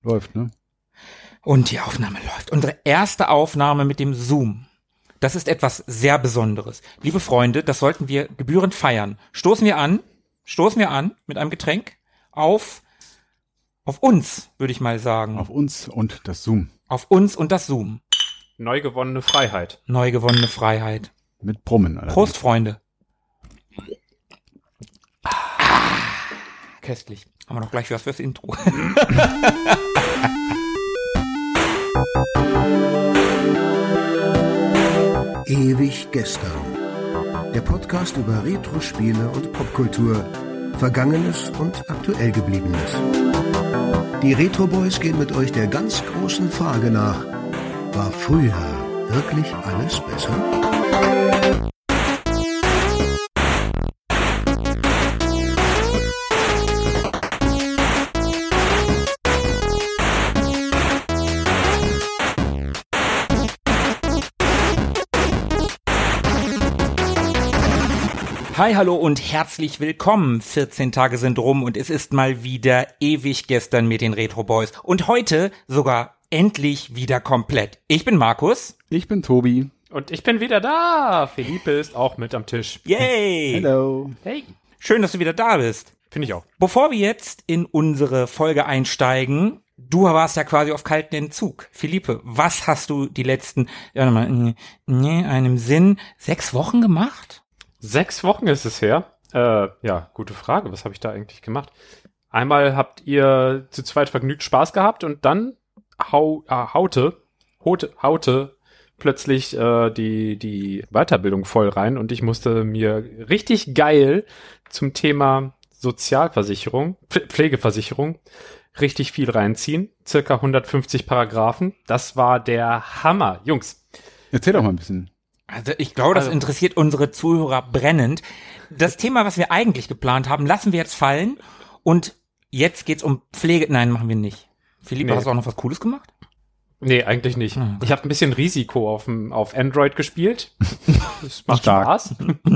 Läuft, ne? Und die Aufnahme läuft. Unsere erste Aufnahme mit dem Zoom. Das ist etwas sehr Besonderes. Liebe Freunde, das sollten wir gebührend feiern. Stoßen wir an mit einem Getränk auf uns, würde ich mal sagen. Auf uns und das Zoom. Auf uns und das Zoom. Neu gewonnene Freiheit. Neu gewonnene Freiheit. Mit Brummen. Allerdings. Prost, Freunde. Köstlich. Haben wir noch gleich was fürs Intro. Ewig gestern. Der Podcast über Retro-Spiele und Popkultur. Vergangenes und aktuell Gebliebenes. Die Retro Boys gehen mit euch der ganz großen Frage nach: War früher wirklich alles besser? Hi, hallo und herzlich willkommen. 14 Tage sind rum und es ist mal wieder ewig gestern mit den Retro Boys. Und heute sogar endlich wieder komplett. Ich bin Markus. Ich bin Tobi. Und ich bin wieder da. Felipe ist auch mit am Tisch. Yay! Hello. Hey. Schön, dass du wieder da bist. Finde ich auch. Bevor wir jetzt in unsere Folge einsteigen, du warst ja quasi auf kalten Entzug. Felipe, was hast du die letzten, einem Sinn, 6 Wochen gemacht? 6 Wochen ist es her. Ja, gute Frage. Was habe ich da eigentlich gemacht? Einmal habt ihr zu zweit vergnügt Spaß gehabt und dann haute plötzlich die Weiterbildung voll rein und ich musste mir richtig geil zum Thema Sozialversicherung, Pflegeversicherung richtig viel reinziehen. Circa 150 Paragraphen. Das war der Hammer. Jungs. Erzähl doch mal ein bisschen. Also ich glaube, das interessiert unsere Zuhörer brennend. Das Thema, was wir eigentlich geplant haben, lassen wir jetzt fallen. Und jetzt geht's um Pflege. Nein, machen wir nicht. Philippe, hast du auch noch was Cooles gemacht? Nee, eigentlich nicht. Ich habe ein bisschen Risiko auf Android gespielt. Das macht Stark. Spaß.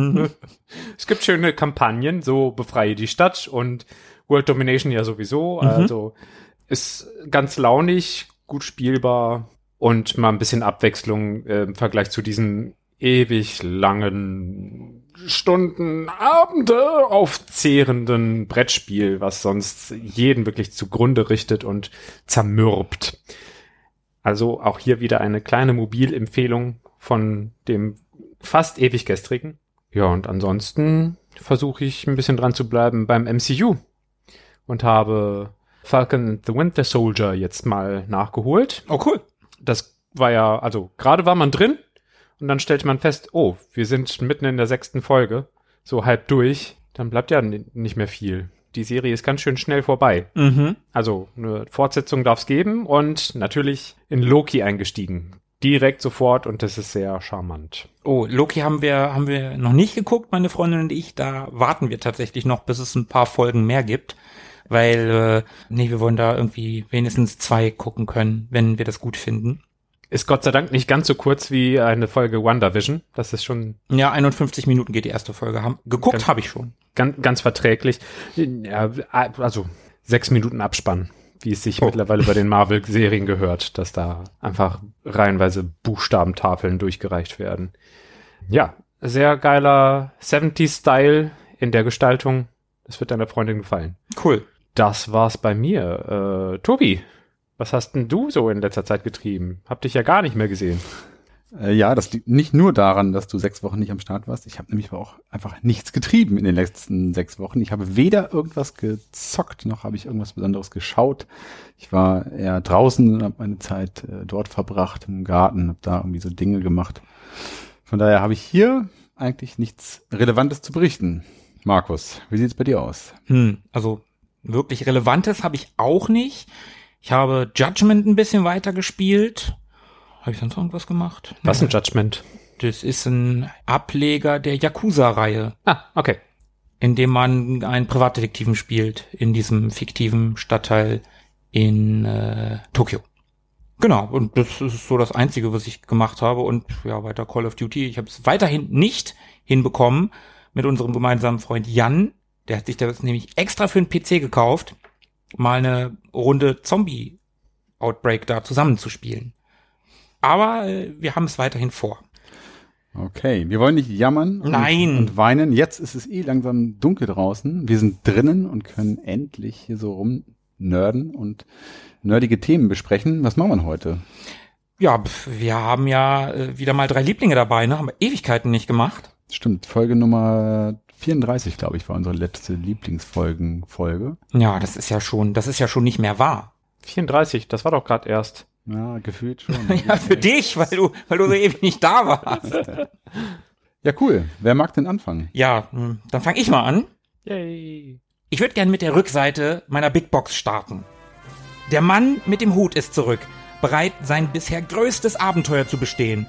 Es gibt schöne Kampagnen, so Befreie die Stadt und World Domination ja sowieso. Also ist ganz launig, gut spielbar und mal ein bisschen Abwechslung im Vergleich zu diesen ewig langen Stunden, Abende aufzehrenden Brettspiel, was sonst jeden wirklich zugrunde richtet und zermürbt. Also auch hier wieder eine kleine Mobilempfehlung von dem fast ewig gestrigen. Ja, und ansonsten versuche ich ein bisschen dran zu bleiben beim MCU und habe Falcon and the Winter Soldier jetzt mal nachgeholt. Oh, cool. Das war ja, also gerade war man drin und dann stellte man fest, oh, wir sind mitten in der 6. Folge, so halb durch, dann bleibt ja nicht mehr viel. Die Serie ist ganz schön schnell vorbei. Also eine Fortsetzung darf es geben und natürlich in Loki eingestiegen. Direkt sofort und das ist sehr charmant. Oh, Loki haben wir noch nicht geguckt, meine Freundin und ich. Da warten wir tatsächlich noch, bis es ein paar Folgen mehr gibt. Weil, wir wollen da irgendwie wenigstens 2 gucken können, wenn wir das gut finden. Ist Gott sei Dank nicht ganz so kurz wie eine Folge WandaVision. Das ist schon... Ja, 51 Minuten geht die erste Folge. Geguckt habe ich schon. Ganz verträglich. Ja, also 6 Minuten Abspann, wie es sich mittlerweile bei den Marvel-Serien gehört, dass da einfach reihenweise Buchstabentafeln durchgereicht werden. Ja, sehr geiler 70s-Style in der Gestaltung. Das wird deiner Freundin gefallen. Cool. Das war's bei mir. Tobi, was hast denn du so in letzter Zeit getrieben? Hab dich ja gar nicht mehr gesehen. Ja, das liegt nicht nur daran, dass du 6 Wochen nicht am Start warst. Ich habe nämlich auch einfach nichts getrieben in den letzten 6 Wochen. Ich habe weder irgendwas gezockt, noch habe ich irgendwas Besonderes geschaut. Ich war eher draußen und habe meine Zeit dort verbracht, im Garten, habe da irgendwie so Dinge gemacht. Von daher habe ich hier eigentlich nichts Relevantes zu berichten. Markus, wie sieht's bei dir aus? Also wirklich Relevantes habe ich auch nicht. Ich habe Judgment ein bisschen weiter gespielt. Habe ich sonst irgendwas gemacht? Was ist ein Judgment? Das ist ein Ableger der Yakuza-Reihe. Ah, okay. In dem man einen Privatdetektiven spielt, in diesem fiktiven Stadtteil in Tokio. Genau, und das ist so das Einzige, was ich gemacht habe. Und ja, weiter Call of Duty. Ich habe es weiterhin nicht hinbekommen mit unserem gemeinsamen Freund Jan. Der hat sich das nämlich extra für den PC gekauft, mal eine Runde Zombie Outbreak da zusammenzuspielen. Aber wir haben es weiterhin vor. Okay, wir wollen nicht jammern und weinen. Jetzt ist es langsam dunkel draußen. Wir sind drinnen und können endlich hier so rumnerden und nerdige Themen besprechen. Was machen wir denn heute? Ja, wir haben ja wieder mal 3 Lieblinge dabei, ne? Haben wir Ewigkeiten nicht gemacht. Stimmt, Folge Nummer 34, glaube ich, war unsere letzte Lieblingsfolge. Ja, das ist ja schon nicht mehr wahr. 34, das war doch gerade erst. Ja, gefühlt schon. Ja, für dich, weil du so ewig nicht da warst. Ja, cool. Wer mag denn anfangen? Ja, dann fange ich mal an. Yay. Ich würde gern mit der Rückseite meiner Big Box starten. Der Mann mit dem Hut ist zurück, bereit, sein bisher größtes Abenteuer zu bestehen.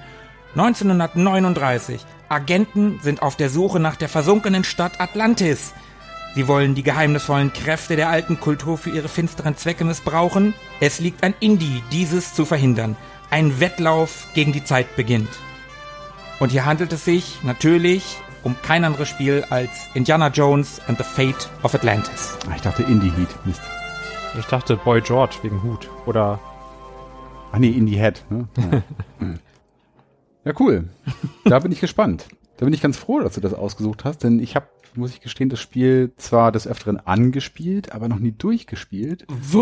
1939. Agenten sind auf der Suche nach der versunkenen Stadt Atlantis. Sie wollen die geheimnisvollen Kräfte der alten Kultur für ihre finsteren Zwecke missbrauchen. Es liegt an Indy, dieses zu verhindern. Ein Wettlauf gegen die Zeit beginnt. Und hier handelt es sich natürlich um kein anderes Spiel als Indiana Jones and the Fate of Atlantis. Ich dachte Indie Heat. Mist. Ich dachte Boy George wegen Hut. Oder... Indie Head. Ne? Ja. Ja, cool. Da bin ich gespannt. Da bin ich ganz froh, dass du das ausgesucht hast, denn ich habe, muss ich gestehen, das Spiel zwar des Öfteren angespielt, aber noch nie durchgespielt.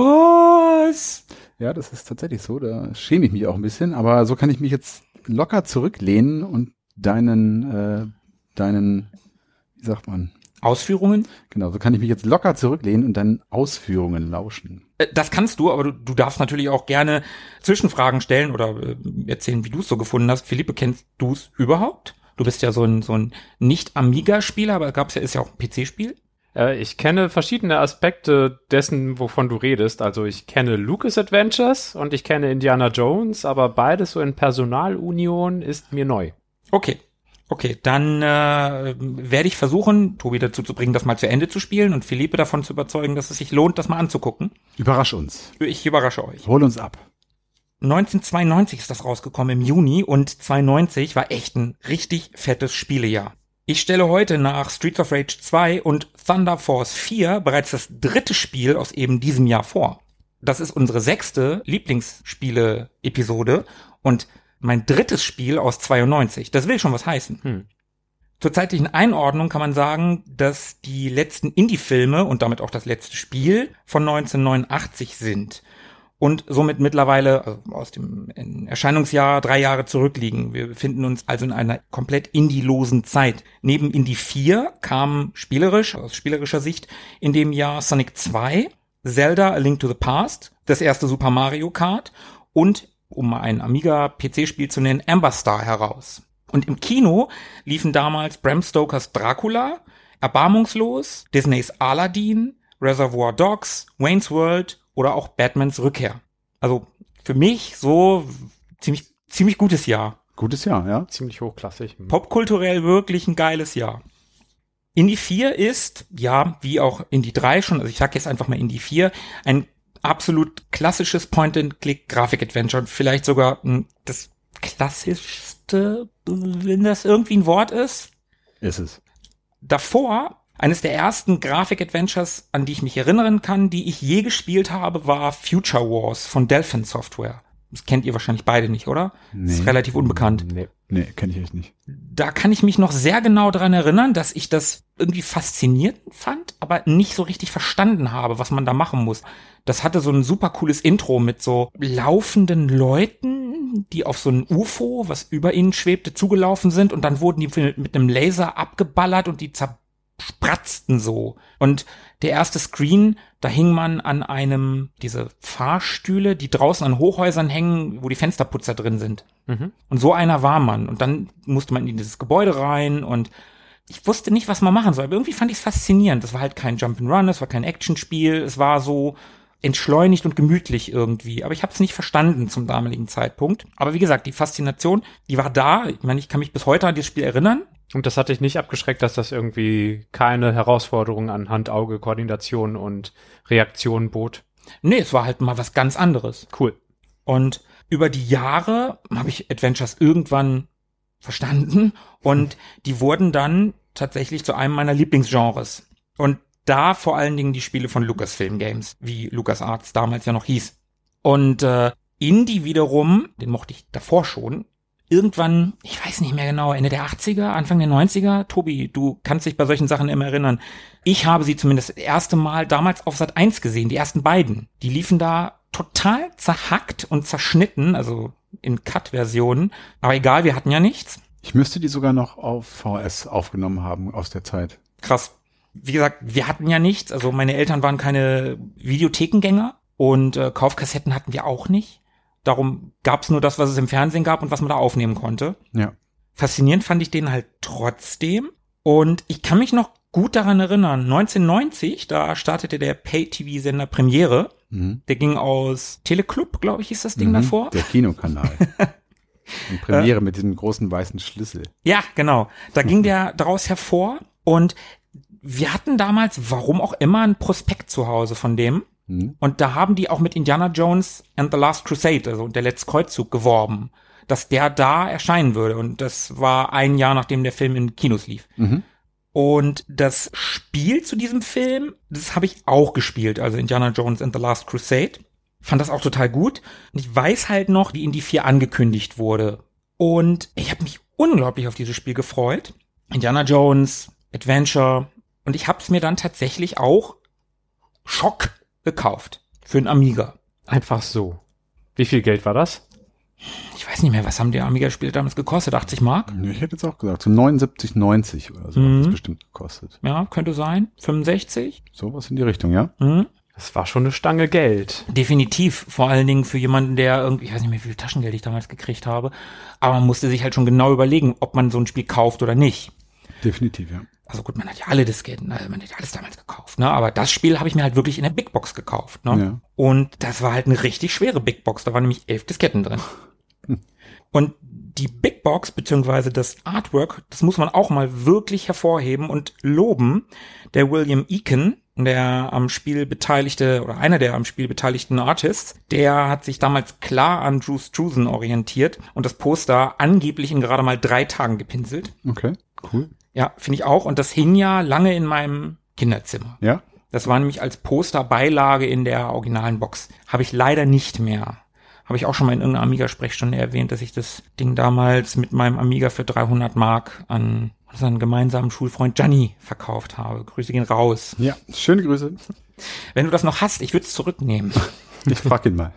Was? Ja, das ist tatsächlich so, da schäme ich mich auch ein bisschen, aber so kann ich mich jetzt locker zurücklehnen und deinen, wie sagt man? Ausführungen? Genau, so kann ich mich jetzt locker zurücklehnen und deinen Ausführungen lauschen. Das kannst du, aber du darfst natürlich auch gerne Zwischenfragen stellen oder erzählen, wie du es so gefunden hast. Philippe, kennst du es überhaupt? Du bist ja so ein Nicht-Amiga-Spieler, aber ist ja auch ein PC-Spiel. Ich kenne verschiedene Aspekte dessen, wovon du redest. Also ich kenne Lucas Adventures und ich kenne Indiana Jones, aber beides so in Personalunion ist mir neu. Okay, dann werde ich versuchen, Tobi dazu zu bringen, das mal zu Ende zu spielen und Philippe davon zu überzeugen, dass es sich lohnt, das mal anzugucken. Überrasch uns. Ich überrasche euch. Hol uns ab. 1992 ist das rausgekommen im Juni und 92 war echt ein richtig fettes Spielejahr. Ich stelle heute nach Streets of Rage 2 und Thunder Force 4 bereits das 3. Spiel aus eben diesem Jahr vor. Das ist unsere 6. Lieblingsspiele-Episode und mein 3. Spiel aus 92. Das will schon was heißen. Zur zeitlichen Einordnung kann man sagen, dass die letzten Indie-Filme und damit auch das letzte Spiel von 1989 sind und somit mittlerweile aus dem Erscheinungsjahr 3 Jahre zurückliegen. Wir befinden uns also in einer komplett indie-losen Zeit. Neben Indie 4 kam aus spielerischer Sicht in dem Jahr Sonic 2, Zelda A Link to the Past, das erste Super Mario Kart und, um mal ein Amiga-PC-Spiel zu nennen, Amber Star heraus. Und im Kino liefen damals Bram Stokers Dracula, Erbarmungslos, Disneys Aladdin, Reservoir Dogs, Wayne's World oder auch Batmans Rückkehr. Also für mich so ziemlich gutes Jahr. Gutes Jahr, ja. Ziemlich hochklassig. Popkulturell wirklich ein geiles Jahr. Indie 4 ist, ja, wie auch Indie 3 schon, also ich sag jetzt einfach mal Indie 4, ein absolut klassisches Point-and-Click-Grafik-Adventure und vielleicht sogar das klassischste, wenn das irgendwie ein Wort ist. Ist es. Davor, eines der ersten Grafik-Adventures, an die ich mich erinnern kann, die ich je gespielt habe, war Future Wars von Delphin Software. Das kennt ihr wahrscheinlich beide nicht, oder? Nee. Das ist relativ unbekannt. Nee, kenne ich echt nicht. Da kann ich mich noch sehr genau dran erinnern, dass ich das irgendwie faszinierend fand, aber nicht so richtig verstanden habe, was man da machen muss. Das hatte so ein super cooles Intro mit so laufenden Leuten, die auf so ein UFO, was über ihnen schwebte, zugelaufen sind und dann wurden die mit einem Laser abgeballert und die zerspratzten so. Und der erste Screen, da hing man an diese Fahrstühle, die draußen an Hochhäusern hängen, wo die Fensterputzer drin sind. Mhm. Und so einer war man. Und dann musste man in dieses Gebäude rein und ich wusste nicht, was man machen soll. Aber irgendwie fand ich es faszinierend. Das war halt kein Jump'n'Run, es war kein Actionspiel, es war so entschleunigt und gemütlich irgendwie. Aber ich habe es nicht verstanden zum damaligen Zeitpunkt. Aber wie gesagt, die Faszination, die war da. Ich meine, ich kann mich bis heute an dieses Spiel erinnern. Und das hat dich nicht abgeschreckt, dass das irgendwie keine Herausforderungen an Hand-Auge-Koordination und Reaktion bot? Nee, es war halt mal was ganz anderes. Cool. Und über die Jahre habe ich Adventures irgendwann verstanden und die wurden dann tatsächlich zu einem meiner Lieblingsgenres. Und da vor allen Dingen die Spiele von Lucasfilm Games, wie LucasArts damals ja noch hieß. Und Indie wiederum, den mochte ich davor schon, irgendwann, ich weiß nicht mehr genau, Ende der 80er, Anfang der 90er, Tobi, du kannst dich bei solchen Sachen immer erinnern. Ich habe sie zumindest das erste Mal damals auf Sat.1 gesehen, die ersten beiden. Die liefen da total zerhackt und zerschnitten, also in Cut-Versionen. Aber egal, wir hatten ja nichts. Ich müsste die sogar noch auf VS aufgenommen haben aus der Zeit. Krass. Wie gesagt, wir hatten ja nichts. Also meine Eltern waren keine Videothekengänger und Kaufkassetten hatten wir auch nicht. Darum gab's nur das, was es im Fernsehen gab und was man da aufnehmen konnte. Ja. Faszinierend fand ich den halt trotzdem. Und ich kann mich noch gut daran erinnern, 1990, da startete der Pay-TV-Sender Premiere. Mhm. Der ging aus Teleclub, glaube ich, hieß das Ding davor. Der Kinokanal. Und Premiere mit diesem großen weißen Schlüssel. Ja, genau. Da ging der daraus hervor. Und wir hatten damals, warum auch immer, ein Prospekt zu Hause von dem. Und da haben die auch mit Indiana Jones and the Last Crusade, also der letzte Kreuzzug, geworben, dass der da erscheinen würde. Und das war ein Jahr, nachdem der Film in Kinos lief. Mhm. Und das Spiel zu diesem Film, das habe ich auch gespielt, also Indiana Jones and the Last Crusade. Fand das auch total gut. Und ich weiß halt noch, wie Indy 4 angekündigt wurde. Und ich habe mich unglaublich auf dieses Spiel gefreut. Indiana Jones, Adventure. Und ich habe es mir dann tatsächlich auch Schock gekauft. Für einen Amiga. Einfach so. Wie viel Geld war das? Ich weiß nicht mehr, was haben die Amiga-Spiele damals gekostet? 80 Mark? Ich hätte jetzt auch gesagt, so 79,90 oder so hat das bestimmt gekostet. Ja, könnte sein. 65? Sowas in die Richtung, ja? Das war schon eine Stange Geld. Definitiv. Vor allen Dingen für jemanden, der irgendwie, ich weiß nicht mehr, wie viel Taschengeld ich damals gekriegt habe. Aber man musste sich halt schon genau überlegen, ob man so ein Spiel kauft oder nicht. Definitiv, ja. Also gut, man hat ja alle Disketten, also man hat ja alles damals gekauft, ne? Aber das Spiel habe ich mir halt wirklich in der Big Box gekauft, ne? Ja. Und das war halt eine richtig schwere Big Box. Da waren nämlich 11 Disketten drin. Und die Big Box, beziehungsweise das Artwork, das muss man auch mal wirklich hervorheben und loben. Der William Eakin, der am Spiel beteiligte, oder einer der am Spiel beteiligten Artists, der hat sich damals klar an Drew Struzan orientiert und das Poster angeblich in gerade mal 3 Tagen gepinselt. Okay, cool. Ja, finde ich auch. Und das hing ja lange in meinem Kinderzimmer. Ja. Das war nämlich als Posterbeilage in der originalen Box. Habe ich leider nicht mehr. Habe ich auch schon mal in irgendeiner Amiga-Sprechstunde erwähnt, dass ich das Ding damals mit meinem Amiga für 300 Mark an unseren gemeinsamen Schulfreund Gianni verkauft habe. Grüße gehen raus. Ja, schöne Grüße. Wenn du das noch hast, ich würde es zurücknehmen. Ich frag ihn mal.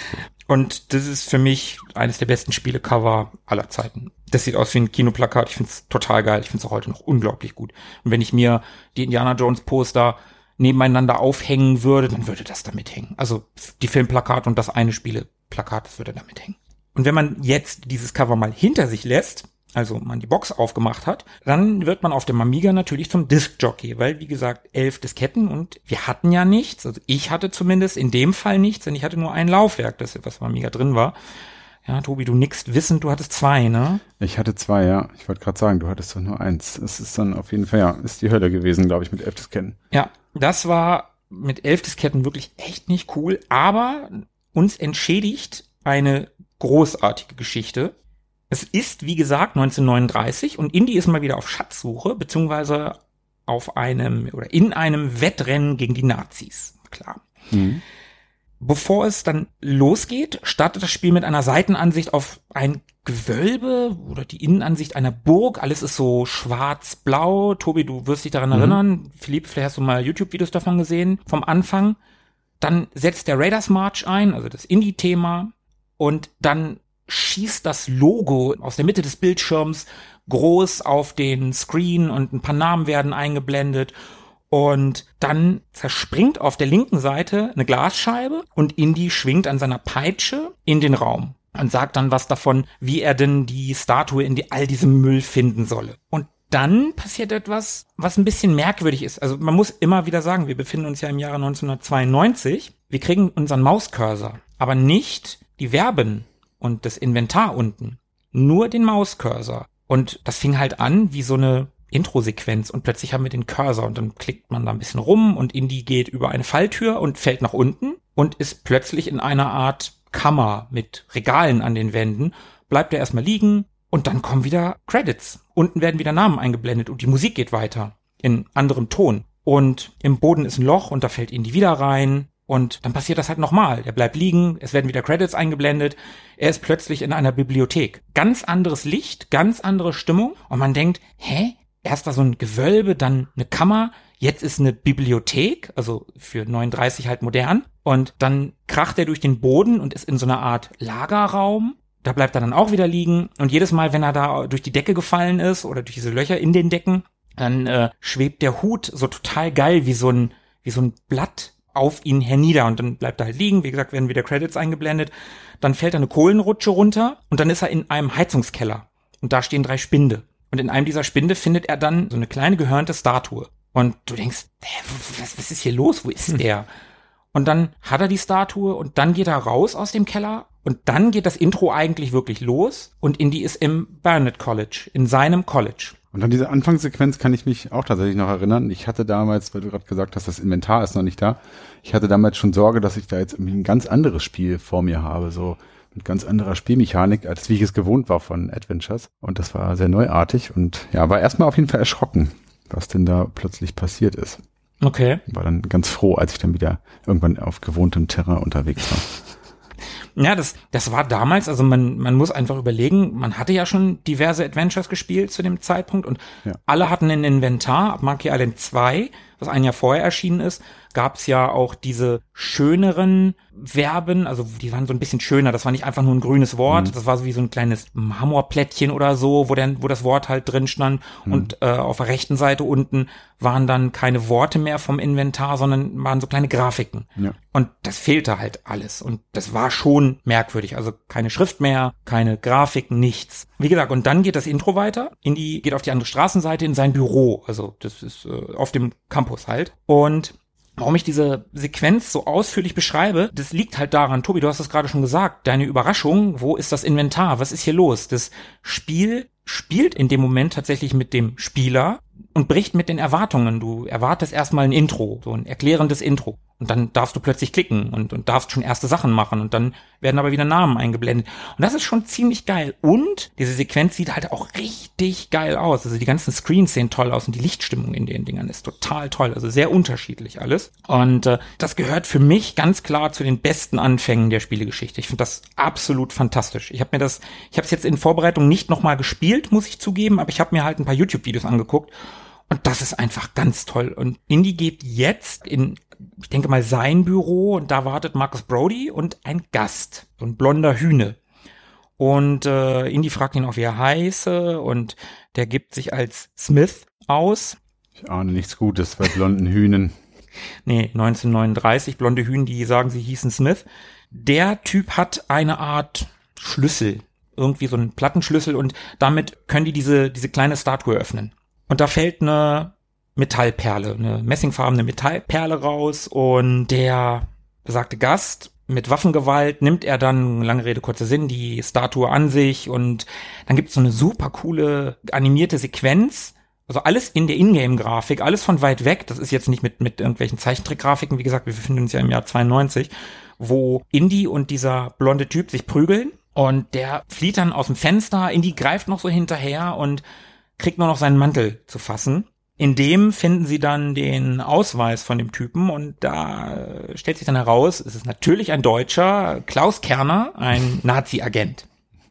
Und das ist für mich eines der besten Spielecover aller Zeiten. Das sieht aus wie ein Kinoplakat. Ich finde es total geil. Ich finde es auch heute noch unglaublich gut. Und wenn ich mir die Indiana Jones Poster nebeneinander aufhängen würde, dann würde das damit hängen. Also die Filmplakat und das eine Spieleplakat, das würde damit hängen. Und wenn man jetzt dieses Cover mal hinter sich lässt, also man die Box aufgemacht hat, dann wird man auf dem Amiga natürlich zum Disc-Jockey, weil, wie gesagt, 11 Disketten und wir hatten ja nichts, also ich hatte zumindest in dem Fall nichts, denn ich hatte nur ein Laufwerk, das was beim Amiga drin war. Ja, Tobi, du nickst wissend, du hattest 2, ne? Ich hatte 2, ja. Ich wollte gerade sagen, du hattest doch nur 1. Es ist dann auf jeden Fall, ja, ist die Hölle gewesen, glaube ich, mit 11 Disketten. Ja, das war mit 11 Disketten wirklich echt nicht cool, aber uns entschädigt eine großartige Geschichte. Es ist, wie gesagt, 1939 und Indy ist mal wieder auf Schatzsuche, beziehungsweise auf einem oder in einem Wettrennen gegen die Nazis. Klar. Mhm. Bevor es dann losgeht, startet das Spiel mit einer Seitenansicht auf ein Gewölbe oder die Innenansicht einer Burg. Alles ist so schwarz-blau. Tobi, du wirst dich daran erinnern. Philipp, vielleicht hast du mal YouTube-Videos davon gesehen, vom Anfang. Dann setzt der Raiders March ein, also das Indie-Thema. Und dann schießt das Logo aus der Mitte des Bildschirms groß auf den Screen und ein paar Namen werden eingeblendet. Und dann zerspringt auf der linken Seite eine Glasscheibe und Indy schwingt an seiner Peitsche in den Raum und sagt dann was davon, wie er denn die Statue in all diesem Müll finden solle. Und dann passiert etwas, was ein bisschen merkwürdig ist. Also man muss immer wieder sagen, wir befinden uns ja im Jahre 1992. Wir kriegen unseren Mauscursor, aber nicht die Verben und das Inventar unten. Nur den Mauscursor. Und das fing halt an wie so eine Intro-Sequenz und plötzlich haben wir den Cursor und dann klickt man da ein bisschen rum und Indy geht über eine Falltür und fällt nach unten und ist plötzlich in einer Art Kammer mit Regalen an den Wänden, bleibt er erstmal liegen und dann kommen wieder Credits. Unten werden wieder Namen eingeblendet und die Musik geht weiter in anderem Ton. Und im Boden ist ein Loch und da fällt Indy wieder rein Und dann passiert das halt nochmal. Er bleibt liegen, es werden wieder Credits eingeblendet, er ist plötzlich in einer Bibliothek. Ganz anderes Licht, ganz andere Stimmung und man denkt, erst war so ein Gewölbe, dann eine Kammer, jetzt ist eine Bibliothek, also für 39 halt modern. Und dann kracht er durch den Boden und ist in so einer Art Lagerraum. Da bleibt er dann auch wieder liegen. Und jedes Mal, wenn er da durch die Decke gefallen ist oder durch diese Löcher in den Decken, dann schwebt der Hut so total geil wie so ein Blatt auf ihn hernieder. Und dann bleibt er halt liegen. Wie gesagt, werden wieder Credits eingeblendet. Dann fällt eine Kohlenrutsche runter und dann ist er in einem Heizungskeller. Und da stehen 3 Spinde. Und in einem dieser Spinde findet er dann so eine kleine gehörnte Statue. Und du denkst, was ist hier los? Wo ist der? Und dann hat er die Statue und dann geht er raus aus dem Keller und dann geht das Intro eigentlich wirklich los und Indy ist im Barnard College, in seinem College. Und an diese Anfangssequenz kann ich mich auch tatsächlich noch erinnern. Ich hatte damals, weil du gerade gesagt hast, das Inventar ist noch nicht da, ich hatte damals schon Sorge, dass ich da jetzt irgendwie ein ganz anderes Spiel vor mir habe, so mit ganz anderer Spielmechanik, als wie ich es gewohnt war von Adventures. Und das war sehr neuartig und ja, war erstmal auf jeden Fall erschrocken, was denn da plötzlich passiert ist. Okay. War dann ganz froh, als ich dann wieder irgendwann auf gewohntem Terrain unterwegs war. Ja, das war damals, also man muss einfach überlegen, man hatte ja schon diverse Adventures gespielt zu dem Zeitpunkt und alle hatten ein Inventar. Ab Monkey Island 2, was ein Jahr vorher erschienen ist, gab es ja auch diese schöneren Verben, also die waren so ein bisschen schöner, das war nicht einfach nur ein grünes Wort, das war so wie so ein kleines Marmorplättchen oder so, wo das Wort halt drin stand und auf der rechten Seite unten waren dann keine Worte mehr vom Inventar, sondern waren so kleine Grafiken. Ja. Und das fehlte halt alles und das war schon merkwürdig, also keine Schrift mehr, keine Grafiken, nichts. Wie gesagt, und dann geht das Intro weiter, Indy geht auf die andere Straßenseite in sein Büro, also das ist auf dem Campus halt und warum ich diese Sequenz so ausführlich beschreibe, das liegt halt daran, Tobi, du hast es gerade schon gesagt, deine Überraschung, wo ist das Inventar, was ist hier los? Das Spiel spielt in dem Moment tatsächlich mit dem Spieler und bricht mit den Erwartungen. Du erwartest erstmal ein Intro, so ein erklärendes Intro. Und dann darfst du plötzlich klicken und darfst schon erste Sachen machen und dann werden aber wieder Namen eingeblendet. Und das ist schon ziemlich geil. Und diese Sequenz sieht halt auch richtig geil aus. Also die ganzen Screens sehen toll aus und die Lichtstimmung in den Dingern ist total toll. Also sehr unterschiedlich alles. Und das gehört für mich ganz klar zu den besten Anfängen der Spielegeschichte. Ich finde das absolut fantastisch. Ich habe es jetzt in Vorbereitung nicht nochmal gespielt, muss ich zugeben, aber ich habe mir halt ein paar YouTube-Videos angeguckt. Und das ist einfach ganz toll. Und Indy geht jetzt in, ich denke mal, sein Büro und da wartet Marcus Brody und ein Gast, so ein blonder Hühne. Und Indy fragt ihn auch, wie er heiße und der gibt sich als Smith aus. Ich ahne nichts Gutes bei blonden Hühnen. Nee, 1939, blonde Hühnen, die sagen, sie hießen Smith. Der Typ hat eine Art Schlüssel, irgendwie so einen Plattenschlüssel und damit können die diese kleine Statue öffnen. Und da fällt eine Metallperle, eine messingfarbene Metallperle raus und der besagte Gast mit Waffengewalt nimmt er dann, lange Rede, kurzer Sinn, die Statue an sich und dann gibt's so eine super coole animierte Sequenz, also alles in der Ingame-Grafik, alles von weit weg, das ist jetzt nicht mit irgendwelchen Zeichentrickgrafiken, wie gesagt, wir befinden uns ja im Jahr 92, wo Indy und dieser blonde Typ sich prügeln und der flieht dann aus dem Fenster, Indy greift noch so hinterher und kriegt nur noch seinen Mantel zu fassen. In dem finden sie dann den Ausweis von dem Typen und da stellt sich dann heraus, es ist natürlich ein Deutscher, Klaus Kerner, ein Nazi-Agent.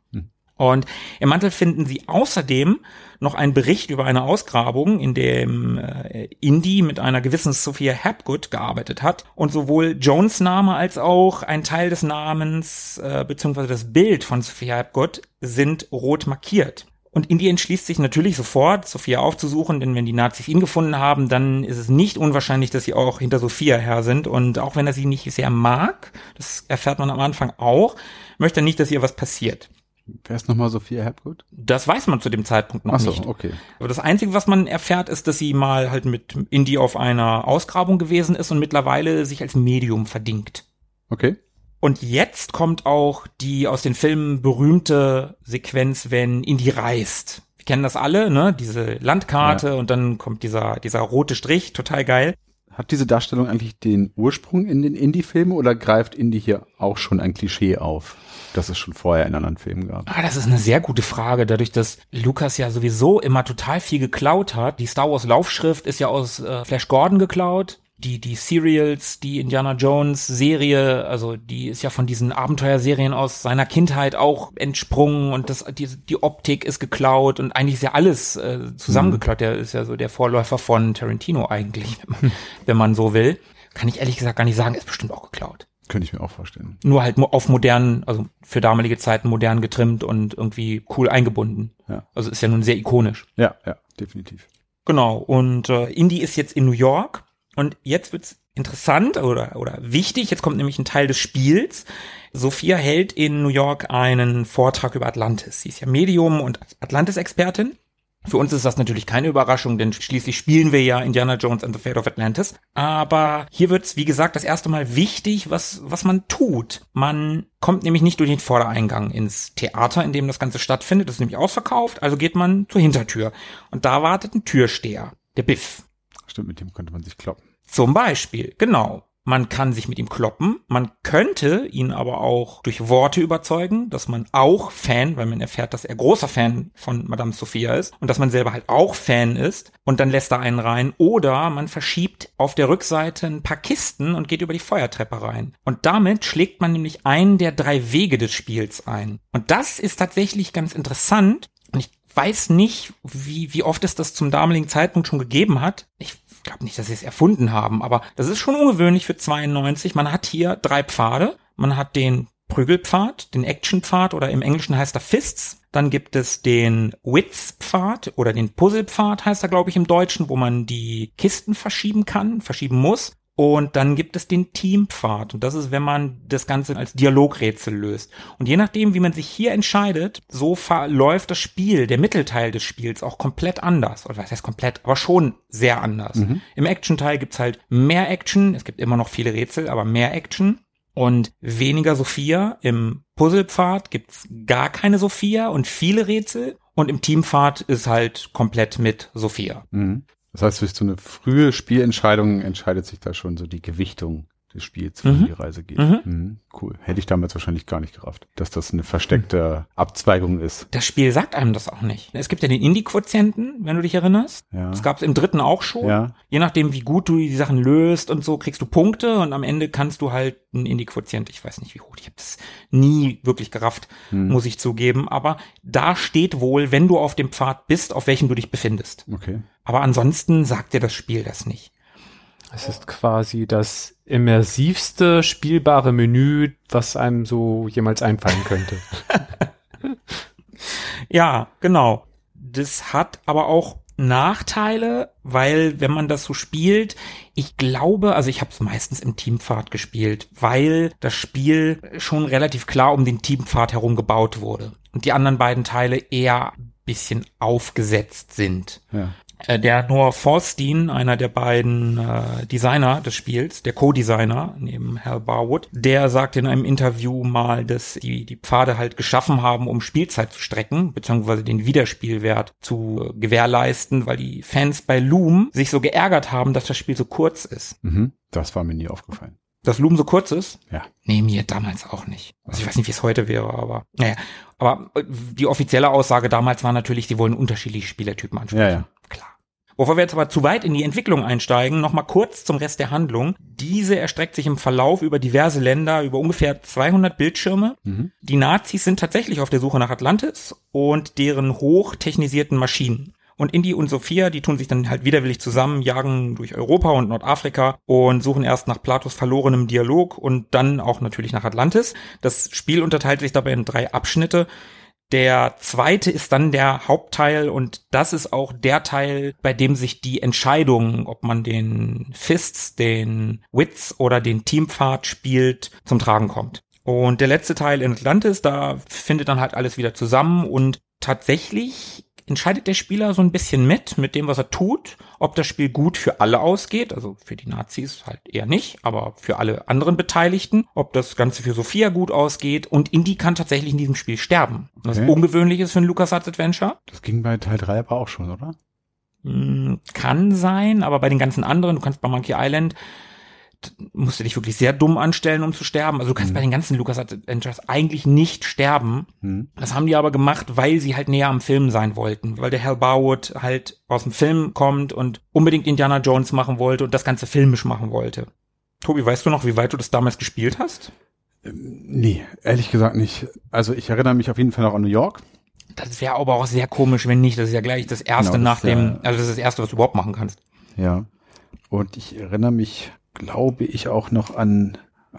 Und im Mantel finden sie außerdem noch einen Bericht über eine Ausgrabung, in dem Indy mit einer gewissen Sophia Hapgood gearbeitet hat. Und sowohl Jones Name als auch ein Teil des Namens beziehungsweise das Bild von Sophia Hapgood sind rot markiert. Und Indy entschließt sich natürlich sofort, Sophia aufzusuchen, denn wenn die Nazis ihn gefunden haben, dann ist es nicht unwahrscheinlich, dass sie auch hinter Sophia her sind. Und auch wenn er sie nicht sehr mag, das erfährt man am Anfang auch, möchte er nicht, dass ihr was passiert. Wer ist nochmal Sophia Hapgood? Das weiß man zu dem Zeitpunkt noch nicht. Ach so, okay. Aber das Einzige, was man erfährt, ist, dass sie mal halt mit Indy auf einer Ausgrabung gewesen ist und mittlerweile sich als Medium verdingt. Okay. Und jetzt kommt auch die aus den Filmen berühmte Sequenz, wenn Indy reist. Wir kennen das alle, ne? Diese Landkarte und dann kommt dieser rote Strich, total geil. Hat diese Darstellung eigentlich den Ursprung in den Indie-Filmen oder greift Indy hier auch schon ein Klischee auf, das es schon vorher in anderen Filmen gab? Das ist eine sehr gute Frage, dadurch, dass Lucas ja sowieso immer total viel geklaut hat. Die Star Wars Laufschrift ist ja aus Flash Gordon geklaut. die Serials, die Indiana Jones Serie, also die ist ja von diesen Abenteuerserien aus seiner Kindheit auch entsprungen und die Optik ist geklaut und eigentlich ist ja alles zusammengeklaut. Der ist ja so der Vorläufer von Tarantino eigentlich, wenn man so will. Kann ich ehrlich gesagt gar nicht sagen, ist bestimmt auch geklaut. Könnte ich mir auch vorstellen. Nur halt auf modern, also für damalige Zeiten modern getrimmt und irgendwie cool eingebunden. Ja. Also ist ja nun sehr ikonisch. Ja, definitiv. Genau, und Indy ist jetzt in New York und jetzt wird's interessant oder wichtig. Jetzt kommt nämlich ein Teil des Spiels. Sophia hält in New York einen Vortrag über Atlantis. Sie ist ja Medium und Atlantis-Expertin. Für uns ist das natürlich keine Überraschung, denn schließlich spielen wir ja Indiana Jones and the Fate of Atlantis. Aber hier wird's, wie gesagt, das erste Mal wichtig, was man tut. Man kommt nämlich nicht durch den Vordereingang ins Theater, in dem das Ganze stattfindet. Das ist nämlich ausverkauft, also geht man zur Hintertür. Und da wartet ein Türsteher, der Biff. Stimmt, mit dem könnte man sich kloppen. Zum Beispiel, genau. Man kann sich mit ihm kloppen, man könnte ihn aber auch durch Worte überzeugen, dass man auch Fan, weil man erfährt, dass er großer Fan von Madame Sophia ist und dass man selber halt auch Fan ist und dann lässt er einen rein oder man verschiebt auf der Rückseite ein paar Kisten und geht über die Feuertreppe rein. Und damit schlägt man nämlich einen der 3 Wege des Spiels ein. Und das ist tatsächlich ganz interessant und ich weiß nicht, wie oft es das zum damaligen Zeitpunkt schon gegeben hat. Ich glaube nicht, dass sie es erfunden haben, aber das ist schon ungewöhnlich für 92. Man hat hier 3 Pfade. Man hat den Prügelpfad, den Actionpfad oder im Englischen heißt er Fists. Dann gibt es den Wits-Pfad oder den Puzzlepfad heißt er, glaube ich, im Deutschen, wo man die Kisten verschieben muss. Und dann gibt es den Teampfad. Und das ist, wenn man das Ganze als Dialogrätsel löst. Und je nachdem, wie man sich hier entscheidet, so verläuft das Spiel, der Mittelteil des Spiels auch komplett anders. Oder was heißt komplett, aber schon sehr anders. Im Action-Teil gibt's halt mehr Action. Es gibt immer noch viele Rätsel, aber mehr Action. Und weniger Sophia. Im Puzzlepfad gibt's gar keine Sophia und viele Rätsel. Und im Teampfad ist halt komplett mit Sophia. Das heißt, durch so eine frühe Spielentscheidung entscheidet sich da schon so die Gewichtung des Spiels, wohin die Reise geht. Cool. Hätte ich damals wahrscheinlich gar nicht gerafft, dass das eine versteckte Abzweigung ist. Das Spiel sagt einem das auch nicht. Es gibt ja den Indie-Quotienten, wenn du dich erinnerst. Ja. Das gab es im 3. auch schon. Ja. Je nachdem, wie gut du die Sachen löst und so, kriegst du Punkte und am Ende kannst du halt einen Indie-Quotient, ich weiß nicht wie hoch, ich habe das nie wirklich gerafft, muss ich zugeben. Aber da steht wohl, wenn du auf dem Pfad bist, auf welchem du dich befindest. Okay. Aber ansonsten sagt dir das Spiel das nicht. Es ist quasi das immersivste spielbare Menü, was einem so jemals einfallen könnte. Ja, genau. Das hat aber auch Nachteile, weil wenn man das so spielt, ich glaube, also ich habe es meistens im Teampfad gespielt, weil das Spiel schon relativ klar um den Teampfad herum gebaut wurde und die anderen beiden Teile eher ein bisschen aufgesetzt sind. Ja. Der Noah Falstein, einer der beiden Designer des Spiels, der Co-Designer neben Hal Barwood, der sagte in einem Interview mal, dass die Pfade halt geschaffen haben, um Spielzeit zu strecken, beziehungsweise den Wiederspielwert zu gewährleisten, weil die Fans bei Loom sich so geärgert haben, dass das Spiel so kurz ist. Das war mir nie aufgefallen. Dass Loom so kurz ist? Ja. Nee, mir damals auch nicht. Also ich weiß nicht, wie es heute wäre, aber naja. Aber die offizielle Aussage damals war natürlich, sie wollen unterschiedliche Spielertypen ansprechen. Ja. Klar. Bevor wir jetzt aber zu weit in die Entwicklung einsteigen, nochmal kurz zum Rest der Handlung. Diese erstreckt sich im Verlauf über diverse Länder, über ungefähr 200 Bildschirme. Die Nazis sind tatsächlich auf der Suche nach Atlantis und deren hochtechnisierten Maschinen. Und Indy und Sophia, die tun sich dann halt widerwillig zusammen, jagen durch Europa und Nordafrika und suchen erst nach Platos verlorenem Dialog und dann auch natürlich nach Atlantis. Das Spiel unterteilt sich dabei in 3 Abschnitte. Der zweite ist dann der Hauptteil und das ist auch der Teil, bei dem sich die Entscheidung, ob man den Fists, den Wits oder den Teampfad spielt, zum Tragen kommt. Und der letzte Teil in Atlantis, da findet dann halt alles wieder zusammen und tatsächlich entscheidet der Spieler so ein bisschen mit dem, was er tut, ob das Spiel gut für alle ausgeht, also für die Nazis halt eher nicht, aber für alle anderen Beteiligten, ob das Ganze für Sophia gut ausgeht und Indy kann tatsächlich in diesem Spiel sterben. Was ungewöhnlich ist für ein LucasArts Adventure. Das ging bei Teil 3 aber auch schon, oder? Kann sein, aber bei den ganzen anderen, du kannst bei Monkey Island, musst du dich wirklich sehr dumm anstellen, um zu sterben. Also du kannst bei den ganzen Lucas Adventures eigentlich nicht sterben. Das haben die aber gemacht, weil sie halt näher am Film sein wollten. Weil der Hal Barwood halt aus dem Film kommt und unbedingt Indiana Jones machen wollte und das Ganze filmisch machen wollte. Tobi, weißt du noch, wie weit du das damals gespielt hast? Nee, ehrlich gesagt nicht. Also ich erinnere mich auf jeden Fall noch an New York. Das wäre aber auch sehr komisch, wenn nicht. Das ist ja gleich das erste Genau, also das ist das erste, was du überhaupt machen kannst. Ja. Und ich erinnere mich, glaube ich, auch noch an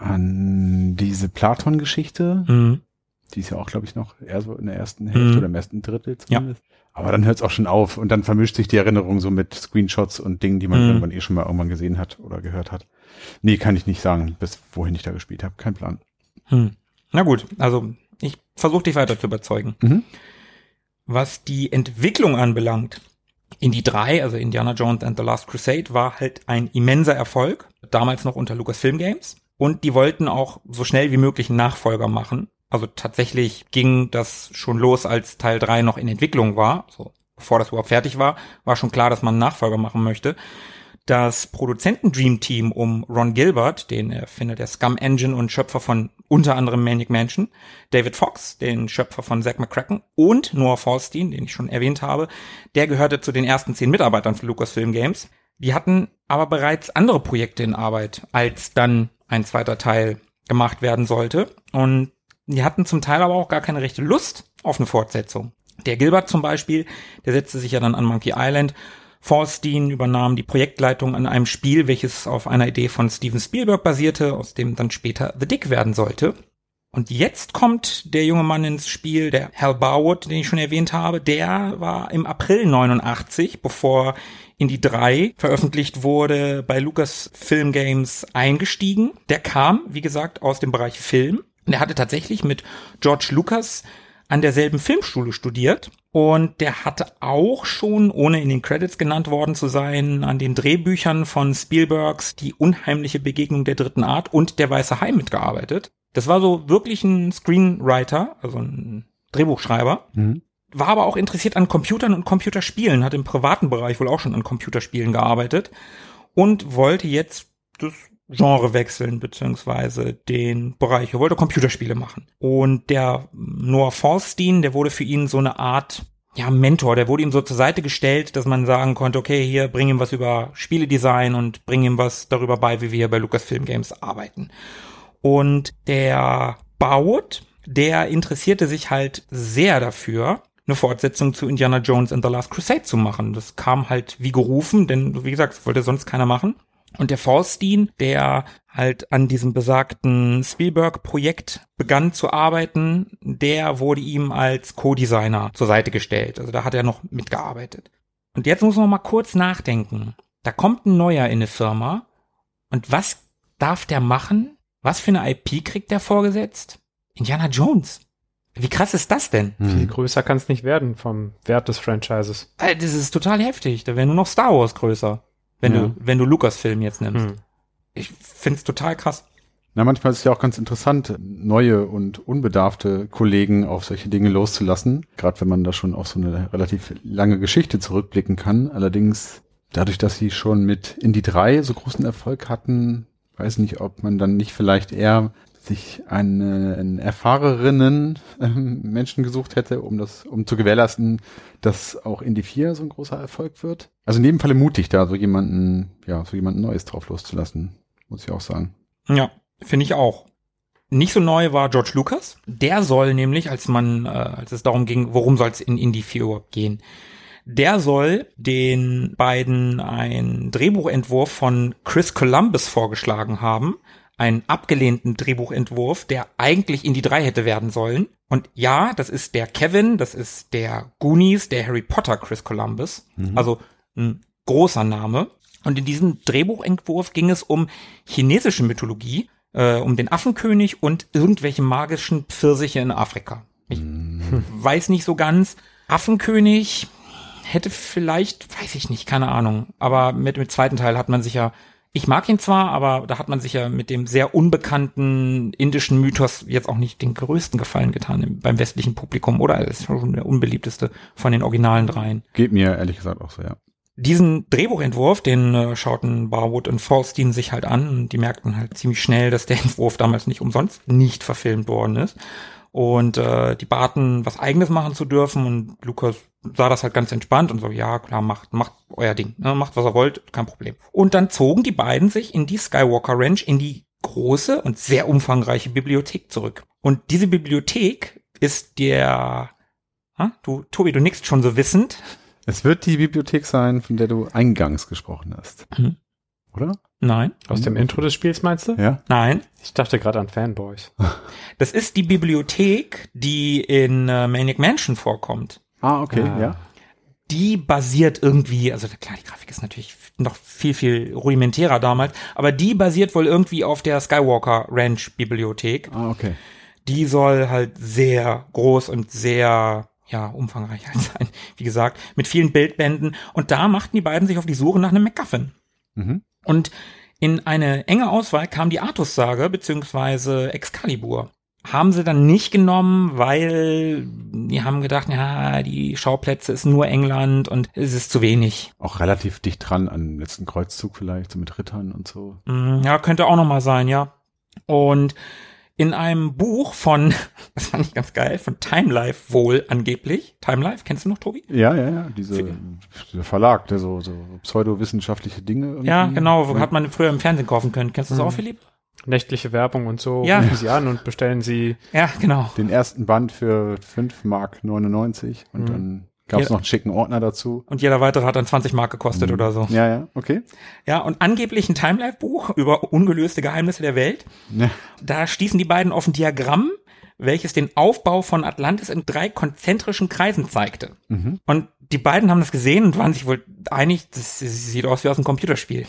diese Platon-Geschichte. Die ist ja auch, glaube ich, noch eher so in der ersten Hälfte oder im ersten Drittel zumindest. Ja. Aber dann hört es auch schon auf und dann vermischt sich die Erinnerung so mit Screenshots und Dingen, die man irgendwann schon mal irgendwann gesehen hat oder gehört hat. Nee, kann ich nicht sagen, bis wohin ich da gespielt habe. Kein Plan. Na gut, also ich versuche dich weiter zu überzeugen. Was die Entwicklung anbelangt, Indy 3, also Indiana Jones and the Last Crusade, war halt ein immenser Erfolg, damals noch unter Lucasfilm Games. Und die wollten auch so schnell wie möglich einen Nachfolger machen. Also tatsächlich ging das schon los, als Teil 3 noch in Entwicklung war. So, bevor das überhaupt fertig war schon klar, dass man einen Nachfolger machen möchte. Das Produzenten-Dream-Team um Ron Gilbert, den Erfinder der Scum Engine und Schöpfer von unter anderem Maniac Mansion, David Fox, den Schöpfer von Zack McCracken und Noah Falstein, den ich schon erwähnt habe, der gehörte zu den ersten 10 Mitarbeitern für Lucasfilm Games. Die hatten aber bereits andere Projekte in Arbeit, als dann ein zweiter Teil gemacht werden sollte. Und die hatten zum Teil aber auch gar keine rechte Lust auf eine Fortsetzung. Der Gilbert zum Beispiel, der setzte sich ja dann an Monkey Island. Falstein übernahm die Projektleitung an einem Spiel, welches auf einer Idee von Steven Spielberg basierte, aus dem dann später The Dick werden sollte. Und jetzt kommt der junge Mann ins Spiel, der Hal Barwood, den ich schon erwähnt habe. Der war im April 89, bevor Indy 3 veröffentlicht wurde, bei Lucasfilm Games eingestiegen. Der kam, wie gesagt, aus dem Bereich Film. Der hatte tatsächlich mit George Lucas an derselben Filmschule studiert und der hatte auch schon, ohne in den Credits genannt worden zu sein, an den Drehbüchern von Spielbergs Die unheimliche Begegnung der dritten Art und Der weiße Hai mitgearbeitet. Das war so wirklich ein Screenwriter, also ein Drehbuchschreiber. War aber auch interessiert an Computern und Computerspielen, hat im privaten Bereich wohl auch schon an Computerspielen gearbeitet und wollte jetzt das Genre wechseln, beziehungsweise den Bereich. Er wollte Computerspiele machen. Und der Noah Falstein, der wurde für ihn so eine Art, Mentor. Der wurde ihm so zur Seite gestellt, dass man sagen konnte, okay, hier, bring ihm was über Spieledesign und bring ihm was darüber bei, wie wir hier bei Lucasfilm Games arbeiten. Und der Barwood, der interessierte sich halt sehr dafür, eine Fortsetzung zu Indiana Jones and the Last Crusade zu machen. Das kam halt wie gerufen, denn, wie gesagt, das wollte sonst keiner machen. Und der Falstein, der halt an diesem besagten Spielberg-Projekt begann zu arbeiten, der wurde ihm als Co-Designer zur Seite gestellt. Also da hat er noch mitgearbeitet. Und jetzt muss man mal kurz nachdenken. Da kommt ein Neuer in eine Firma. Und was darf der machen? Was für eine IP kriegt der vorgesetzt? Indiana Jones. Wie krass ist das denn? Viel größer kann es nicht werden vom Wert des Franchises. Das ist total heftig. Da wäre nur noch Star Wars größer. Wenn du Lucasfilm jetzt nimmst. Ich find's total krass. Na, manchmal ist es ja auch ganz interessant, neue und unbedarfte Kollegen auf solche Dinge loszulassen. Gerade wenn man da schon auf so eine relativ lange Geschichte zurückblicken kann. Allerdings, dadurch, dass sie schon mit Indy 3 so großen Erfolg hatten, weiß nicht, ob man dann nicht vielleicht eher sich einen erfahrenen Menschen gesucht hätte, um zu gewährleisten, dass auch Indy 4 so ein großer Erfolg wird. Also in jedem Falle mutig, da so jemanden Neues drauf loszulassen, muss ich auch sagen. Ja, finde ich auch. Nicht so neu war George Lucas. Der soll nämlich, als es darum ging, worum soll es in Indy 4 überhaupt gehen, der soll den beiden einen Drehbuchentwurf von Chris Columbus vorgeschlagen haben, einen abgelehnten Drehbuchentwurf, der eigentlich Indy 3 hätte werden sollen. Und ja, das ist der Kevin, das ist der Goonies, der Harry Potter Chris Columbus. Also ein großer Name. Und in diesem Drehbuchentwurf ging es um chinesische Mythologie, um den Affenkönig und irgendwelche magischen Pfirsiche in Afrika. Ich weiß nicht so ganz. Affenkönig hätte vielleicht, weiß ich nicht, keine Ahnung. Aber mit dem zweiten Teil hat man sich ja, ich mag ihn zwar, aber da hat man sich ja mit dem sehr unbekannten indischen Mythos jetzt auch nicht den größten Gefallen getan beim westlichen Publikum, oder? Er ist schon der unbeliebteste von den originalen dreien. Geht mir ehrlich gesagt auch so, ja. diesen Drehbuchentwurf, den schauten Barwood und Falstein sich halt an und die merkten halt ziemlich schnell, dass der Entwurf damals nicht umsonst nicht verfilmt worden ist. Und die baten, was Eigenes machen zu dürfen und Lucas sah das halt ganz entspannt und so, ja klar, macht euer Ding, ne? Macht was ihr wollt, kein Problem. Und dann zogen die beiden sich in die Skywalker Ranch, in die große und sehr umfangreiche Bibliothek zurück. Und diese Bibliothek ist Tobi, du nickst schon so wissend. Es wird die Bibliothek sein, von der du eingangs gesprochen hast. Mhm. Oder? Nein. Aus dem Intro des Spiels meinst du? Ja. Nein. Ich dachte gerade an Fanboys. Das ist die Bibliothek, die in Maniac Mansion vorkommt. Ah, okay, ja. Die basiert irgendwie, also klar, die Grafik ist natürlich noch viel, viel rudimentärer damals, aber die basiert wohl irgendwie auf der Skywalker Ranch Bibliothek. Ah, okay. Die soll halt sehr groß und sehr umfangreich halt sein, wie gesagt, mit vielen Bildbänden. Und da machten die beiden sich auf die Suche nach einem MacGuffin. Mhm. Und in eine enge Auswahl kam die Artus-Sage beziehungsweise Excalibur. Haben sie dann nicht genommen, weil die haben gedacht, ja, die Schauplätze ist nur England und es ist zu wenig. Auch relativ dicht dran an den letzten Kreuzzug vielleicht, so mit Rittern und so. Ja, könnte auch nochmal sein, ja. Und in einem Buch von, das fand ich ganz geil, von Time Life wohl angeblich. Time Life, kennst du noch, Tobi? Ja. Dieser Verlag, der so pseudowissenschaftliche Dinge irgendwie. Ja, genau, hat man früher im Fernsehen kaufen können. Kennst du das auch, Philipp? Nächtliche Werbung und so. Ja. Rufen Sie an und bestellen Sie. Ja, genau. Den ersten Band für 5,99 Mark und dann gab es noch einen schicken Ordner dazu. Und jeder weitere hat dann 20 Mark gekostet oder so. Ja, okay. Ja, und angeblich ein Time-Life-Buch über ungelöste Geheimnisse der Welt. Ja. Da stießen die beiden auf ein Diagramm, welches den Aufbau von Atlantis in 3 konzentrischen Kreisen zeigte. Mhm. Und die beiden haben das gesehen und waren sich wohl einig, das sieht aus wie aus einem Computerspiel.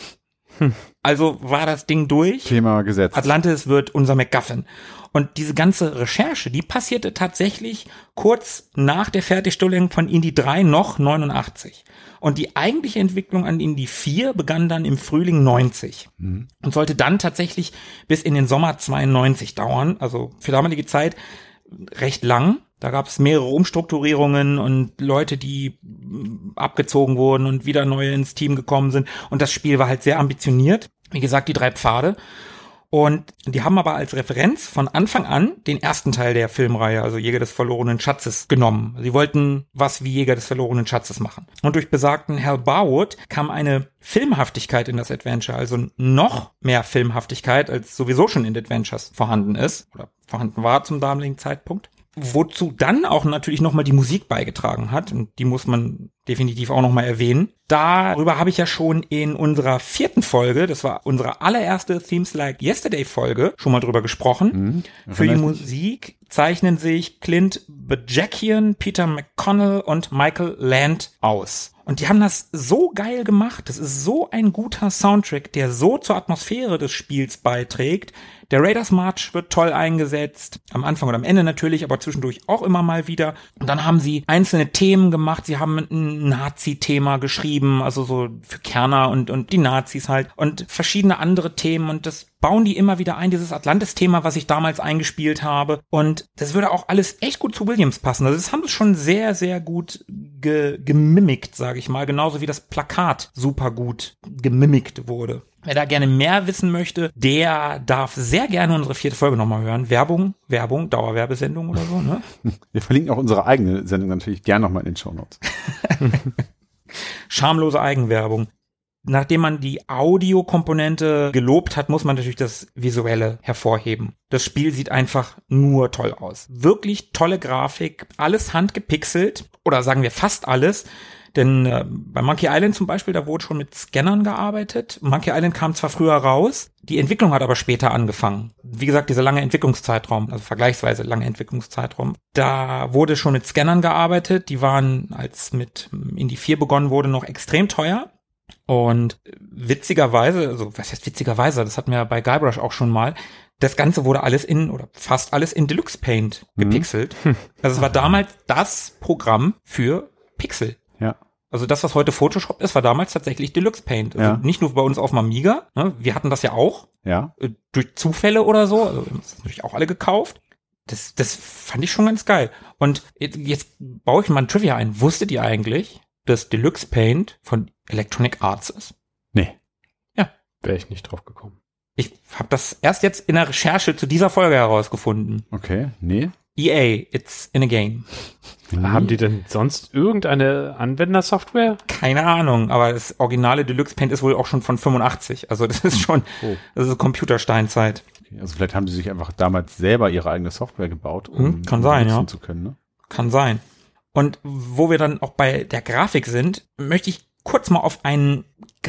Also war das Ding durch. Thema gesetzt. Atlantis wird unser MacGuffin. Und diese ganze Recherche, die passierte tatsächlich kurz nach der Fertigstellung von Indy 3 noch 89. Und die eigentliche Entwicklung an Indy 4 begann dann im Frühling 90. Und sollte dann tatsächlich bis in den Sommer 92 dauern. Also für damalige Zeit recht lang. Da gab es mehrere Umstrukturierungen und Leute, die abgezogen wurden und wieder neue ins Team gekommen sind. Und das Spiel war halt sehr ambitioniert. Wie gesagt, die 3 Pfade. Und die haben aber als Referenz von Anfang an den ersten Teil der Filmreihe, also Jäger des verlorenen Schatzes, genommen. Sie wollten was wie Jäger des verlorenen Schatzes machen. Und durch besagten Hal Barwood kam eine Filmhaftigkeit in das Adventure, also noch mehr Filmhaftigkeit, als sowieso schon in Adventures vorhanden ist oder vorhanden war zum damaligen Zeitpunkt. Wozu dann auch natürlich nochmal die Musik beigetragen hat, und die muss man definitiv auch nochmal erwähnen. Darüber habe ich ja schon in unserer 4. Folge, das war unsere allererste Themes Like Yesterday Folge, schon mal drüber gesprochen. Für die Musik zeichnen sich Clint Bajakian, Peter McConnell und Michael Land aus. Und die haben das so geil gemacht. Das ist so ein guter Soundtrack, der so zur Atmosphäre des Spiels beiträgt. Der Raiders March wird toll eingesetzt. Am Anfang und am Ende natürlich, aber zwischendurch auch immer mal wieder. Und dann haben sie einzelne Themen gemacht. Sie haben ein Nazi-Thema geschrieben, also so für Kerner und die Nazis halt. Und verschiedene andere Themen. Und das bauen die immer wieder ein, dieses Atlantis-Thema, was ich damals eingespielt habe. Und das würde auch alles echt gut zu Williams passen. Also das haben sie schon sehr, sehr gut gemimickt, sage ich mal. Genauso wie das Plakat super gut gemimickt wurde. Wer da gerne mehr wissen möchte, der darf sehr gerne unsere 4. Folge nochmal hören. Werbung, Dauerwerbesendung oder so, ne? Wir verlinken auch unsere eigene Sendung natürlich gerne nochmal in den Shownotes. Schamlose Eigenwerbung. Nachdem man die Audiokomponente gelobt hat, muss man natürlich das Visuelle hervorheben. Das Spiel sieht einfach nur toll aus. Wirklich tolle Grafik, alles handgepixelt oder sagen wir fast alles. Denn bei Monkey Island zum Beispiel, da wurde schon mit Scannern gearbeitet. Monkey Island kam zwar früher raus, die Entwicklung hat aber später angefangen. Wie gesagt, dieser lange Entwicklungszeitraum, also vergleichsweise lange Entwicklungszeitraum, da wurde schon mit Scannern gearbeitet. Die waren, als mit Indy 4 begonnen wurde, noch extrem teuer. Und witzigerweise, also was heißt witzigerweise, das hatten wir ja bei Guybrush auch schon mal, das Ganze wurde alles oder fast alles in Deluxe Paint gepixelt. Also es war damals das Programm für Pixel. Ja. Also das, was heute Photoshop ist, war damals tatsächlich Deluxe Paint. Also nicht nur bei uns auf dem Amiga, ne? Wir hatten das ja auch. Ja. Durch Zufälle oder so. Also wir haben das natürlich auch alle gekauft. Das fand ich schon ganz geil. Und jetzt baue ich mal ein Trivia ein. Wusstet ihr eigentlich, das Deluxe Paint von Electronic Arts ist? Nee. Wäre ich nicht drauf gekommen. Ich habe das erst jetzt in der Recherche zu dieser Folge herausgefunden. Okay, nee. EA, it's in a game. Haben die denn sonst irgendeine Anwendersoftware? Keine Ahnung, aber das originale Deluxe Paint ist wohl auch schon von 85. Also das ist schon, das ist Computersteinzeit. Okay, also vielleicht haben sie sich einfach damals selber ihre eigene Software gebaut, kann sein, nutzen ja. zu können. Ne? Kann sein. Und wo wir dann auch bei der Grafik sind, möchte ich kurz mal auf einen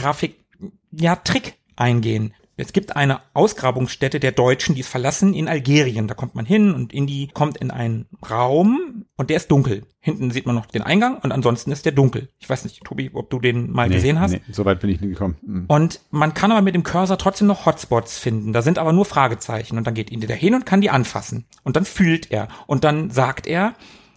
Trick eingehen. Es gibt eine Ausgrabungsstätte der Deutschen, die ist verlassen in Algerien. Da kommt man hin und Indy kommt in einen Raum und der ist dunkel. Hinten sieht man noch den Eingang und ansonsten ist der dunkel. Ich weiß nicht, Tobi, ob du den mal gesehen hast. Nee, so weit bin ich nie gekommen. Mhm. Und man kann aber mit dem Cursor trotzdem noch Hotspots finden. Da sind aber nur Fragezeichen. Und dann geht Indy da hin und kann die anfassen. Und dann fühlt er. Und dann sagt er,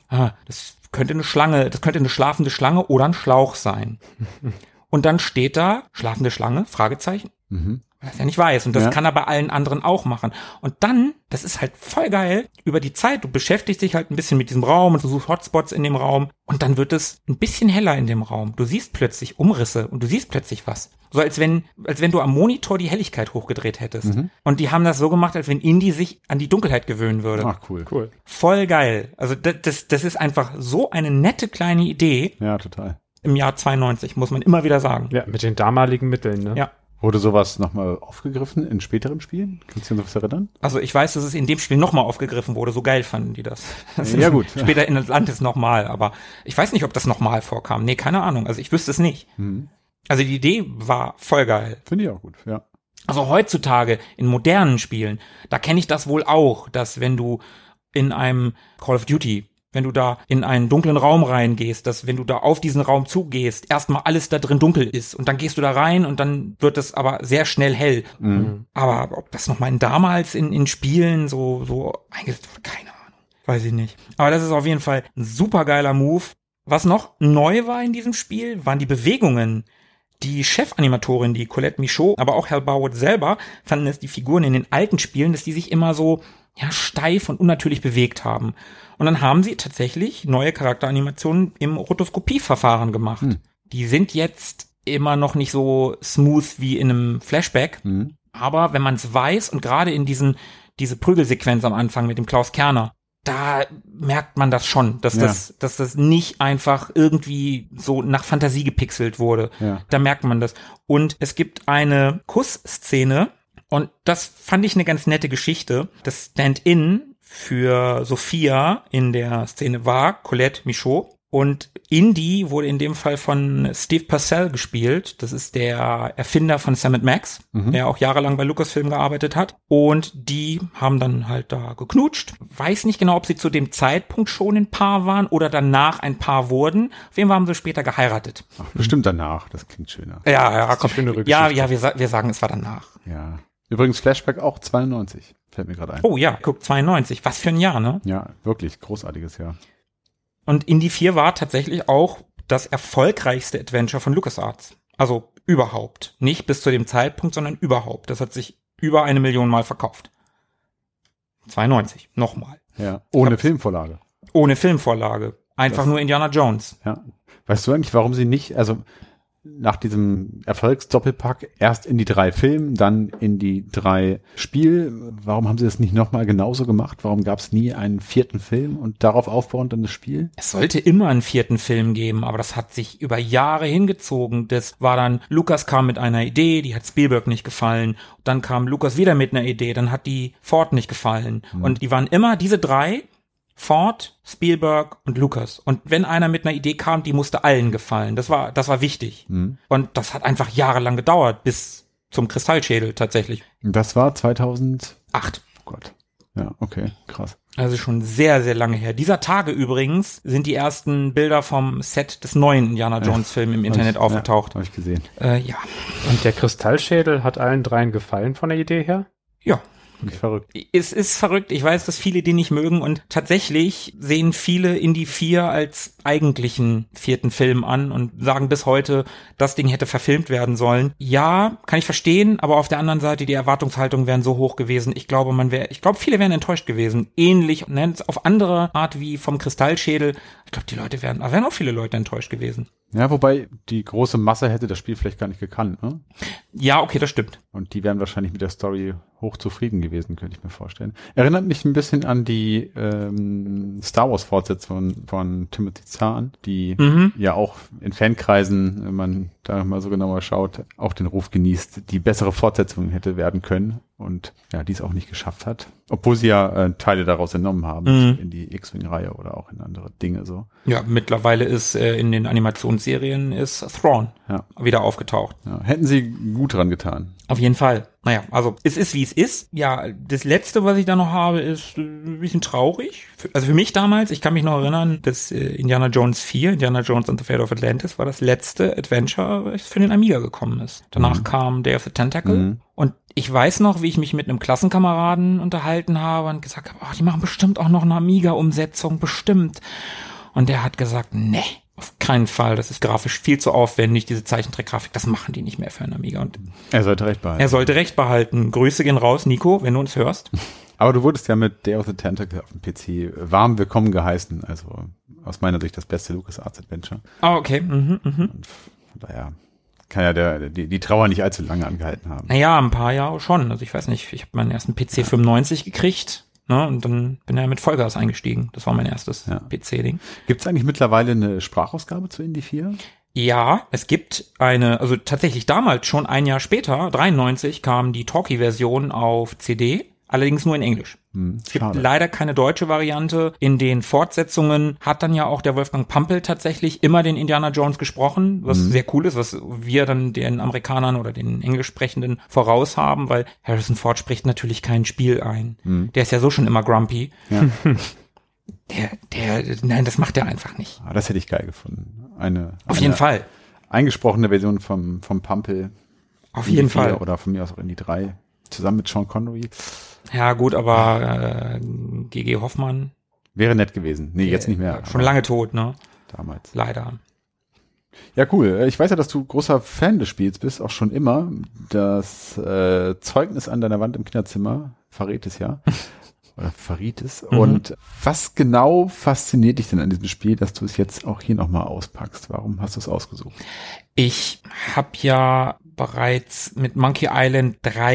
das könnte eine Schlange, das könnte eine schlafende Schlange oder ein Schlauch sein. Und dann steht da, schlafende Schlange, Fragezeichen. Mhm. Weil er es ja nicht weiß. Und das kann er bei allen anderen auch machen. Und dann, das ist halt voll geil, über die Zeit, du beschäftigst dich halt ein bisschen mit diesem Raum und du suchst Hotspots in dem Raum und dann wird es ein bisschen heller in dem Raum. Du siehst plötzlich Umrisse und du siehst plötzlich was. So als wenn du am Monitor die Helligkeit hochgedreht hättest. Mhm. Und die haben das so gemacht, als wenn Indy sich an die Dunkelheit gewöhnen würde. Ach, cool. Voll geil. Also das ist einfach so eine nette kleine Idee. Ja, total. Im Jahr 92, muss man immer wieder sagen. Ja, mit den damaligen Mitteln, ne? Ja. Wurde sowas nochmal aufgegriffen in späteren Spielen? Kannst du dir noch was erinnern? Also ich weiß, dass es in dem Spiel nochmal aufgegriffen wurde. So geil fanden die das. Ja, gut. Später in Atlantis nochmal. Aber ich weiß nicht, ob das nochmal vorkam. Nee, keine Ahnung. Also ich wüsste es nicht. Mhm. Also die Idee war voll geil. Finde ich auch gut, ja. Also heutzutage in modernen Spielen, da kenne ich das wohl auch, dass wenn du in einem Call of Duty, wenn du da in einen dunklen Raum reingehst, dass wenn du da auf diesen Raum zugehst, erstmal alles da drin dunkel ist und dann gehst du da rein und dann wird es aber sehr schnell hell. Mhm. Aber ob das nochmal damals in Spielen so eingesetzt wurde, keine Ahnung. Weiß ich nicht. Aber das ist auf jeden Fall ein super geiler Move. Was noch neu war in diesem Spiel, waren die Bewegungen. Die Chefanimatorin, die Colette Michaud, aber auch Hal Barwood selber, fanden es die Figuren in den alten Spielen, dass die sich immer so steif und unnatürlich bewegt haben. Und dann haben sie tatsächlich neue Charakteranimationen im Rotoskopieverfahren gemacht. Die sind jetzt immer noch nicht so smooth wie in einem Flashback. Aber wenn man es weiß und gerade in diese Prügelsequenz am Anfang mit dem Klaus Kerner, da merkt man das schon, dass das nicht einfach irgendwie so nach Fantasie gepixelt wurde. Ja. Da merkt man das. Und es gibt eine Kussszene und das fand ich eine ganz nette Geschichte. Das Stand-in für Sophia in der Szene war Colette Michaud. Und Indy wurde in dem Fall von Steve Purcell gespielt. Das ist der Erfinder von Sam & Max, der auch jahrelang bei Lucasfilm gearbeitet hat. Und die haben dann halt da geknutscht. Weiß nicht genau, ob sie zu dem Zeitpunkt schon ein Paar waren oder danach ein Paar wurden. Auf jeden Fall haben sie später geheiratet. Ach, bestimmt danach. Das klingt schöner. Ja, komm. Ja, wir sagen, es war danach. Ja. Übrigens Flashback auch 92. Fällt mir gerade ein. Oh ja, guck, 92. Was für ein Jahr, ne? Ja, wirklich großartiges Jahr. Und Indy 4 war tatsächlich auch das erfolgreichste Adventure von LucasArts. Also überhaupt. Nicht bis zu dem Zeitpunkt, sondern überhaupt. Das hat sich über 1 Million Mal verkauft. 92. Nochmal. Ja. Ohne Filmvorlage. Ohne Filmvorlage. Einfach nur Indiana Jones. Ja. Weißt du eigentlich, warum sie nicht, also nach diesem Erfolgsdoppelpack erst in die 3 Filme, dann in die 3 Spiel. Warum haben sie das nicht nochmal genauso gemacht? Warum gab es nie einen 4. Film und darauf aufbauend dann das Spiel? Es sollte immer einen 4. Film geben, aber das hat sich über Jahre hingezogen. Das war dann, Lucas kam mit einer Idee, die hat Spielberg nicht gefallen. Dann kam Lucas wieder mit einer Idee, dann hat die Ford nicht gefallen. Und die waren immer diese 3, Ford, Spielberg und Lucas. Und wenn einer mit einer Idee kam, die musste allen gefallen. Das war wichtig. Und das hat einfach jahrelang gedauert, bis zum Kristallschädel tatsächlich. Das war 2008. Oh Gott. Ja, okay, krass. Also schon sehr, sehr lange her. Dieser Tage übrigens sind die ersten Bilder vom Set des neuen Indiana Jones Film im Internet aufgetaucht. Habe ich gesehen. Ja. Und der Kristallschädel hat allen 3 gefallen von der Idee her? Ja. Verrückt. Es ist verrückt. Ich weiß, dass viele die nicht mögen und tatsächlich sehen viele Indy 4 als eigentlichen 4. Film an und sagen bis heute, das Ding hätte verfilmt werden sollen. Ja, kann ich verstehen, aber auf der anderen Seite, die Erwartungshaltungen wären so hoch gewesen. Ich glaube, viele wären enttäuscht gewesen. Ähnlich, auf andere Art wie vom Kristallschädel, Ich glaube, die Leute wären auch viele Leute enttäuscht gewesen. Ja, wobei die große Masse hätte das Spiel vielleicht gar nicht gekannt, ne? Ja, okay, das stimmt. Und die wären wahrscheinlich mit der Story hoch zufrieden gewesen, könnte ich mir vorstellen. Erinnert mich ein bisschen an die Star Wars Fortsetzung von Timothy Zahn, die ja auch in Fankreisen, wenn man da mal so genauer schaut, auch den Ruf genießt, die bessere Fortsetzung hätte werden können und ja, die es auch nicht geschafft hat. Obwohl sie ja Teile daraus entnommen haben, in die X-Wing-Reihe oder auch in andere Dinge so. Ja, mittlerweile ist in den Animationsserien ist Thrawn wieder aufgetaucht. Ja, hätten sie gut dran getan. Auf jeden Fall. Naja, also es ist, wie es ist. Ja, das Letzte, was ich da noch habe, ist ein bisschen traurig. Also für mich damals, ich kann mich noch erinnern, dass Indiana Jones 4, Indiana Jones and the Fate of Atlantis, war das letzte Adventure, das für den Amiga gekommen ist. Danach kam Day of the Tentacle. Und ich weiß noch, wie ich mich mit einem Klassenkameraden unterhalten habe und gesagt habe, die machen bestimmt auch noch eine Amiga-Umsetzung, bestimmt. Und der hat gesagt, nee, auf keinen Fall, das ist grafisch viel zu aufwendig, diese Zeichentrickgrafik, das machen die nicht mehr für einen Amiga. Und er sollte recht behalten. Grüße gehen raus, Nico, wenn du uns hörst. Aber du wurdest ja mit Day of the Tentacle auf dem PC warm willkommen geheißen, also aus meiner Sicht das beste LucasArts Adventure. Okay. Und von daher kann ja die Trauer nicht allzu lange angehalten haben. Naja, ein paar Jahre schon. Also ich weiß nicht, ich habe meinen ersten PC 95 gekriegt. Ne, und dann bin ich mit Vollgas eingestiegen. Das war mein erstes PC-Ding. Gibt es eigentlich mittlerweile eine Sprachausgabe zu Indy 4? Ja, es gibt also tatsächlich damals schon ein Jahr später, 93, kam die Talkie-Version auf CD, allerdings nur in Englisch. Es gibt leider keine deutsche Variante. In den Fortsetzungen hat dann ja auch der Wolfgang Pampel tatsächlich immer den Indiana Jones gesprochen, was sehr cool ist, was wir dann den Amerikanern oder den Englischsprechenden voraus haben, weil Harrison Ford spricht natürlich kein Spiel ein. Der ist ja so schon immer grumpy. Ja. Nein, das macht er einfach nicht. Das hätte ich geil gefunden. Auf jeden Fall. Eingesprochene Version vom Pampel. Auf jeden Fall. Oder von mir aus auch in die 3. Zusammen mit Sean Connery. Ja, gut, aber G.G. Hoffmann wäre nett gewesen. Nee, jetzt nicht mehr. Schon lange tot, ne? Damals. Leider. Ja, cool. Ich weiß ja, dass du großer Fan des Spiels bist, auch schon immer. Das Zeugnis an deiner Wand im Kinderzimmer verrät es ja. Oder verriet es. Und was genau fasziniert dich denn an diesem Spiel, dass du es jetzt auch hier nochmal auspackst? Warum hast du es ausgesucht? Ich habe ja bereits mit Monkey Island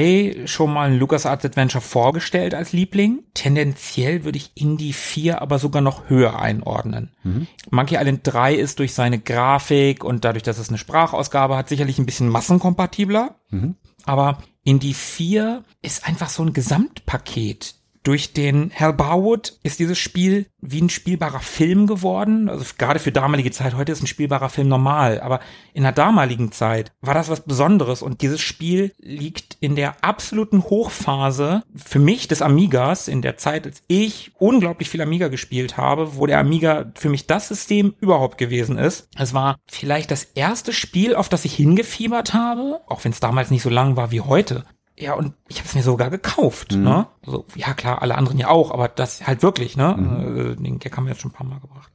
3 schon mal ein LucasArts Adventure vorgestellt als Liebling. Tendenziell würde ich Indy 4 aber sogar noch höher einordnen. Monkey Island 3 ist durch seine Grafik und dadurch, dass es eine Sprachausgabe hat, sicherlich ein bisschen massenkompatibler. Aber Indy 4 ist einfach so ein Gesamtpaket. Durch den Hal Barwood ist dieses Spiel wie ein spielbarer Film geworden. Also gerade für damalige Zeit, heute ist ein spielbarer Film normal. Aber in der damaligen Zeit war das was Besonderes. Und dieses Spiel liegt in der absoluten Hochphase für mich des Amigas, in der Zeit, als ich unglaublich viel Amiga gespielt habe, wo der Amiga für mich das System überhaupt gewesen ist. Es war vielleicht das erste Spiel, auf das ich hingefiebert habe, auch wenn es damals nicht so lang war wie heute. Ja, und ich habe es mir sogar gekauft, ne? Also, ja klar, alle anderen ja auch, aber das halt wirklich, ne? Den Gag haben wir jetzt schon ein paar Mal gebracht.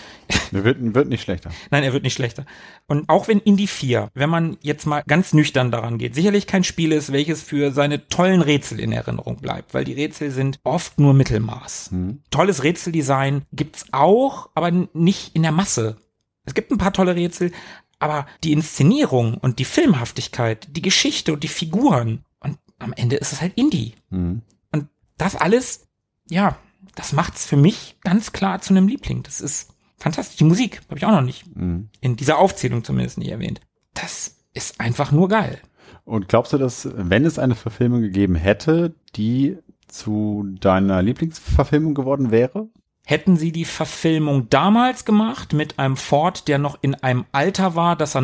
Er wird nicht schlechter. Nein, er wird nicht schlechter. Und auch wenn Indy 4, wenn man jetzt mal ganz nüchtern daran geht, sicherlich kein Spiel ist, welches für seine tollen Rätsel in Erinnerung bleibt, weil die Rätsel sind oft nur Mittelmaß. Tolles Rätseldesign gibt's auch, aber nicht in der Masse. Es gibt ein paar tolle Rätsel, aber die Inszenierung und die Filmhaftigkeit, die Geschichte und die Figuren, und am Ende ist es halt Indie. Und das alles, ja, das macht's für mich ganz klar zu einem Liebling. Das ist fantastisch. Die Musik habe ich auch noch nicht in dieser Aufzählung zumindest nicht erwähnt. Das ist einfach nur geil. Und glaubst du, dass, wenn es eine Verfilmung gegeben hätte, die zu deiner Lieblingsverfilmung geworden wäre? Hätten sie die Verfilmung damals gemacht mit einem Ford, der noch in einem Alter war, dass er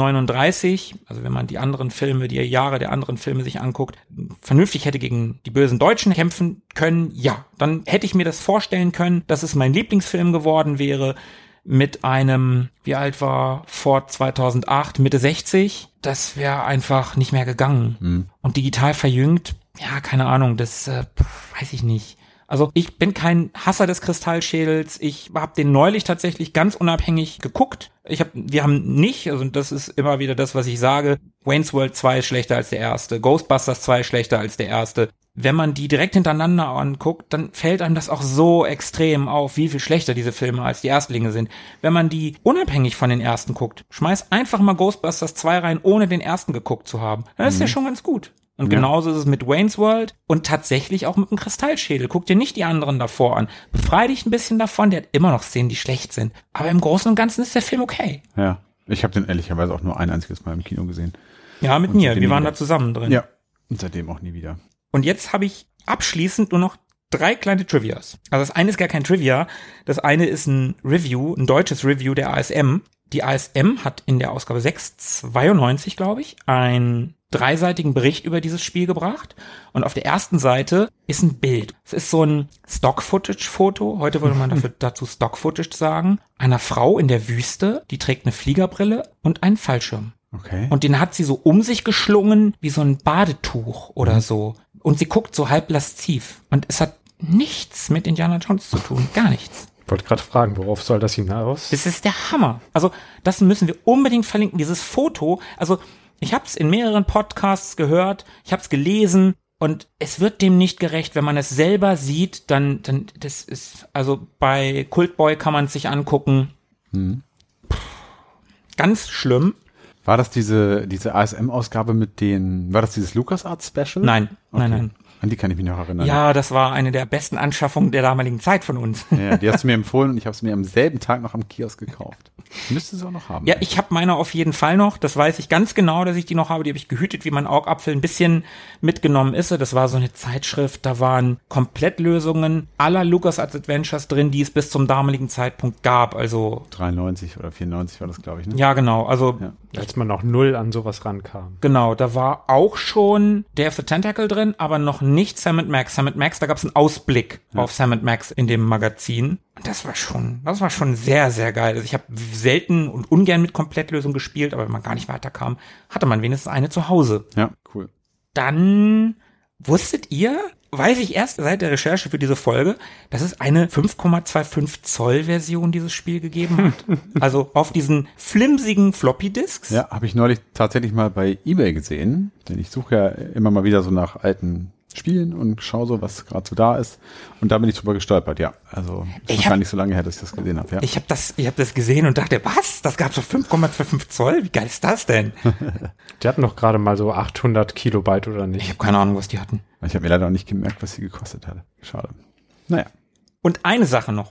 1939, also wenn man die anderen Filme, die Jahre der anderen Filme sich anguckt, vernünftig hätte gegen die bösen Deutschen kämpfen können, ja, dann hätte ich mir das vorstellen können, dass es mein Lieblingsfilm geworden wäre mit einem, wie alt war Ford 2008, Mitte 60, das wäre einfach nicht mehr gegangen. Und digital verjüngt, ja, keine Ahnung, das weiß ich nicht. Also ich bin kein Hasser des Kristallschädels. Ich habe den neulich tatsächlich ganz unabhängig geguckt. Wir haben nicht, also das ist immer wieder das, was ich sage, Wayne's World 2 ist schlechter als der erste, Ghostbusters 2 ist schlechter als der erste. wenn man die direkt hintereinander anguckt, dann fällt einem das auch so extrem auf, wie viel schlechter diese Filme als die Erstlinge sind. Wenn man die unabhängig von den ersten guckt, schmeiß einfach mal Ghostbusters 2 rein, ohne den ersten geguckt zu haben. Dann ist der schon ganz gut. Und genauso ist es mit Wayne's World und tatsächlich auch mit dem Kristallschädel. Guck dir nicht die anderen davor an. Befrei dich ein bisschen davon, der hat immer noch Szenen, die schlecht sind. Aber im Großen und Ganzen ist der Film okay. Ja, ich habe den ehrlicherweise auch nur ein einziges Mal im Kino gesehen. Ja, mit mir. Wir waren da zusammen drin. Ja, und seitdem auch nie wieder. Und jetzt habe ich abschließend nur noch 3 kleine Trivias. Also das eine ist gar kein Trivia. Das eine ist ein Review, ein deutsches Review der ASM. Die ASM hat in der Ausgabe 692, glaube ich, einen 3-seitigen Bericht über dieses Spiel gebracht. Und auf der ersten Seite ist ein Bild. Es ist so ein Stock-Footage-Foto. Heute würde man dazu Stock-Footage sagen. Einer Frau in der Wüste, die trägt eine Fliegerbrille und einen Fallschirm. Okay. Und den hat sie so um sich geschlungen, wie so ein Badetuch oder so. Und sie guckt so halb lasziv. Und es hat nichts mit Indiana Jones zu tun. Gar nichts. Ich wollte gerade fragen, worauf soll das hinaus? Das ist der Hammer. Also, das müssen wir unbedingt verlinken. Dieses Foto, also, ich habe es in mehreren Podcasts gehört, ich habe es gelesen und es wird dem nicht gerecht. Wenn man es selber sieht, dann das ist, also bei Cultboy kann man es sich angucken. Ganz schlimm. War das diese ASM-Ausgabe war das dieses LucasArts-Special? Nein, Okay. nein. An die kann ich mich noch erinnern. Ja, das war eine der besten Anschaffungen der damaligen Zeit von uns. Ja, die hast du mir empfohlen und ich habe es mir am selben Tag noch am Kiosk gekauft. Müsste es auch noch haben. Ja, ich habe meine auf jeden Fall noch. Das weiß ich ganz genau, dass ich die noch habe. Die habe ich gehütet, wie mein Augapfel ein bisschen mitgenommen ist. Das war so eine Zeitschrift. Da waren Komplettlösungen aller LucasArts Adventures drin, die es bis zum damaligen Zeitpunkt gab. Also 93 oder 94 war das, glaube ich. Ne? ja, genau. Also Ja. Als man noch null an sowas rankam. genau, da war auch schon Day of the Tentacle drin, aber noch nicht Sam & Max. Sam & Max, da gab es einen Ausblick auf Sam & Max in dem Magazin. Und das war schon sehr, sehr geil. Also ich habe selten und ungern mit Komplettlösung gespielt, aber wenn man gar nicht weiterkam, hatte man wenigstens eine zu Hause. Ja, cool. Dann wusstet ihr, weiß ich erst seit der Recherche für diese Folge, dass es eine 5,25 Zoll Version dieses Spiel gegeben hat. Also auf diesen flimsigen Floppy-Disks. Ja, habe ich neulich tatsächlich mal bei eBay gesehen, denn ich suche ja immer mal wieder so nach alten Spielen und schaue so, was gerade so da ist. Und da bin ich drüber gestolpert, ja. Also ist gar nicht so lange her, dass ich das gesehen habe, ja. Ich hab das gesehen und dachte, was? Das gab's auf 5,25 Zoll? Wie geil ist das denn? Die hatten doch gerade mal so 800 Kilobyte oder Ich nicht. habe keine Ahnung, was die hatten. Ich habe mir leider auch nicht gemerkt, was sie gekostet hatte. Schade. Naja. Und eine Sache noch.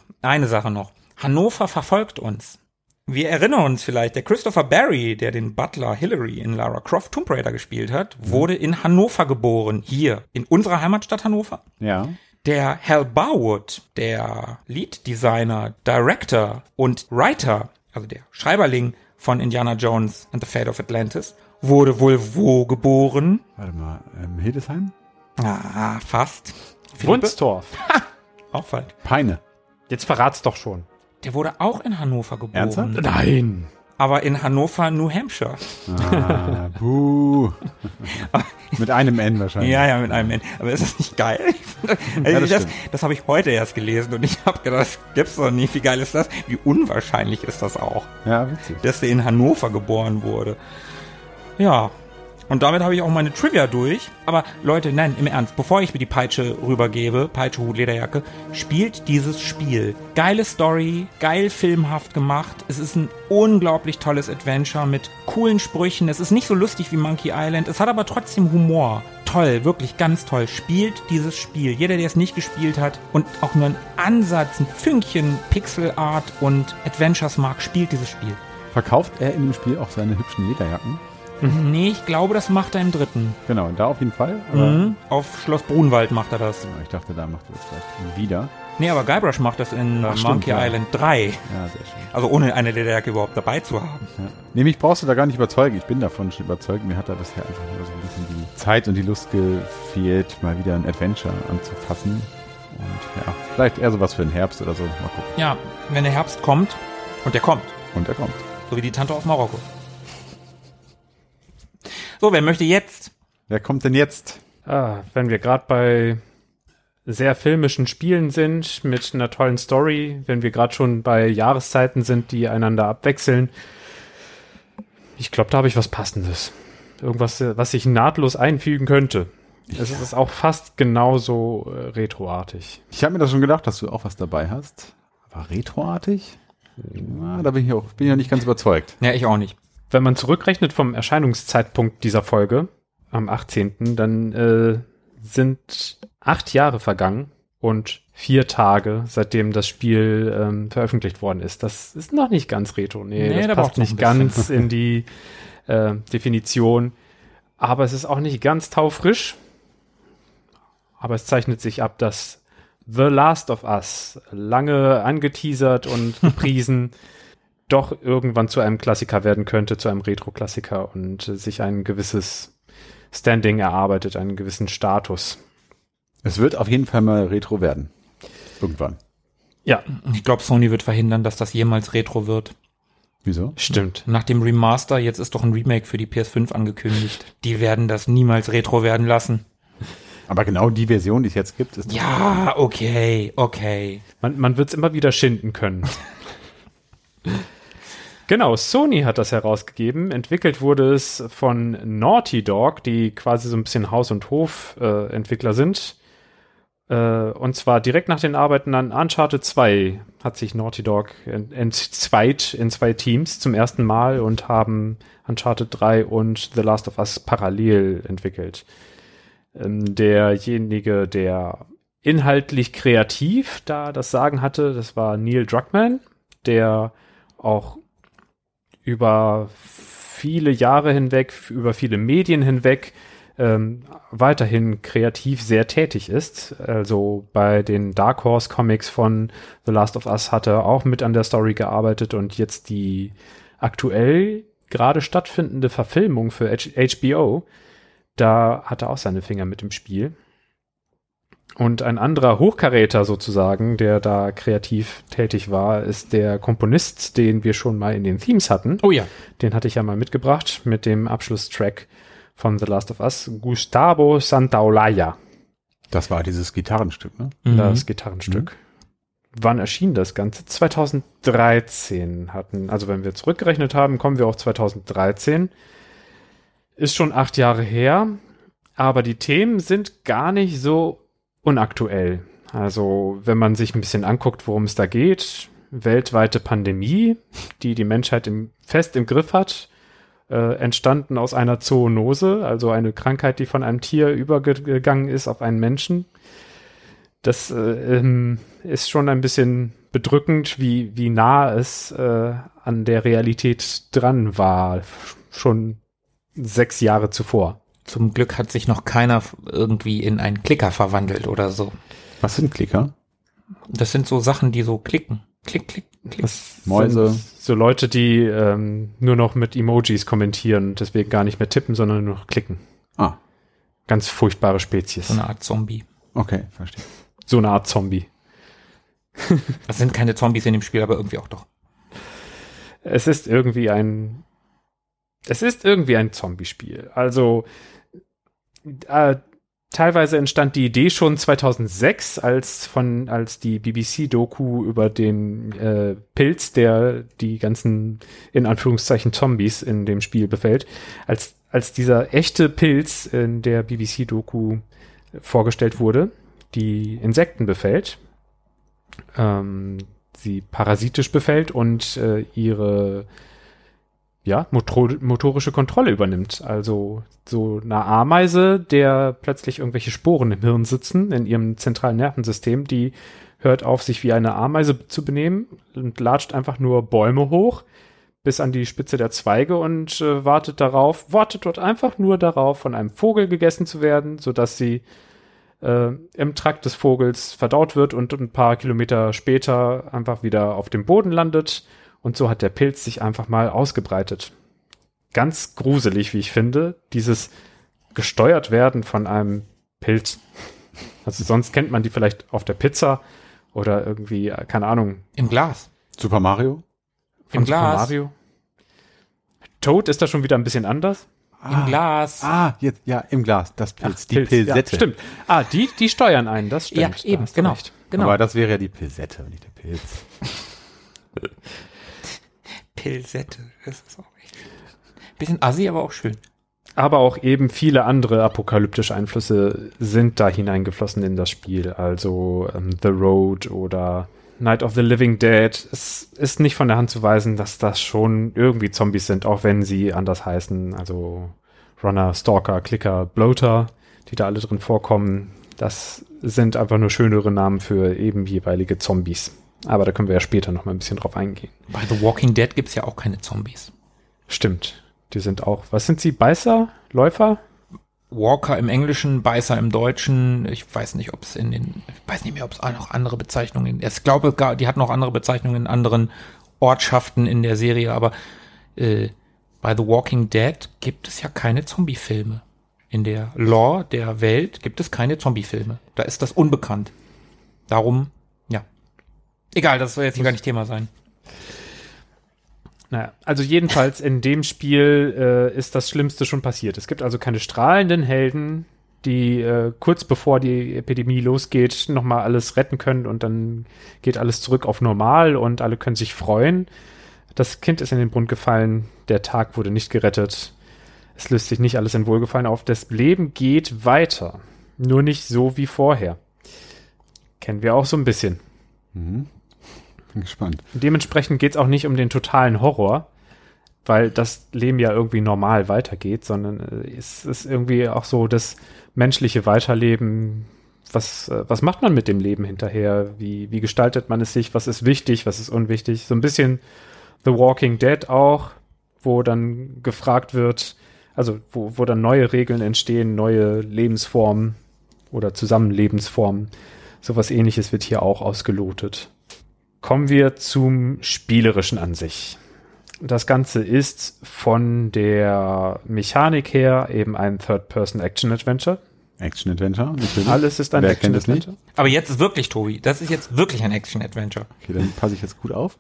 Hannover verfolgt uns. Wir erinnern uns vielleicht, der Christopher Barry, der den Butler Hillary in Lara Croft Tomb Raider gespielt hat, wurde in Hannover geboren, hier, in unserer Heimatstadt Hannover. Ja. Der Hal Barwood, der Lead-Designer, Director und Writer, also der Schreiberling von Indiana Jones and the Fate of Atlantis, wurde wohl wo geboren? Warte mal, Hildesheim? Ah, fast. Wunstorf. Auch falsch. Peine. Jetzt verrat's doch schon. Der wurde auch in Hannover geboren. Ernsthaft? Nein. Aber in Hannover, New Hampshire. Ah, buh. Mit einem N wahrscheinlich. Ja, mit einem N. Aber ist das nicht geil? Ja, das das habe ich heute erst gelesen und ich habe gedacht, das gibt's doch nicht. Wie geil ist das? Wie unwahrscheinlich ist das auch, Ja, witzig. dass der in Hannover geboren wurde. Ja. Und damit habe ich auch meine Trivia durch. Aber Leute, nein, im Ernst, bevor ich mir die Peitsche rübergebe, Peitsche, Hut, Lederjacke, spielt dieses Spiel. Geile Story, geil filmhaft gemacht. Es ist ein unglaublich tolles Adventure mit coolen Sprüchen. Es ist nicht so lustig wie Monkey Island, es hat aber trotzdem Humor. Toll, wirklich ganz toll. Spielt dieses Spiel. Jeder, der es nicht gespielt hat und auch nur einen Ansatz, ein Fünkchen Pixel Art und Adventures mag, spielt dieses Spiel. Verkauft er in dem Spiel auch seine hübschen Lederjacken? Nee, ich glaube, das macht er im 3. Genau, da auf jeden Fall. Aber Auf Schloss Brunwald macht er das. ich dachte, da macht er das vielleicht wieder. Nee, aber Guybrush macht das in Ach, stimmt, Monkey ja. Island 3. Ja, sehr schön. Also ohne eine Lederjacke überhaupt dabei zu haben. Ja. Nee, mich brauchst du da gar nicht überzeugen. Ich bin davon schon überzeugt. Mir hat da bisher einfach nur so ein bisschen die Zeit und die Lust gefehlt, mal wieder ein Adventure anzufassen. Und ja, vielleicht eher sowas für den Herbst oder so. Mal gucken. Ja, wenn der Herbst kommt, und der kommt, Und er kommt. so wie die Tante aus Marokko. So, wer möchte jetzt? Wer kommt denn jetzt? Wenn wir gerade bei sehr filmischen Spielen sind, mit einer tollen Story, wenn wir gerade schon bei Jahreszeiten sind, die einander abwechseln. Ich glaube, da habe ich was Passendes. Irgendwas, was sich nahtlos einfügen könnte. Es ist auch fast genauso retroartig. Ich habe mir das schon gedacht, dass du auch was dabei hast. Aber retroartig? Na, da bin ich ja nicht ganz überzeugt. Ja, ich auch nicht. Wenn man zurückrechnet vom Erscheinungszeitpunkt dieser Folge, am 18., dann sind 8 Jahre vergangen und 4 Tage, seitdem das Spiel veröffentlicht worden ist. Das ist noch nicht ganz retro. Nee, das passt nicht ganz in die Definition. Aber es ist auch nicht ganz taufrisch. Aber es zeichnet sich ab, dass The Last of Us, lange angeteasert und gepriesen, doch irgendwann zu einem Klassiker werden könnte, zu einem Retro-Klassiker und sich ein gewisses Standing erarbeitet, einen gewissen Status. Es wird auf jeden Fall mal Retro werden. Irgendwann. Ja. Ich glaube, Sony wird verhindern, dass das jemals Retro wird. Wieso? Stimmt. Nach dem Remaster, jetzt ist doch ein Remake für die PS5 angekündigt. Die werden das niemals Retro werden lassen. Aber genau die Version, die es jetzt gibt, ist... Ja, okay. Man wird es immer wieder schinden können. Genau, Sony hat das herausgegeben. Entwickelt wurde es von Naughty Dog, die quasi so ein bisschen Haus- und Hof-Entwickler sind. Und zwar direkt nach den Arbeiten an Uncharted 2 hat sich Naughty Dog entzweit in 2 Teams zum ersten Mal und haben Uncharted 3 und The Last of Us parallel entwickelt. Derjenige, der inhaltlich kreativ da das Sagen hatte, das war Neil Druckmann, der auch über viele Jahre hinweg, über viele Medien hinweg weiterhin kreativ sehr tätig ist. Also bei den Dark Horse Comics von The Last of Us hat er auch mit an der Story gearbeitet und jetzt die aktuell gerade stattfindende Verfilmung für HBO, da hat er auch seine Finger mit im Spiel. Und ein anderer Hochkaräter sozusagen, der da kreativ tätig war, ist der Komponist, den wir schon mal in den Themes hatten. Oh ja. Den hatte ich ja mal mitgebracht mit dem Abschlusstrack von The Last of Us, Gustavo Santaolalla. Das war dieses Gitarrenstück, ne? Das Gitarrenstück. Wann erschien das Ganze? 2013 also wenn wir zurückgerechnet haben, kommen wir auf 2013. Ist schon 8 Jahre her, aber die Themen sind gar nicht so unaktuell. Also wenn man sich ein bisschen anguckt, worum es da geht, weltweite Pandemie, die Menschheit fest im Griff hat, entstanden aus einer Zoonose, also eine Krankheit, die von einem Tier übergegangen ist auf einen Menschen. Das ist schon ein bisschen bedrückend, wie nah es an der Realität dran war, schon 6 Jahre zuvor. Zum Glück hat sich noch keiner irgendwie in einen Klicker verwandelt oder so. Was sind Klicker? Das sind so Sachen, die so klicken. Klick, klick, klick. Das Mäuse. sind so Leute, die nur noch mit Emojis kommentieren und deswegen gar nicht mehr tippen, sondern nur noch klicken. Ah, Ganz furchtbare Spezies. So eine Art Zombie. okay, verstehe. So eine Art Zombie. Das sind keine Zombies in dem Spiel, aber irgendwie auch doch. Es ist irgendwie ein Zombie-Spiel. Also teilweise entstand die Idee schon 2006, als die BBC-Doku über den Pilz, der die ganzen, in Anführungszeichen, Zombies in dem Spiel befällt, als dieser echte Pilz in der BBC-Doku vorgestellt wurde, die Insekten befällt, sie parasitisch befällt und ihre motorische Kontrolle übernimmt. Also so eine Ameise, der plötzlich irgendwelche Sporen im Hirn sitzen, in ihrem zentralen Nervensystem, die hört auf, sich wie eine Ameise zu benehmen und latscht einfach nur Bäume hoch bis an die Spitze der Zweige und wartet dort einfach nur darauf, von einem Vogel gegessen zu werden, sodass sie im Trakt des Vogels verdaut wird und ein paar Kilometer später einfach wieder auf dem Boden landet. Und so hat der Pilz sich einfach mal ausgebreitet. Ganz gruselig, wie ich finde, dieses gesteuert werden von einem Pilz. Also sonst kennt man die vielleicht auf der Pizza oder irgendwie, keine Ahnung. Im Glas. Super Mario? Von Im Super Glas. Mario. Toad ist da schon wieder ein bisschen anders. Im Glas. Jetzt, ja, im Glas, das Pilz, Ach, die Pilz, Pilsette. Ja, stimmt. Die steuern einen, das stimmt. Ja, da eben, hast du genau. recht. Genau. Aber das wäre ja die Pilsette, nicht der Pilz. Pilsette. Das ist auch echt. Bisschen assi, aber auch schön. Aber auch eben viele andere apokalyptische Einflüsse sind da hineingeflossen in das Spiel. Also The Road oder Night of the Living Dead. Es ist nicht von der Hand zu weisen, dass das schon irgendwie Zombies sind, auch wenn sie anders heißen. Also Runner, Stalker, Clicker, Bloater, die da alle drin vorkommen. Das sind einfach nur schönere Namen für eben jeweilige Zombies. Aber da können wir ja später noch mal ein bisschen drauf eingehen. Bei The Walking Dead gibt's ja auch keine Zombies. Stimmt. Die sind auch, was sind sie? Beißer? Läufer? Walker im Englischen, Beißer im Deutschen. Ich weiß nicht, ob es weiß nicht mehr, ob es auch noch andere Bezeichnungen, ich glaube, die hatten noch andere Bezeichnungen in anderen Ortschaften in der Serie, aber bei The Walking Dead gibt es ja keine Zombie-Filme. In der Lore der Welt gibt es keine Zombie-Filme. Da ist das unbekannt. Darum, ja. Egal, das soll jetzt hier gar nicht Thema sein. Naja, also jedenfalls in dem Spiel ist das Schlimmste schon passiert. Es gibt also keine strahlenden Helden, die kurz bevor die Epidemie losgeht, nochmal alles retten können und dann geht alles zurück auf normal und alle können sich freuen. Das Kind ist in den Brunnen gefallen, der Tag wurde nicht gerettet. Es löst sich nicht alles in Wohlgefallen auf. Das Leben geht weiter. Nur nicht so wie vorher. Kennen wir auch so ein bisschen. Mhm. Bin gespannt. Dementsprechend geht es auch nicht um den totalen Horror, weil das Leben ja irgendwie normal weitergeht, sondern es ist irgendwie auch so das menschliche Weiterleben. Was macht man mit dem Leben hinterher? Wie gestaltet man es sich? Was ist wichtig? Was ist unwichtig? So ein bisschen The Walking Dead auch, wo dann gefragt wird, also wo dann neue Regeln entstehen, neue Lebensformen oder Zusammenlebensformen. Sowas Ähnliches wird hier auch ausgelotet. Kommen wir zum Spielerischen an sich. Das Ganze ist von der Mechanik her eben ein Third-Person-Action-Adventure. Action-Adventure, natürlich. Alles ist ein Wer kennt das nicht? Action-Adventure. Aber jetzt ist wirklich, Tobi, das ist jetzt wirklich ein Action-Adventure. Okay, dann passe ich jetzt gut auf.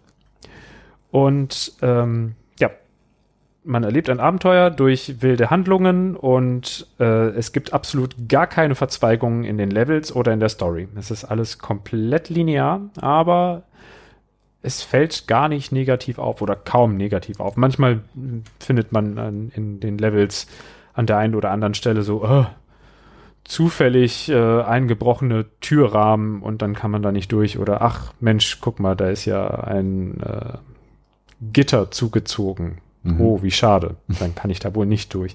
Und ja, man erlebt ein Abenteuer durch wilde Handlungen und es gibt absolut gar keine Verzweigungen in den Levels oder in der Story. Es ist alles komplett linear, aber es fällt gar nicht negativ auf oder kaum negativ auf. Manchmal findet man in den Levels an der einen oder anderen Stelle so zufällig eingebrochene Türrahmen und dann kann man da nicht durch. Oder ach Mensch, guck mal, da ist ja ein Gitter zugezogen. Mhm. Oh, wie schade. Dann kann ich da wohl nicht durch.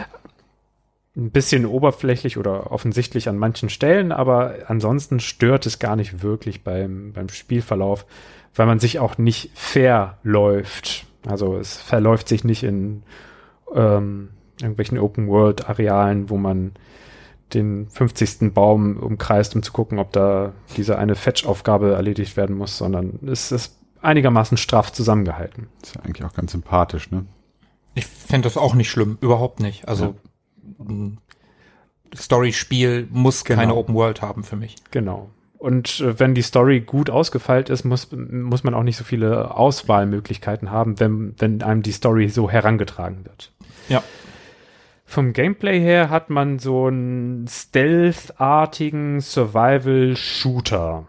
Ein bisschen oberflächlich oder offensichtlich an manchen Stellen, aber ansonsten stört es gar nicht wirklich beim Spielverlauf, weil man sich auch nicht verläuft. Also es verläuft sich nicht in irgendwelchen Open-World-Arealen, wo man den 50. Baum umkreist, um zu gucken, ob da diese eine Fetch-Aufgabe erledigt werden muss, sondern es ist einigermaßen straff zusammengehalten. Ist ja eigentlich auch ganz sympathisch, ne? Ich fände das auch nicht schlimm, überhaupt nicht. Also ein Story-Spiel muss keine Open World haben für mich. Genau. Und wenn die Story gut ausgefeilt ist, muss man auch nicht so viele Auswahlmöglichkeiten haben, wenn einem die Story so herangetragen wird. Ja. Vom Gameplay her hat man so einen stealth-artigen Survival-Shooter.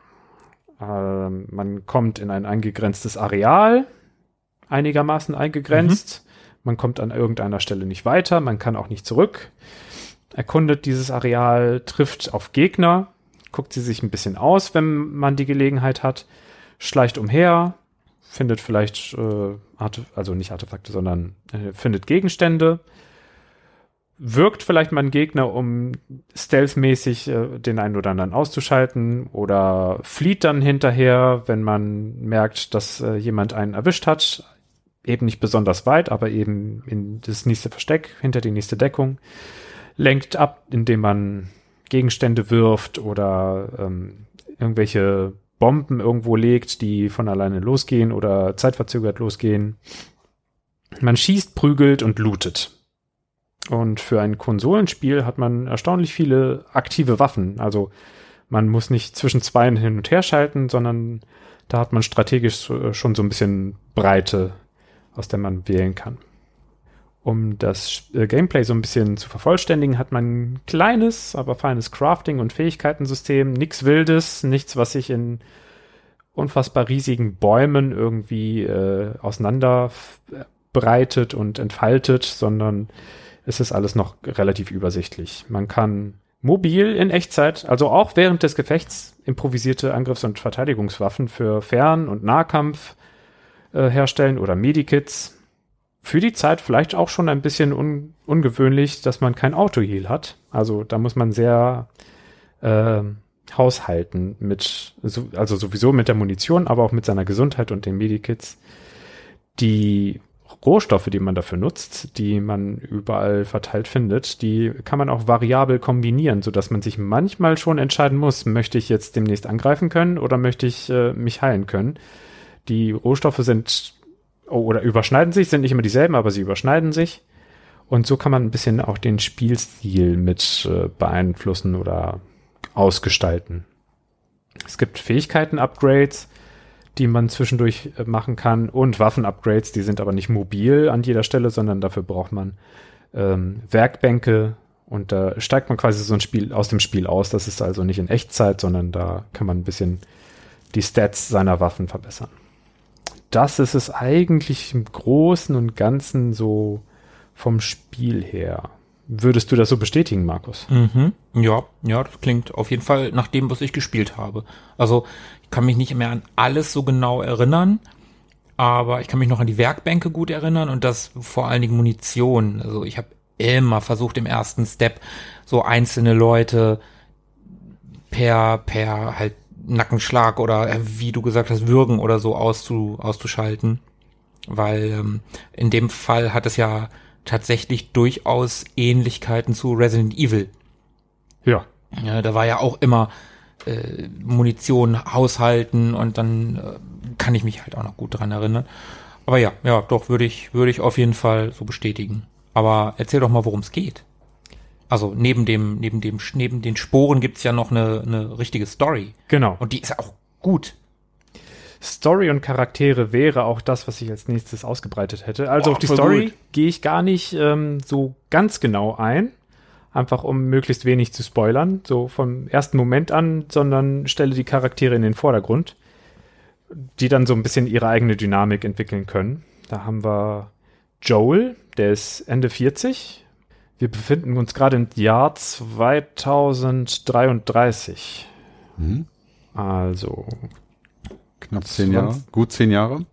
Man kommt in ein eingegrenztes Areal, einigermaßen eingegrenzt. Man kommt an irgendeiner Stelle nicht weiter, man kann auch nicht zurück. Erkundet dieses Areal, trifft auf Gegner, guckt sie sich ein bisschen aus, wenn man die Gelegenheit hat, schleicht umher, findet vielleicht, also nicht Artefakte, sondern findet Gegenstände, wirkt vielleicht mal einen Gegner, um stealthmäßig den einen oder anderen auszuschalten oder flieht dann hinterher, wenn man merkt, dass jemand einen erwischt hat. Eben nicht besonders weit, aber eben in das nächste Versteck, hinter die nächste Deckung. Lenkt ab, indem man Gegenstände wirft oder irgendwelche Bomben irgendwo legt, die von alleine losgehen oder zeitverzögert losgehen. Man schießt, prügelt und lootet. Und für ein Konsolenspiel hat man erstaunlich viele aktive Waffen. Also man muss nicht zwischen zweien hin und her schalten, sondern da hat man strategisch schon so ein bisschen Breite, aus der man wählen kann. Um das Gameplay so ein bisschen zu vervollständigen, hat man ein kleines, aber feines Crafting- und Fähigkeitensystem. Nichts Wildes, nichts, was sich in unfassbar riesigen Bäumen irgendwie auseinander breitet und entfaltet, sondern ist es alles noch relativ übersichtlich. Man kann mobil in Echtzeit, also auch während des Gefechts, improvisierte Angriffs- und Verteidigungswaffen für Fern- und Nahkampf herstellen oder Medikits. Für die Zeit vielleicht auch schon ein bisschen ungewöhnlich, dass man kein Auto-Heal hat. Also da muss man sehr haushalten also sowieso mit der Munition, aber auch mit seiner Gesundheit und den Medikits. Die Rohstoffe, die man dafür nutzt, die man überall verteilt findet, die kann man auch variabel kombinieren, sodass man sich manchmal schon entscheiden muss, möchte ich jetzt demnächst angreifen können oder möchte ich mich heilen können. Die Rohstoffe sind oder überschneiden sich, sind nicht immer dieselben, aber sie überschneiden sich. Und so kann man ein bisschen auch den Spielstil mit beeinflussen oder ausgestalten. Es gibt Fähigkeiten-Upgrades, die man zwischendurch machen kann und Waffen-Upgrades, die sind aber nicht mobil an jeder Stelle, sondern dafür braucht man Werkbänke und da steigt man quasi so ein Spiel aus dem Spiel aus. Das ist also nicht in Echtzeit, sondern da kann man ein bisschen die Stats seiner Waffen verbessern. Das ist es eigentlich im Großen und Ganzen so vom Spiel her. Würdest du das so bestätigen, Markus? Mhm. Ja, das klingt auf jeden Fall nach dem, was ich gespielt habe. Also ich kann mich nicht mehr an alles so genau erinnern, aber ich kann mich noch an die Werkbänke gut erinnern und das vor allen Dingen Munition. Also ich habe immer versucht im ersten Step so einzelne Leute per halt Nackenschlag oder wie du gesagt hast, Würgen oder so auszuschalten. Weil in dem Fall hat es ja tatsächlich durchaus Ähnlichkeiten zu Resident Evil. Ja. Ja, da war ja auch immer Munition haushalten und dann kann ich mich halt auch noch gut dran erinnern. Aber ja, doch, würde ich auf jeden Fall so bestätigen. Aber erzähl doch mal, worum es geht. Also neben den Sporen gibt's ja noch eine richtige Story. Genau. Und die ist auch gut. Story und Charaktere wäre auch das, was ich als nächstes ausgebreitet hätte. Also auf die voll Story gut. gehe ich gar nicht so ganz genau ein, einfach um möglichst wenig zu spoilern, so vom ersten Moment an, sondern stelle die Charaktere in den Vordergrund, die dann so ein bisschen ihre eigene Dynamik entwickeln können. Da haben wir Joel, der ist Ende 40. Wir befinden uns gerade im Jahr 2033. Mhm. Also Knapp 10 Jahre. Gut 10 Jahre.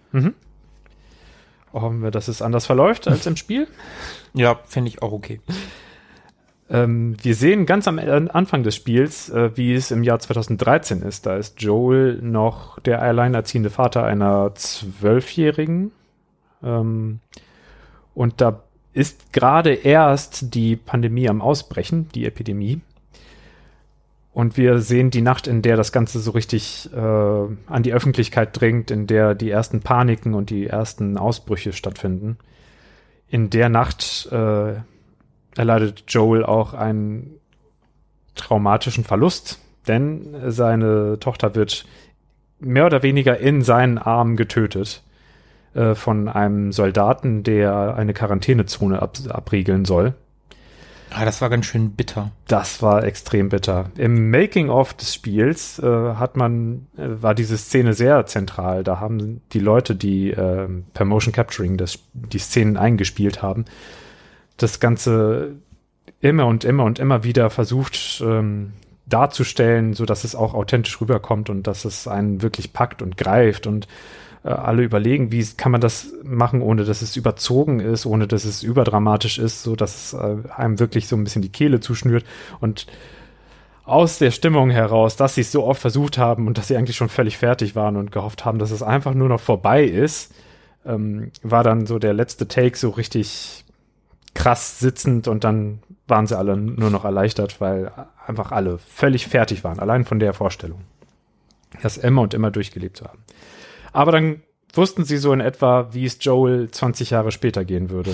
hoffen wir, dass es anders verläuft als im Spiel. Ja, finde ich auch okay. Wir sehen ganz am Anfang des Spiels, wie es im Jahr 2013 ist. Da ist Joel noch der alleinerziehende Vater einer 12-Jährigen. Und da ist gerade erst die Pandemie am Ausbrechen, die Epidemie. Und wir sehen die Nacht, in der das Ganze so richtig an die Öffentlichkeit dringt, in der die ersten Paniken und die ersten Ausbrüche stattfinden. In der Nacht erleidet Joel auch einen traumatischen Verlust, denn seine Tochter wird mehr oder weniger in seinen Armen getötet von einem Soldaten, der eine Quarantänezone abriegeln soll. Ah, das war ganz schön bitter. Das war extrem bitter. Im Making-of des Spiels war diese Szene sehr zentral. Da haben die Leute, die per Motion Capturing die Szenen eingespielt haben, das Ganze immer und immer wieder versucht darzustellen, so dass es auch authentisch rüberkommt und dass es einen wirklich packt und greift und alle überlegen, wie kann man das machen, ohne dass es überzogen ist, ohne dass es überdramatisch ist, so dass es einem wirklich so ein bisschen die Kehle zuschnürt. Und aus der Stimmung heraus, dass sie es so oft versucht haben und dass sie eigentlich schon völlig fertig waren und gehofft haben, dass es einfach nur noch vorbei ist, war dann so der letzte Take so richtig krass sitzend und dann waren sie alle nur noch erleichtert, weil einfach alle völlig fertig waren, allein von der Vorstellung, das immer und immer durchgelebt zu haben. Aber dann wussten sie so in etwa, wie es Joel 20 Jahre später gehen würde.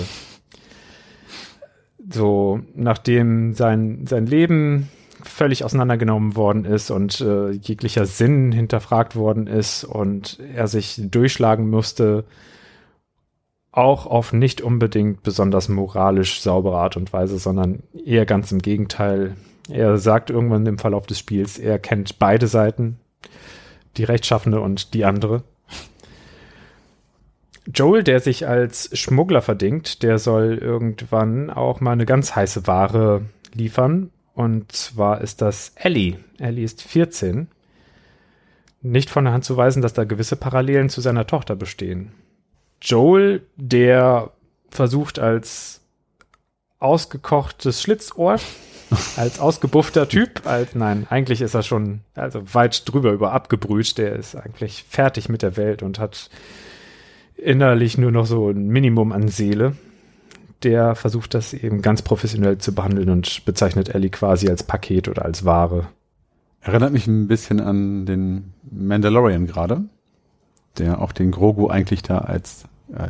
So, nachdem sein Leben völlig auseinandergenommen worden ist und jeglicher Sinn hinterfragt worden ist und er sich durchschlagen musste, auch auf nicht unbedingt besonders moralisch saubere Art und Weise, sondern eher ganz im Gegenteil. Er sagt irgendwann im Verlauf des Spiels, er kennt beide Seiten, die rechtschaffene und die andere. Joel, der sich als Schmuggler verdingt, der soll irgendwann auch mal eine ganz heiße Ware liefern. Und zwar ist das Ellie. Ellie ist 14. Nicht von der Hand zu weisen, dass da gewisse Parallelen zu seiner Tochter bestehen. Joel, der versucht als ausgekochtes Schlitzohr, als ausgebuffter Typ, eigentlich ist er schon weit drüber über abgebrüht, der ist eigentlich fertig mit der Welt und hat innerlich nur noch so ein Minimum an Seele. Der versucht das eben ganz professionell zu behandeln und bezeichnet Ellie quasi als Paket oder als Ware. Erinnert mich ein bisschen an den Mandalorian gerade, der auch den Grogu eigentlich da als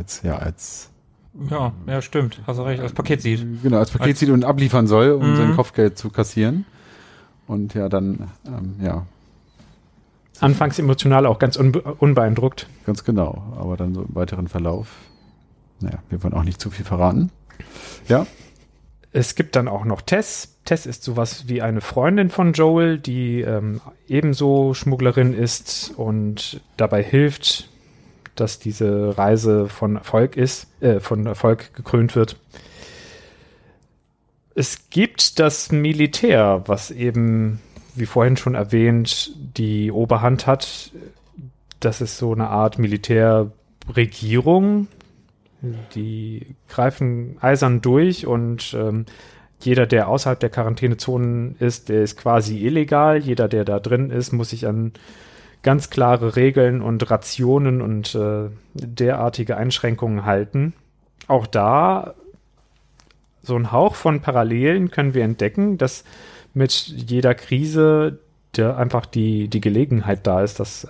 Ja, stimmt. Hast du recht, als Paket sieht. Genau, als Paket sieht und abliefern soll, um sein Kopfgeld zu kassieren. Und ja, dann, Anfangs emotional auch ganz unbeeindruckt. Ganz genau, aber dann so im weiteren Verlauf. Naja, wir wollen auch nicht zu viel verraten. Ja. Es gibt dann auch noch Tess. Tess ist sowas wie eine Freundin von Joel, die ebenso Schmugglerin ist und dabei hilft, dass diese Reise von Erfolg gekrönt wird. Es gibt das Militär, was eben, wie vorhin schon erwähnt, die Oberhand hat. Das ist so eine Art Militärregierung. Die greifen eisern durch und jeder, der außerhalb der Quarantänezonen ist, der ist quasi illegal. Jeder, der da drin ist, muss sich an ganz klare Regeln und Rationen und derartige Einschränkungen halten. Auch da so ein Hauch von Parallelen können wir entdecken, dass mit jeder Krise einfach die Gelegenheit da ist, dass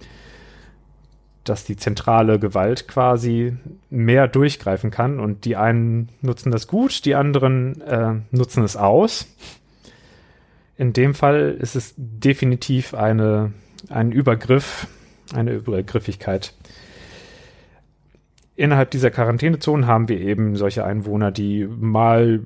die zentrale Gewalt quasi mehr durchgreifen kann und die einen nutzen das gut, die anderen nutzen es aus. In dem Fall ist es definitiv ein Übergriff, eine Übergriffigkeit. Innerhalb dieser Quarantänezonen haben wir eben solche Einwohner, die mal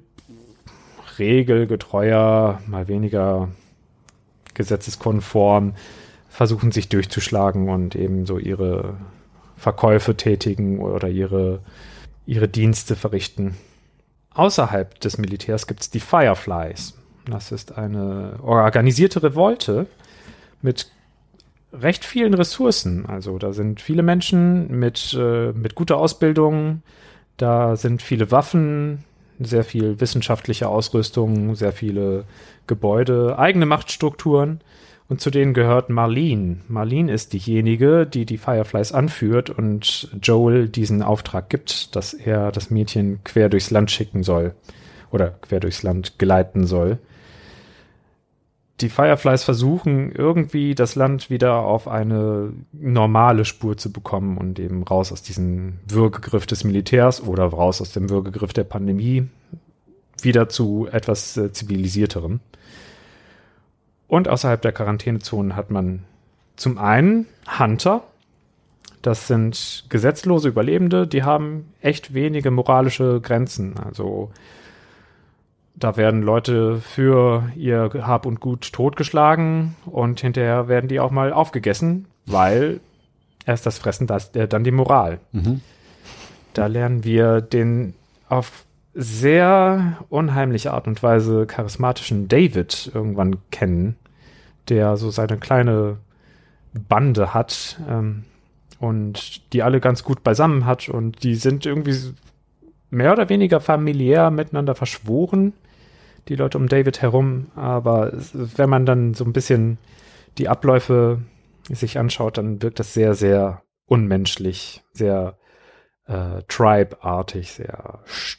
regelgetreuer, mal weniger gesetzeskonform versuchen, sich durchzuschlagen und eben so ihre Verkäufe tätigen oder ihre Dienste verrichten. Außerhalb des Militärs gibt es die Fireflies. Das ist eine organisierte Revolte mit recht vielen Ressourcen. Also da sind viele Menschen mit guter Ausbildung, da sind viele Waffen, sehr viel wissenschaftliche Ausrüstung, sehr viele Gebäude, eigene Machtstrukturen. Und zu denen gehört Marlene. Marlene ist diejenige, die die Fireflies anführt und Joel diesen Auftrag gibt, dass er das Mädchen quer durchs Land schicken soll oder quer durchs Land geleiten soll. Die Fireflies versuchen irgendwie das Land wieder auf eine normale Spur zu bekommen und eben raus aus diesem Würgegriff des Militärs oder raus aus dem Würgegriff der Pandemie wieder zu etwas zivilisierterem. Und außerhalb der Quarantänezonen hat man zum einen Hunter. Das sind gesetzlose Überlebende, die haben echt wenige moralische Grenzen. Also da werden Leute für ihr Hab und Gut totgeschlagen und hinterher werden die auch mal aufgegessen, weil erst das Fressen, dann die Moral. Mhm. Da lernen wir den auf sehr unheimliche Art und Weise charismatischen David irgendwann kennen, der so seine kleine Bande hat und die alle ganz gut beisammen hat und die sind irgendwie mehr oder weniger familiär miteinander verschworen, die Leute um David herum, aber wenn man dann so ein bisschen die Abläufe sich anschaut, dann wirkt das sehr, sehr unmenschlich, sehr Tribe-artig, sehr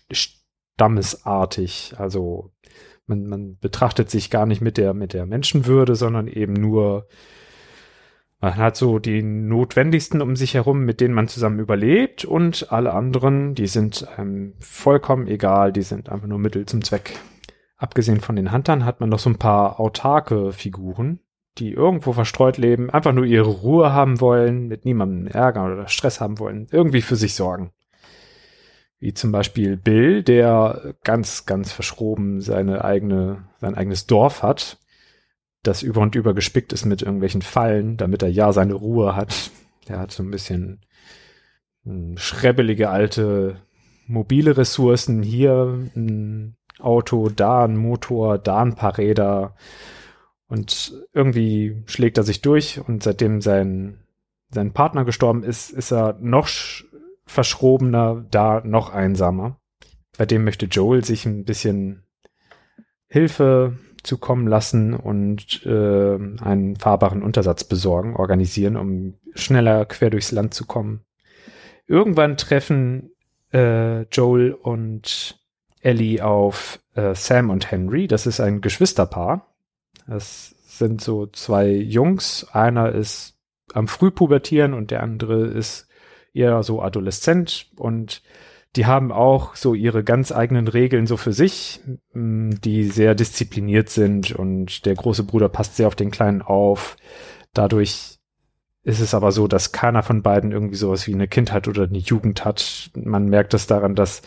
stammesartig, also man betrachtet sich gar nicht mit der Menschenwürde, sondern eben nur, man hat so die Notwendigsten um sich herum, mit denen man zusammen überlebt und alle anderen, die sind vollkommen egal, die sind einfach nur Mittel zum Zweck. Abgesehen von den Huntern hat man noch so ein paar autarke Figuren, die irgendwo verstreut leben, einfach nur ihre Ruhe haben wollen, mit niemandem Ärger oder Stress haben wollen, irgendwie für sich sorgen. Wie zum Beispiel Bill, der ganz, ganz verschroben sein eigenes Dorf hat, das über und über gespickt ist mit irgendwelchen Fallen, damit er ja seine Ruhe hat. Der hat so ein bisschen schrebbelige alte mobile Ressourcen. Hier ein Auto, da ein Motor, da ein paar Räder. Und irgendwie schlägt er sich durch und seitdem sein Partner gestorben ist, ist er noch verschrobener, da noch einsamer. Bei dem möchte Joel sich ein bisschen Hilfe zukommen lassen und einen fahrbaren Untersatz organisieren, um schneller quer durchs Land zu kommen. Irgendwann treffen Joel und Ellie auf Sam und Henry. Das ist ein Geschwisterpaar. Das sind so zwei Jungs. Einer ist am Frühpubertieren und der andere ist eher so adoleszent. Und die haben auch so ihre ganz eigenen Regeln so für sich, die sehr diszipliniert sind. Und der große Bruder passt sehr auf den Kleinen auf. Dadurch ist es aber so, dass keiner von beiden irgendwie sowas wie eine Kindheit oder eine Jugend hat. Man merkt es daran, dass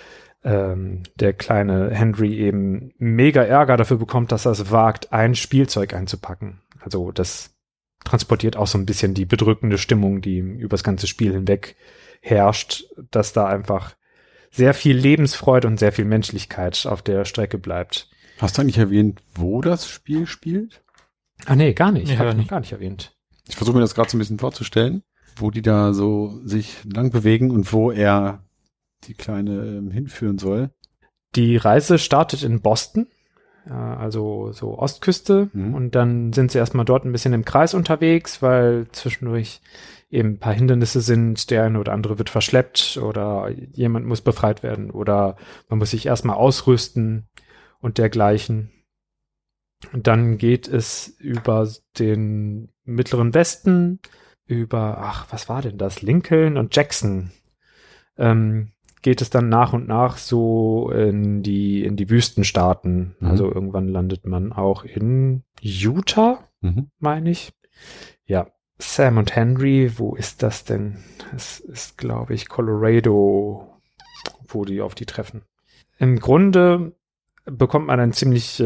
der kleine Henry eben mega Ärger dafür bekommt, dass er es wagt, ein Spielzeug einzupacken. Also das transportiert auch so ein bisschen die bedrückende Stimmung, die über das ganze Spiel hinweg herrscht, dass da einfach sehr viel Lebensfreude und sehr viel Menschlichkeit auf der Strecke bleibt. Hast du eigentlich erwähnt, wo das Spiel spielt? Ah nee, gar nicht. Ja, Hab ich gar nicht erwähnt. Ich versuche mir das gerade so ein bisschen vorzustellen, wo die da so sich lang bewegen und wo er die Kleine hinführen soll. Die Reise startet in Boston, also so Ostküste, und dann sind sie erstmal dort ein bisschen im Kreis unterwegs, weil zwischendurch eben ein paar Hindernisse sind, der eine oder andere wird verschleppt oder jemand muss befreit werden oder man muss sich erstmal ausrüsten und dergleichen. Und dann geht es über den Mittleren Westen, über, was war denn das? Lincoln und Jackson, geht es dann nach und nach so in die Wüstenstaaten. Also irgendwann landet man auch in Utah, meine ich. Ja, Sam und Henry, wo ist das denn? Es ist, glaube ich, Colorado, wo die auf die treffen. Im Grunde bekommt man ein ziemliches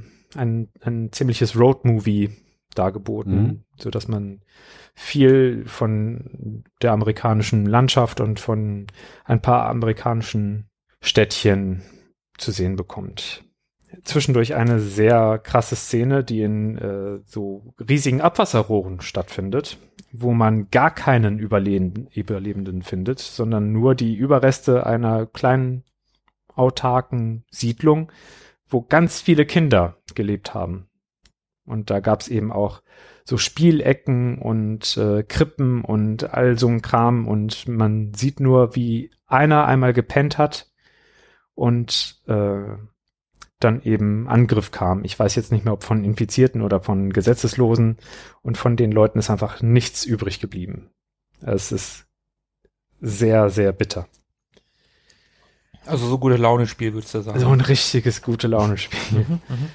Roadmovie dargeboten, so dass man viel von der amerikanischen Landschaft und von ein paar amerikanischen Städtchen zu sehen bekommt. Zwischendurch eine sehr krasse Szene, die in so riesigen Abwasserrohren stattfindet, wo man gar keinen Überlebenden findet, sondern nur die Überreste einer kleinen autarken Siedlung, wo ganz viele Kinder gelebt haben. Und da gab es eben auch so Spielecken und Krippen und all so ein Kram und man sieht nur, wie einer einmal gepennt hat und dann eben Angriff kam. Ich weiß jetzt nicht mehr, ob von Infizierten oder von Gesetzeslosen und von den Leuten ist einfach nichts übrig geblieben. Es ist sehr, sehr bitter. Also so gute Laune-Spiel, würdest du sagen? So ein richtiges gute Laune-Spiel.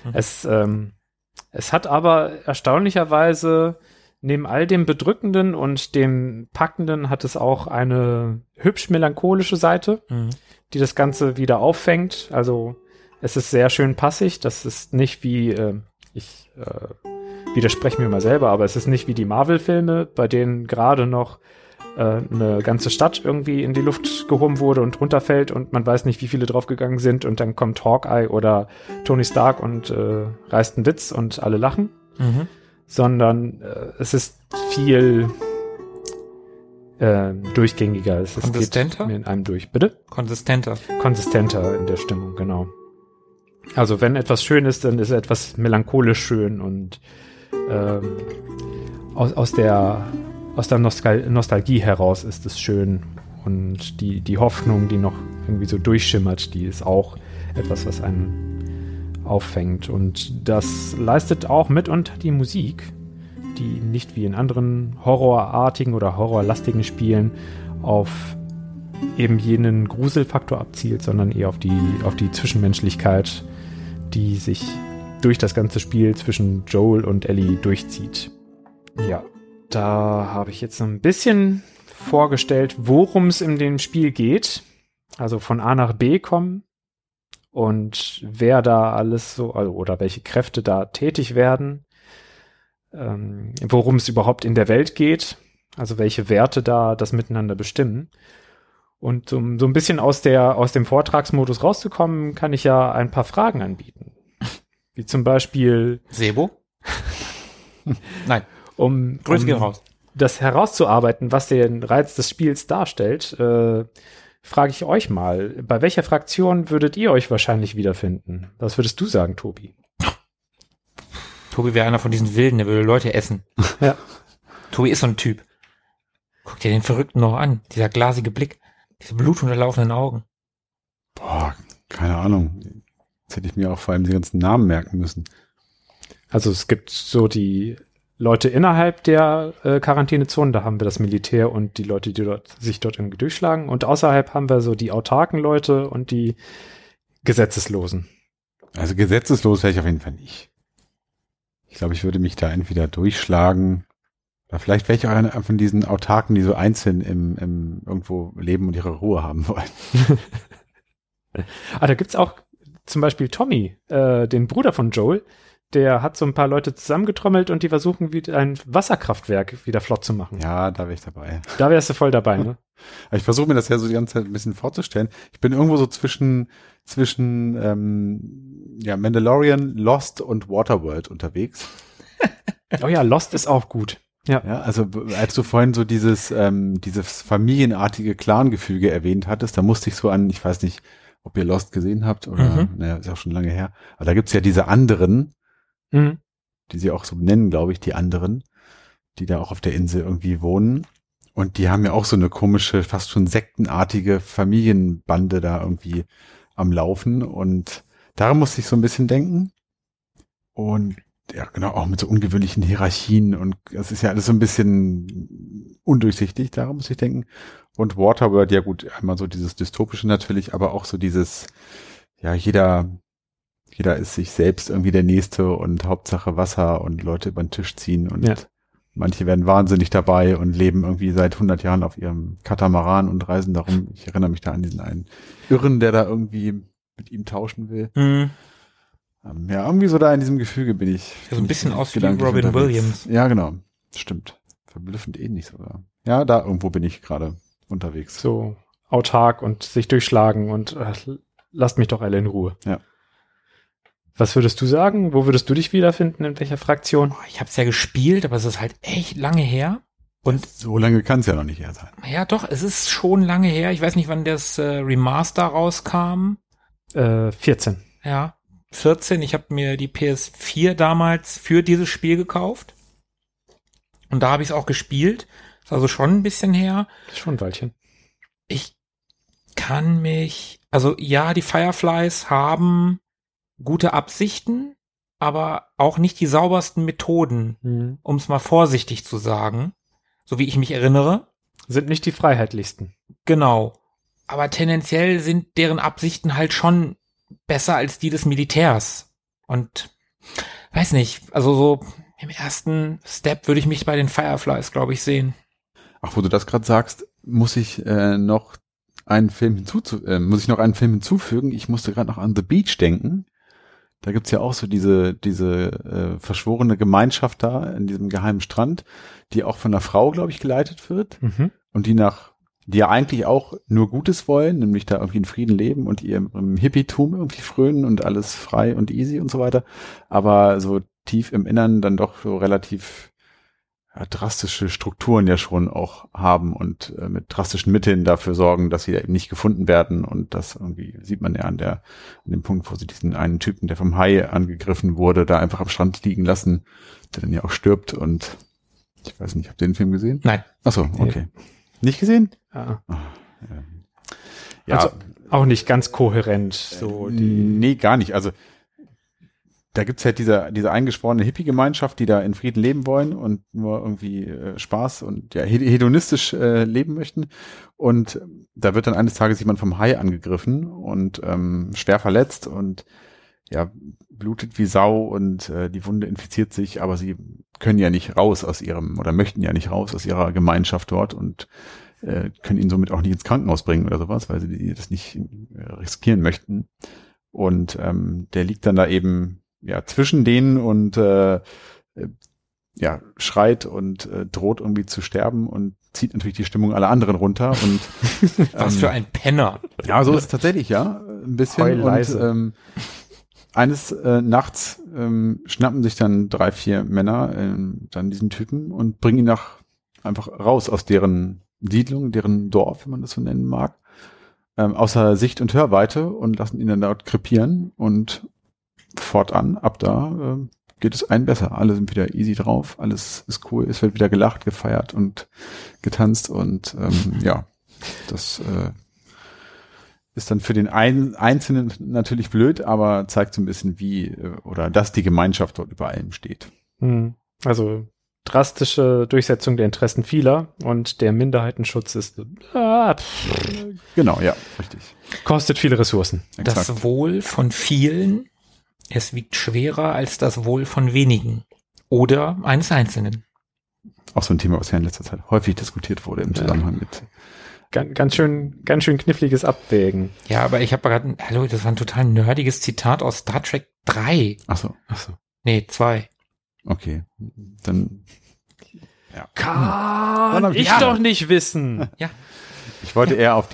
Es hat aber erstaunlicherweise neben all dem Bedrückenden und dem Packenden hat es auch eine hübsch melancholische Seite, die das Ganze wieder auffängt. Also es ist sehr schön passig. Das ist nicht wie, ich widerspreche mir mal selber, aber es ist nicht wie die Marvel-Filme, bei denen gerade noch eine ganze Stadt irgendwie in die Luft gehoben wurde und runterfällt und man weiß nicht, wie viele draufgegangen sind und dann kommt Hawkeye oder Tony Stark und reißt einen Witz und alle lachen, sondern es ist viel durchgängiger. Es konsistenter? Geht in einem durch. Bitte? Konsistenter In der Stimmung, genau. Also wenn etwas schön ist, dann ist etwas melancholisch schön und aus der Nostalgie heraus ist es schön und die Hoffnung, die noch irgendwie so durchschimmert, die ist auch etwas, was einen auffängt. Und das leistet auch mitunter die Musik, die nicht wie in anderen horrorartigen oder horrorlastigen Spielen auf eben jenen Gruselfaktor abzielt, sondern eher auf die Zwischenmenschlichkeit, die sich durch das ganze Spiel zwischen Joel und Ellie durchzieht. Ja. Da habe ich jetzt so ein bisschen vorgestellt, worum es in dem Spiel geht. Also von A nach B kommen und wer da alles so, oder welche Kräfte da tätig werden, worum es überhaupt in der Welt geht. Also welche Werte da das miteinander bestimmen. Und um so ein bisschen aus dem Vortragsmodus rauszukommen, kann ich ja ein paar Fragen anbieten. Wie zum Beispiel Sebo? Nein. Grüße gehen raus. Das herauszuarbeiten, was den Reiz des Spiels darstellt, frage ich euch mal, bei welcher Fraktion würdet ihr euch wahrscheinlich wiederfinden? Was würdest du sagen, Tobi? Tobi wäre einer von diesen Wilden, der würde Leute essen. Ja. Tobi ist so ein Typ. Guck dir den Verrückten noch an, dieser glasige Blick. Diese blutunterlaufenden Augen. Boah, keine Ahnung. Jetzt hätte ich mir auch vor allem die ganzen Namen merken müssen. Also es gibt so die Leute innerhalb der Quarantänezone, da haben wir das Militär und die Leute, die sich dort irgendwie durchschlagen. Und außerhalb haben wir so die autarken Leute und die Gesetzeslosen. Also gesetzeslos wäre ich auf jeden Fall nicht. Ich glaube, ich würde mich da entweder durchschlagen. Oder vielleicht wäre ich auch einer von diesen Autarken, die so einzeln im irgendwo leben und ihre Ruhe haben wollen. Da gibt's auch zum Beispiel Tommy, den Bruder von Joel, der hat so ein paar Leute zusammengetrommelt und die versuchen, wie ein Wasserkraftwerk wieder flott zu machen. Ja, da wäre ich dabei. Da wärst du voll dabei, ne? Ich versuche mir das ja so die ganze Zeit ein bisschen vorzustellen. Ich bin irgendwo so zwischen Mandalorian, Lost und Waterworld unterwegs. Oh ja, Lost ist auch gut. Ja, also als du vorhin so dieses familienartige Clan-Gefüge erwähnt hattest, da musste ich so an, ich weiß nicht, ob ihr Lost gesehen habt oder, naja, ist auch schon lange her, aber da gibt's ja diese anderen, die sie auch so nennen, glaube ich, die anderen, die da auch auf der Insel irgendwie wohnen und die haben ja auch so eine komische, fast schon sektenartige Familienbande da irgendwie am Laufen und daran musste ich so ein bisschen denken und ja, genau, auch mit so ungewöhnlichen Hierarchien und das ist ja alles so ein bisschen undurchsichtig, daran muss ich denken. Und Waterworld, ja gut, einmal so dieses Dystopische natürlich, aber auch so dieses, ja, jeder ist sich selbst irgendwie der Nächste und Hauptsache Wasser und Leute über den Tisch ziehen und manche werden wahnsinnig dabei und leben irgendwie seit 100 Jahren auf ihrem Katamaran und reisen darum. Ich erinnere mich da an diesen einen Irren, der da irgendwie mit ihm tauschen will. Ja, irgendwie so da in diesem Gefüge bin ich. Ja, so ein bisschen aus wie Robin unterwegs. Williams. Ja, genau. Stimmt. Verblüffend ähnlich sogar. Ja, da irgendwo bin ich gerade unterwegs. So autark und sich durchschlagen und lasst mich doch alle in Ruhe. Ja. Was würdest du sagen? Wo würdest du dich wiederfinden? In welcher Fraktion? Ich habe es ja gespielt, aber es ist halt echt lange her. Und so lange kann es ja noch nicht her sein. Ja, doch, es ist schon lange her. Ich weiß nicht, wann das Remaster rauskam. 14. Ja, 14. Ich habe mir die PS4 damals für dieses Spiel gekauft. Und da habe ich es auch gespielt. Ist also schon ein bisschen her. Schon ein Weilchen. Ich kann mich, also ja, die Fireflies haben gute Absichten, aber auch nicht die saubersten Methoden, um es mal vorsichtig zu sagen, so wie ich mich erinnere. Sind nicht die freiheitlichsten. Genau. Aber tendenziell sind deren Absichten halt schon besser als die des Militärs. Und weiß nicht, also so im ersten Step würde ich mich bei den Fireflies, glaube ich, sehen. Ach, wo du das gerade sagst, muss ich noch einen Film hinzufügen. Ich musste gerade noch an The Beach denken. Da gibt's ja auch so diese verschworene Gemeinschaft da in diesem geheimen Strand, die auch von einer Frau, glaube ich, geleitet wird. Und die ja eigentlich auch nur Gutes wollen, nämlich da irgendwie in Frieden leben und ihrem Hippietum irgendwie frönen und alles frei und easy und so weiter. Aber so tief im Innern dann doch so relativ drastische Strukturen ja schon auch haben und mit drastischen Mitteln dafür sorgen, dass sie eben nicht gefunden werden. Und das irgendwie sieht man ja an dem Punkt, wo sie diesen einen Typen, der vom Hai angegriffen wurde, da einfach am Strand liegen lassen, der dann ja auch stirbt. Und ich weiß nicht, habt ihr den Film gesehen? Nein. Ach so, okay. Nicht gesehen? Ja. Ja. Also auch nicht ganz kohärent. So nee, gar nicht. Also da gibt's halt diese eingeschworene Hippie-Gemeinschaft, die da in Frieden leben wollen und nur irgendwie Spaß und ja hedonistisch leben möchten. Und da wird dann eines Tages jemand vom Hai angegriffen und schwer verletzt und ja blutet wie Sau und die Wunde infiziert sich, aber sie können ja nicht raus aus möchten ja nicht raus aus ihrer Gemeinschaft dort und können ihn somit auch nicht ins Krankenhaus bringen oder sowas, weil sie das nicht riskieren möchten. Und der liegt dann da eben ja zwischen denen und schreit und droht irgendwie zu sterben und zieht natürlich die Stimmung aller anderen runter. Und Was für ein Penner. ja, so ist es tatsächlich, ja. Ein bisschen. Heulleise. Und eines Nachts schnappen sich dann 3, 4 Männer dann diesen Typen und bringen ihn einfach raus aus deren Siedlung, deren Dorf, wenn man das so nennen mag, außer Sicht- und Hörweite und lassen ihn dann dort krepieren und fortan, ab da geht es allen besser. Alle sind wieder easy drauf, alles ist cool, es wird wieder gelacht, gefeiert und getanzt und das ist dann für den Einzelnen natürlich blöd, aber zeigt so ein bisschen dass die Gemeinschaft dort über allem steht. Also drastische Durchsetzung der Interessen vieler und der Minderheitenschutz ist Genau, ja, richtig. kostet viele Ressourcen. Exakt. Das Wohl von vielen, es wiegt schwerer als das Wohl von wenigen oder eines Einzelnen. Auch so ein Thema, was ja in letzter Zeit häufig diskutiert wurde im Zusammenhang mit. Ganz schön kniffliges Abwägen. Ja, aber ich habe gerade, hallo, das war ein total nerdiges Zitat aus Star Trek 3. Ach so, Nee, 2. okay. Dann, ja. Kann ich doch nicht wissen. Ja. Ich wollte eher auf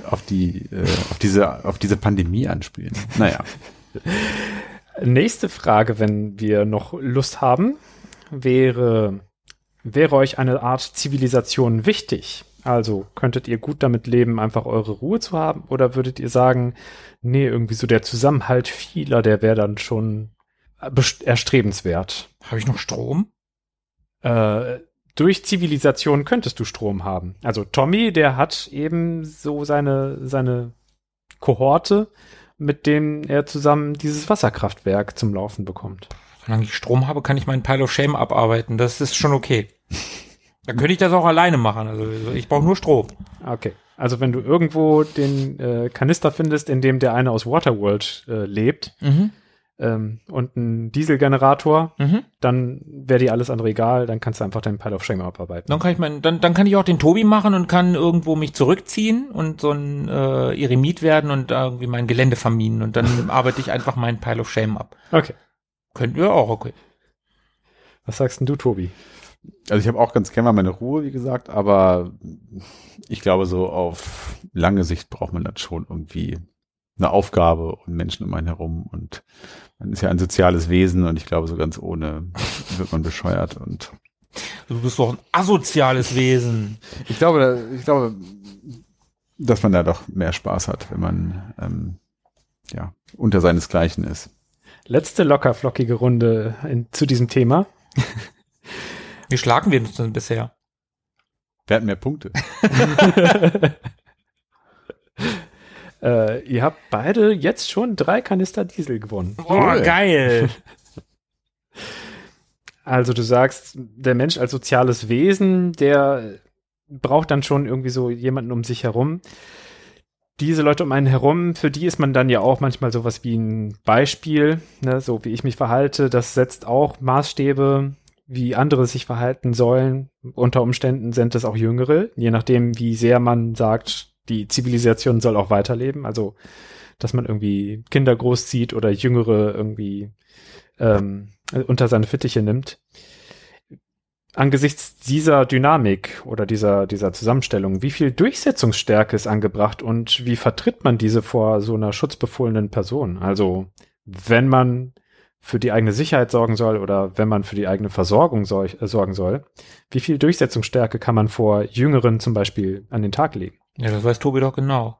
diese Pandemie anspielen. Naja. Nächste Frage, wenn wir noch Lust haben, wäre euch eine Art Zivilisation wichtig? Also könntet ihr gut damit leben, einfach eure Ruhe zu haben? Oder würdet ihr sagen, nee, irgendwie so der Zusammenhalt vieler, der wäre dann schon erstrebenswert? Habe ich noch Strom? Durch Zivilisation könntest du Strom haben. Also Tommy, der hat eben so seine Kohorte, mit dem er zusammen dieses Wasserkraftwerk zum Laufen bekommt. Solange ich Strom habe, kann ich meinen Pile of Shame abarbeiten. Das ist schon okay. Dann könnte ich das auch alleine machen. Also ich brauche nur Strom. Okay. Also wenn du irgendwo den Kanister findest, in dem der eine aus Waterworld lebt, und einen Dieselgenerator, dann wäre dir alles andere egal, dann kannst du einfach deinen Pile of Shame abarbeiten. Dann kann ich auch den Tobi machen und kann irgendwo mich zurückziehen und so ein Eremit werden und irgendwie mein Gelände verminen und dann arbeite ich einfach meinen Pile of Shame ab. Okay. Könnten wir auch, okay. Was sagst denn du, Tobi? Also ich habe auch ganz gerne mal meine Ruhe, wie gesagt, aber ich glaube, so auf lange Sicht braucht man dann schon irgendwie eine Aufgabe und Menschen um einen herum und man ist ja ein soziales Wesen und ich glaube, so ganz ohne wird man bescheuert und Du bist doch ein asoziales Wesen. ich glaube, dass man da doch mehr Spaß hat, wenn man unter seinesgleichen ist. Letzte lockerflockige Runde zu diesem Thema. Wie schlagen wir uns denn bisher? Wer hat mehr Punkte? Ihr habt beide jetzt schon 3 Kanister Diesel gewonnen. Boah, geil. Also du sagst, der Mensch als soziales Wesen, der braucht dann schon irgendwie so jemanden um sich herum. Diese Leute um einen herum, für die ist man dann ja auch manchmal sowas wie ein Beispiel, ne? So wie ich mich verhalte, das setzt auch Maßstäbe, wie andere sich verhalten sollen. Unter Umständen sind es auch Jüngere, je nachdem, wie sehr man sagt, die Zivilisation soll auch weiterleben. Also, dass man irgendwie Kinder großzieht oder Jüngere irgendwie unter seine Fittiche nimmt. Angesichts dieser Dynamik oder dieser Zusammenstellung, wie viel Durchsetzungsstärke ist angebracht und wie vertritt man diese vor so einer schutzbefohlenen Person? Also, wenn man für die eigene Sicherheit sorgen soll oder wenn man für die eigene Versorgung sorgen soll, wie viel Durchsetzungsstärke kann man vor Jüngeren zum Beispiel an den Tag legen? Ja, das weiß Tobi doch genau.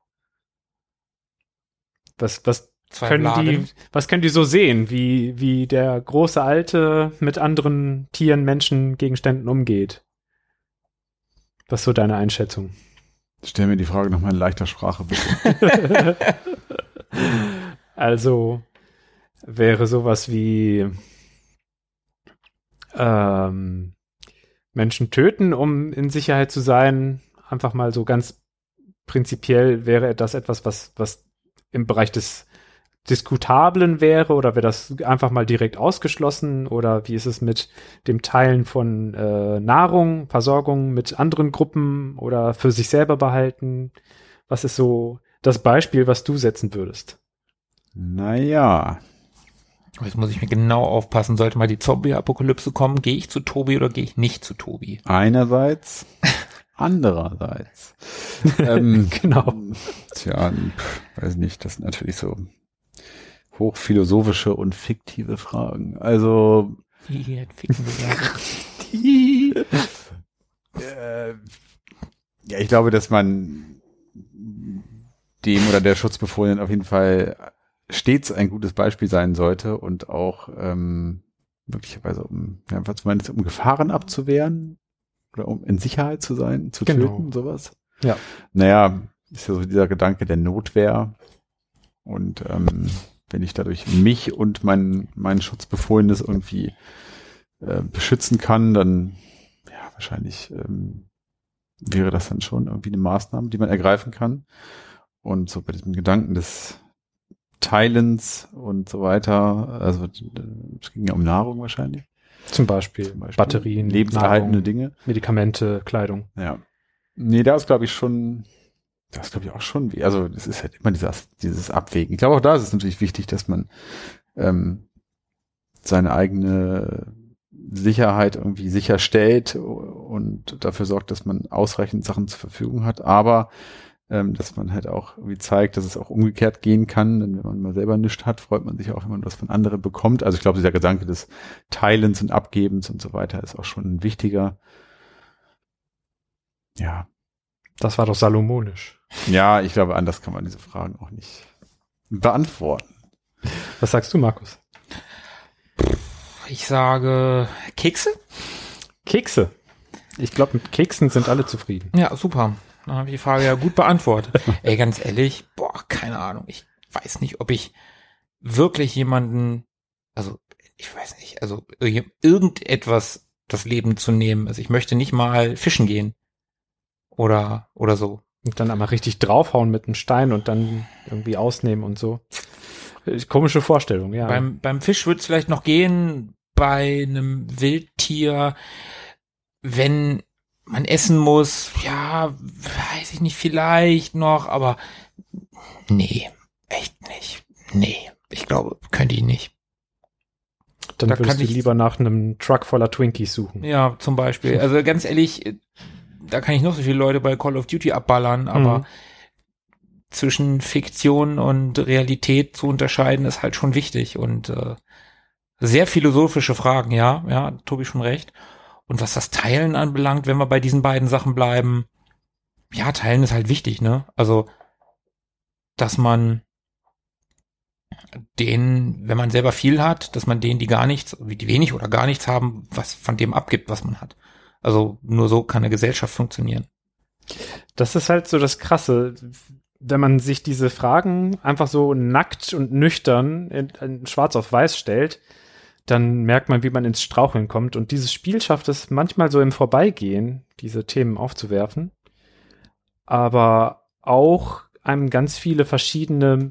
Was können die so sehen, wie der große Alte mit anderen Tieren, Menschen, Gegenständen umgeht? Was ist so deine Einschätzung? Stell mir die Frage nochmal in leichter Sprache, bitte. Also wäre sowas wie Menschen töten, um in Sicherheit zu sein, einfach mal so ganz prinzipiell wäre das etwas, was im Bereich des Diskutablen wäre oder wäre das einfach mal direkt ausgeschlossen oder wie ist es mit dem Teilen von Nahrung, Versorgung mit anderen Gruppen oder für sich selber behalten? Was ist so das Beispiel, was du setzen würdest? Naja, Jetzt muss ich mir genau aufpassen, sollte mal die Zombie-Apokalypse kommen, gehe ich zu Tobi oder gehe ich nicht zu Tobi? Einerseits, andererseits. Genau. Tja, weiß nicht, das sind natürlich so hochphilosophische und fiktive Fragen. Also Die hat ficken gesagt. Ja, ich glaube, dass man dem oder der Schutzbefohlenen auf jeden Fall stets ein gutes Beispiel sein sollte und auch möglicherweise um Gefahren abzuwehren oder um in Sicherheit zu sein, zu töten, sowas. Ja. Naja, ist ja so dieser Gedanke der Notwehr und wenn ich dadurch mich und mein Schutzbefohlenes irgendwie beschützen kann, dann ja wahrscheinlich wäre das dann schon irgendwie eine Maßnahme, die man ergreifen kann. Und so bei diesem Gedanken des Teilens und so weiter, also es ging ja um Nahrung wahrscheinlich. Zum Beispiel Batterien, lebenserhaltende Nahrung, Dinge. Medikamente, Kleidung. Ja. Nee, da ist glaube ich auch schon, also das ist halt immer dieses Abwägen. Ich glaube auch da ist es natürlich wichtig, dass man seine eigene Sicherheit irgendwie sicherstellt und dafür sorgt, dass man ausreichend Sachen zur Verfügung hat, aber dass man halt auch irgendwie zeigt, dass es auch umgekehrt gehen kann, denn wenn man mal selber nichts hat, freut man sich auch, wenn man was von anderen bekommt. Also ich glaube, dieser Gedanke des Teilens und Abgebens und so weiter ist auch schon ein wichtiger. Ja. Das war doch salomonisch. Ja, ich glaube, anders kann man diese Fragen auch nicht beantworten. Was sagst du, Markus? Ich sage Kekse. Kekse. Ich glaube, mit Keksen sind alle zufrieden. Ja, super. Dann habe ich die Frage ja gut beantwortet. Ey, ganz ehrlich, keine Ahnung. Ich weiß nicht, ob ich wirklich jemanden, also ich weiß nicht, also irgendetwas das Leben zu nehmen. Also ich möchte nicht mal fischen gehen oder so. Und dann einmal richtig draufhauen mit einem Stein und dann irgendwie ausnehmen und so. Komische Vorstellung, ja. Beim Fisch wird es vielleicht noch gehen, bei einem Wildtier, wenn man essen muss, ja, weiß ich nicht, vielleicht noch, aber nee, echt nicht. Nee, ich glaube, könnte ich nicht. Dann da würdest du lieber nach einem Truck voller Twinkies suchen. Ja, zum Beispiel. Also ganz ehrlich, da kann ich noch so viele Leute bei Call of Duty abballern, aber zwischen Fiktion und Realität zu unterscheiden, ist halt schon wichtig und sehr philosophische Fragen, ja, Tobi schon recht. Und was das Teilen anbelangt, wenn wir bei diesen beiden Sachen bleiben, ja, Teilen ist halt wichtig, ne? Also, dass man denen, wenn man selber viel hat, dass man denen, die wenig oder gar nichts haben, was von dem abgibt, was man hat. Also nur so kann eine Gesellschaft funktionieren. Das ist halt so das Krasse, wenn man sich diese Fragen einfach so nackt und nüchtern in schwarz auf weiß stellt, dann merkt man, wie man ins Straucheln kommt. Und dieses Spiel schafft es manchmal so im Vorbeigehen, diese Themen aufzuwerfen, aber auch einem ganz viele verschiedene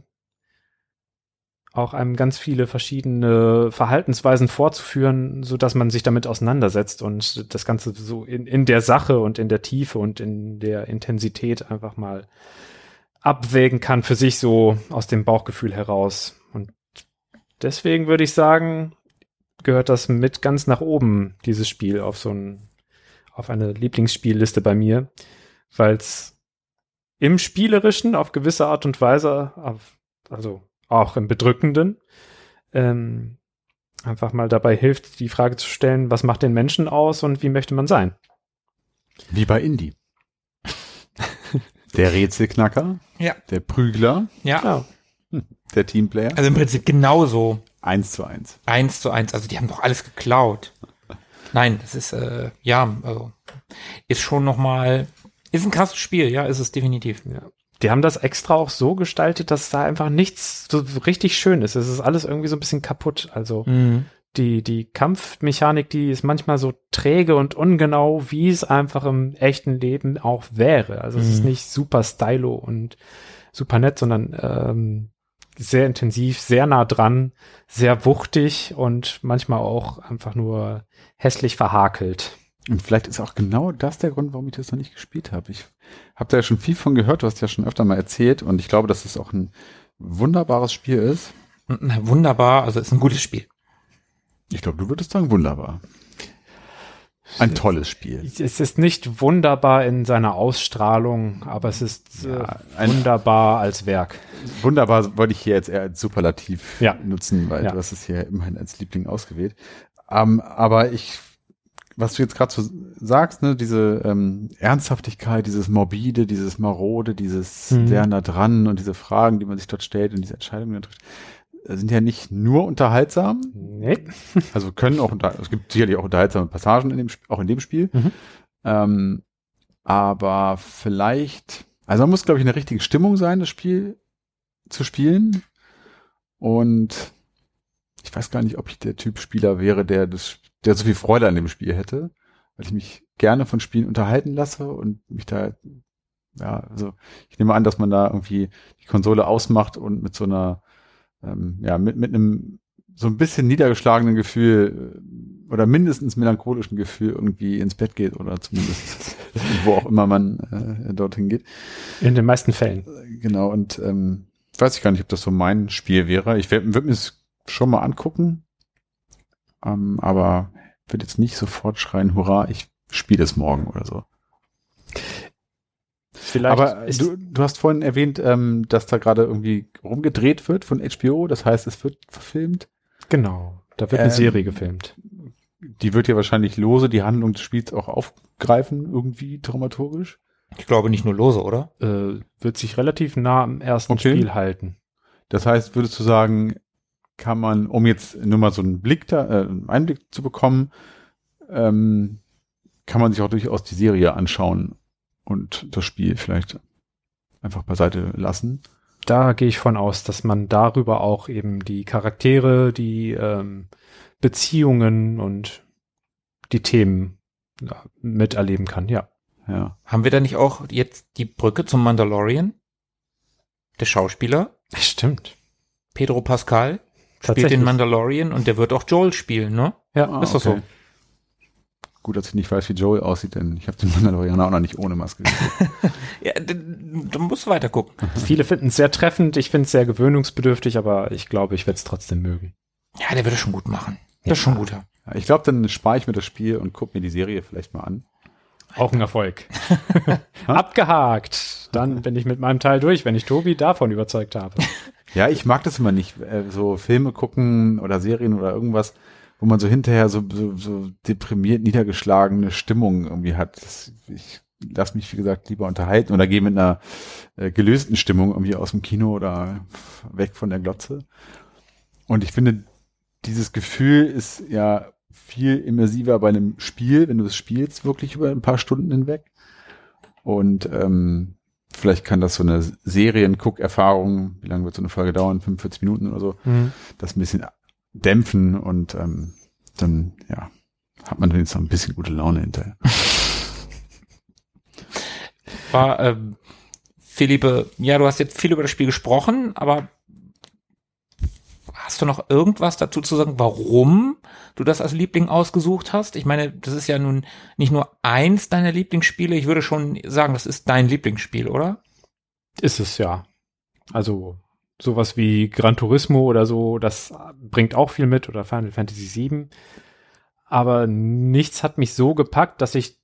Verhaltensweisen vorzuführen, so dass man sich damit auseinandersetzt und das Ganze so in der Sache und in der Tiefe und in der Intensität einfach mal abwägen kann für sich so aus dem Bauchgefühl heraus. Und deswegen würde ich sagen, gehört das mit ganz nach oben, dieses Spiel, auf eine Lieblingsspielliste bei mir, weil es im Spielerischen auf gewisse Art und Weise, also auch im Bedrückenden, einfach mal dabei hilft, die Frage zu stellen, was macht den Menschen aus und wie möchte man sein? Wie bei Indie. Der Rätselknacker, ja. Der Prügler, ja. Der Teamplayer. Also im Prinzip genauso. 1:1. 1:1, also die haben doch alles geklaut. Nein, das ist, also ist schon nochmal, ist ein krasses Spiel, ja, ist es definitiv. Ja. Die haben das extra auch so gestaltet, dass da einfach nichts so richtig schön ist. Es ist alles irgendwie so ein bisschen kaputt. Also die Kampfmechanik, die ist manchmal so träge und ungenau, wie es einfach im echten Leben auch wäre. Also es ist nicht super stylo und super nett, sondern sehr intensiv, sehr nah dran, sehr wuchtig und manchmal auch einfach nur hässlich verhakelt. Und vielleicht ist auch genau das der Grund, warum ich das noch nicht gespielt habe. Ich habe da ja schon viel von gehört, du hast ja schon öfter mal erzählt und ich glaube, dass es auch ein wunderbares Spiel ist. Wunderbar, also ist ein gutes Spiel. Ich glaube, du würdest sagen, wunderbar. Ein tolles Spiel. Es ist nicht wunderbar in seiner Ausstrahlung, aber es ist wunderbar als Werk. Wunderbar wollte ich hier jetzt eher als Superlativ nutzen, weil Ja. du hast es hier immerhin als Liebling ausgewählt. Aber was du jetzt gerade so sagst, ne, diese Ernsthaftigkeit, dieses Morbide, dieses Marode, dieses sehr nah dran und diese Fragen, die man sich dort stellt und diese Entscheidungen, die man trifft, sind ja nicht nur unterhaltsam. Nee. Also können auch es gibt sicherlich auch unterhaltsame Passagen auch in dem Spiel. Aber vielleicht, also man muss, glaube ich, in der richtigen Stimmung sein, das Spiel zu spielen. Und ich weiß gar nicht, ob ich der Typ Spieler wäre, der so viel Freude an dem Spiel hätte, weil ich mich gerne von Spielen unterhalten lasse und mich da, also ich nehme an, dass man da irgendwie die Konsole ausmacht und mit so einer mit einem so ein bisschen niedergeschlagenen Gefühl oder mindestens melancholischen Gefühl irgendwie ins Bett geht oder zumindest wo auch immer man dorthin geht. In den meisten Fällen. Genau, und weiß ich gar nicht, ob das so mein Spiel wäre. Ich würde mir es schon mal angucken, aber würde jetzt nicht sofort schreien, hurra, ich spiele es morgen oder so. Vielleicht aber du hast vorhin erwähnt, dass da gerade irgendwie rumgedreht wird von HBO, das heißt, es wird verfilmt. Genau, da wird eine Serie gefilmt. Die wird ja wahrscheinlich lose die Handlung des Spiels auch aufgreifen, irgendwie dramaturgisch. Ich glaube nicht nur lose, oder? Wird sich relativ nah am ersten Spiel halten. Das heißt, würdest du sagen, kann man, um jetzt nur mal so einen Einblick zu bekommen, kann man sich auch durchaus die Serie anschauen und das Spiel vielleicht einfach beiseite lassen. Da gehe ich von aus, dass man darüber auch eben die Charaktere, die Beziehungen und die Themen miterleben kann, ja. Haben wir da nicht auch jetzt die Brücke zum Mandalorian? Der Schauspieler? Stimmt. Pedro Pascal spielt den Mandalorian und der wird auch Joel spielen, ne? Ja, ist das so? Gut, dass ich nicht weiß, wie Joel aussieht, denn ich habe den Mandalorianer auch noch nicht ohne Maske gesehen. Ja, du musst weiter gucken. Viele finden es sehr treffend, ich finde es sehr gewöhnungsbedürftig, aber ich glaube, ich werde es trotzdem mögen. Ja, der wird es schon gut machen. Der ist schon gut, ja. Ich glaube, dann spare ich mir das Spiel und gucke mir die Serie vielleicht mal an. Auch ein Erfolg. Abgehakt. Dann bin ich mit meinem Teil durch, wenn ich Tobi davon überzeugt habe. Ja, ich mag das immer nicht, so Filme gucken oder Serien oder irgendwas, wo man so hinterher so deprimiert, niedergeschlagene Stimmung irgendwie hat. Ich lasse mich, wie gesagt, lieber unterhalten oder gehe mit einer gelösten Stimmung irgendwie aus dem Kino oder weg von der Glotze. Und ich finde, dieses Gefühl ist ja viel immersiver bei einem Spiel, wenn du es spielst, wirklich über ein paar Stunden hinweg. Und vielleicht kann das so eine Serienguck-Erfahrung, wie lange wird so eine Folge dauern, 45 Minuten oder so, das ein bisschen dämpfen und dann hat man jetzt noch ein bisschen gute Laune hinterher. Philippe, ja, du hast jetzt viel über das Spiel gesprochen, aber hast du noch irgendwas dazu zu sagen, warum du das als Liebling ausgesucht hast? Ich meine, das ist ja nun nicht nur eins deiner Lieblingsspiele, ich würde schon sagen, das ist dein Lieblingsspiel, oder? Ist es, ja. Also sowas wie Gran Turismo oder so, das bringt auch viel mit, oder Final Fantasy VII. Aber nichts hat mich so gepackt, dass ich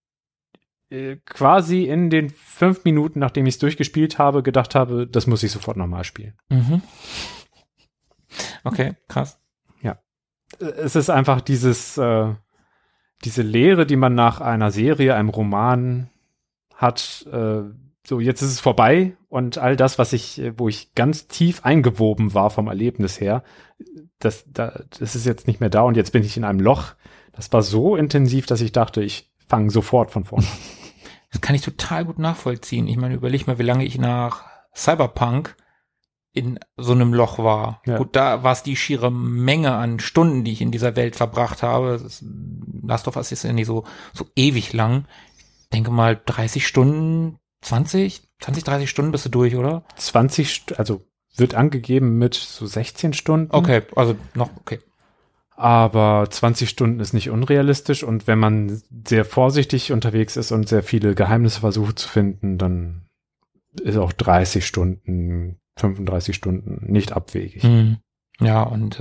quasi in den 5 Minuten, nachdem ich es durchgespielt habe, gedacht habe, das muss ich sofort nochmal spielen. Mhm. Okay, krass. Ja. Es ist einfach diese Leere, die man nach einer Serie, einem Roman hat, so jetzt ist es vorbei und all das, wo ich ganz tief eingewoben war vom Erlebnis her, das ist jetzt nicht mehr da und jetzt bin ich in einem Loch. Das war so intensiv, dass ich dachte, ich fange sofort von vorne an. Das kann ich total gut nachvollziehen. Ich meine, überleg mal, wie lange ich nach Cyberpunk in so einem Loch war. Ja. Gut, da war es die schiere Menge an Stunden, die ich in dieser Welt verbracht habe. Last of Us ist ja nicht so ewig lang. Ich denke mal 30 Stunden, 30 Stunden bist du durch, oder? 20, also wird angegeben mit so 16 Stunden. Okay, also noch, okay. Aber 20 Stunden ist nicht unrealistisch und wenn man sehr vorsichtig unterwegs ist und sehr viele Geheimnisse versucht zu finden, dann ist auch 30 Stunden, 35 Stunden nicht abwegig. Ja, und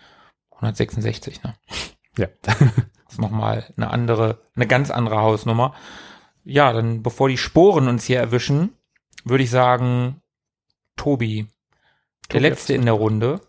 166, ne? Ja. Das ist nochmal eine ganz andere Hausnummer. Ja, dann bevor die Sporen uns hier erwischen, würde ich sagen, Tobi, der Letzte in der Runde.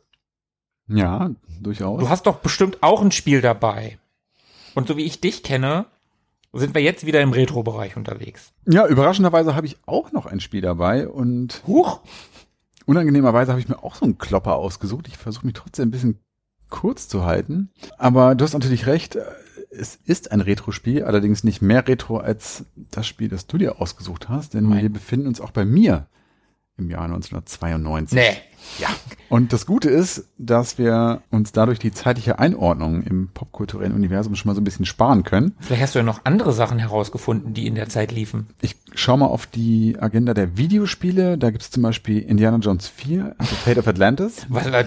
Ja, durchaus. Du hast doch bestimmt auch ein Spiel dabei. Und so wie ich dich kenne, sind wir jetzt wieder im Retro-Bereich unterwegs. Ja, überraschenderweise habe ich auch noch ein Spiel dabei und Huch! unangenehmerweise habe ich mir auch so einen Klopper ausgesucht. Ich versuche mich trotzdem ein bisschen kurz zu halten. Aber du hast natürlich recht, es ist ein Retro-Spiel, allerdings nicht mehr Retro als das Spiel, das du dir ausgesucht hast, denn wir befinden uns auch bei mir im Jahr 1992. Nee. Ja. Und das Gute ist, dass wir uns dadurch die zeitliche Einordnung im popkulturellen Universum schon mal so ein bisschen sparen können. Vielleicht hast du ja noch andere Sachen herausgefunden, die in der Zeit liefen. Ich schaue mal auf die Agenda der Videospiele. Da gibt es zum Beispiel Indiana Jones 4, The Fate of Atlantis.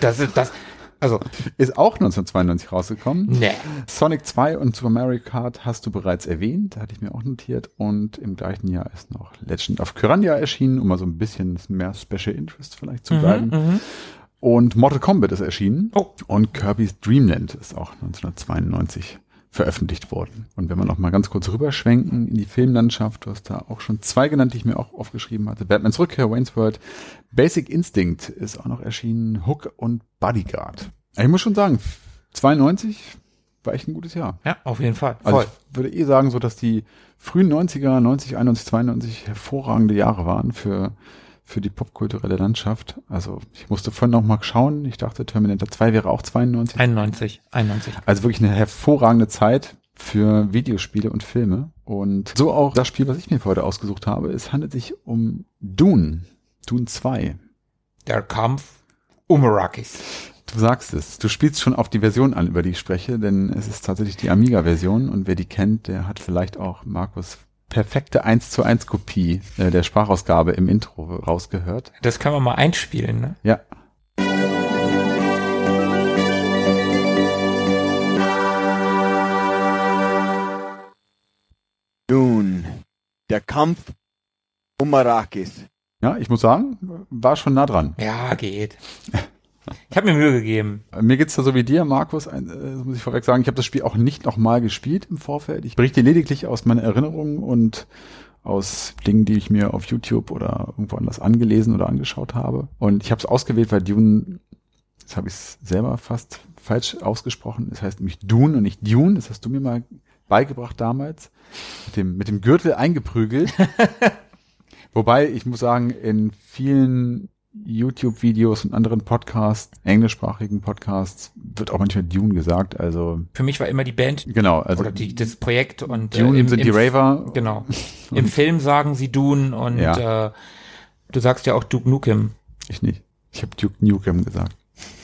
Also, ist auch 1992 rausgekommen. nee. Sonic 2 und Super Mario Kart hast du bereits erwähnt, hatte ich mir auch notiert. Und im gleichen Jahr ist noch Legend of Kyrandia erschienen, um mal so ein bisschen mehr Special Interest vielleicht zu bleiben. Und Mortal Kombat ist erschienen. Oh. Und Kirby's Dream Land ist auch 1992 veröffentlicht worden. Und wenn wir noch mal ganz kurz rüberschwenken in die Filmlandschaft, du hast da auch schon 2 genannt, die ich mir auch aufgeschrieben hatte. Batmans Rückkehr, Wayne's World, Basic Instinct ist auch noch erschienen, Hook und Bodyguard. Ich muss schon sagen, 92 war echt ein gutes Jahr. Ja, auf jeden Fall. Also Voll. ich würde sagen, so dass die frühen 90er, 90, 91, 92 hervorragende Jahre waren für die popkulturelle Landschaft. Also ich musste vorhin noch mal schauen. Ich dachte, Terminator 2 wäre auch 92. 91. Also wirklich eine hervorragende Zeit für Videospiele und Filme. Und so auch das Spiel, was ich mir für heute ausgesucht habe. Es handelt sich um Dune 2. Der Kampf um Arrakis. Du sagst es. Du spielst schon auf die Version an, über die ich spreche, denn es ist tatsächlich die Amiga-Version. Und wer die kennt, der hat vielleicht auch Markus' perfekte 1:1 Kopie der Sprachausgabe im Intro rausgehört. Das können wir mal einspielen, ne? Ja. Dune. Der Kampf um Arrakis. Ja, ich muss sagen, war schon nah dran. Ja, geht. Ich habe mir Mühe gegeben. Mir geht's da so wie dir, Markus, das muss ich vorweg sagen, ich habe das Spiel auch nicht nochmal gespielt im Vorfeld. Ich berichte lediglich aus meinen Erinnerungen und aus Dingen, die ich mir auf YouTube oder irgendwo anders angelesen oder angeschaut habe. Und ich habe es ausgewählt, weil Dune, jetzt habe ich es selber fast falsch ausgesprochen, es heißt nämlich Dune und nicht Dune, das hast du mir mal beigebracht damals, mit dem Gürtel eingeprügelt. Wobei, ich muss sagen, in vielen YouTube-Videos und anderen Podcasts, englischsprachigen Podcasts, wird auch manchmal Dune gesagt, also. Für mich war immer die Band. Genau, also. Oder das Projekt und. Dune sind die Raver. Genau. Im Film sagen sie Dune und, ja. Du sagst ja auch Duke Nukem. Ich nicht. Ich habe Duke Nukem gesagt.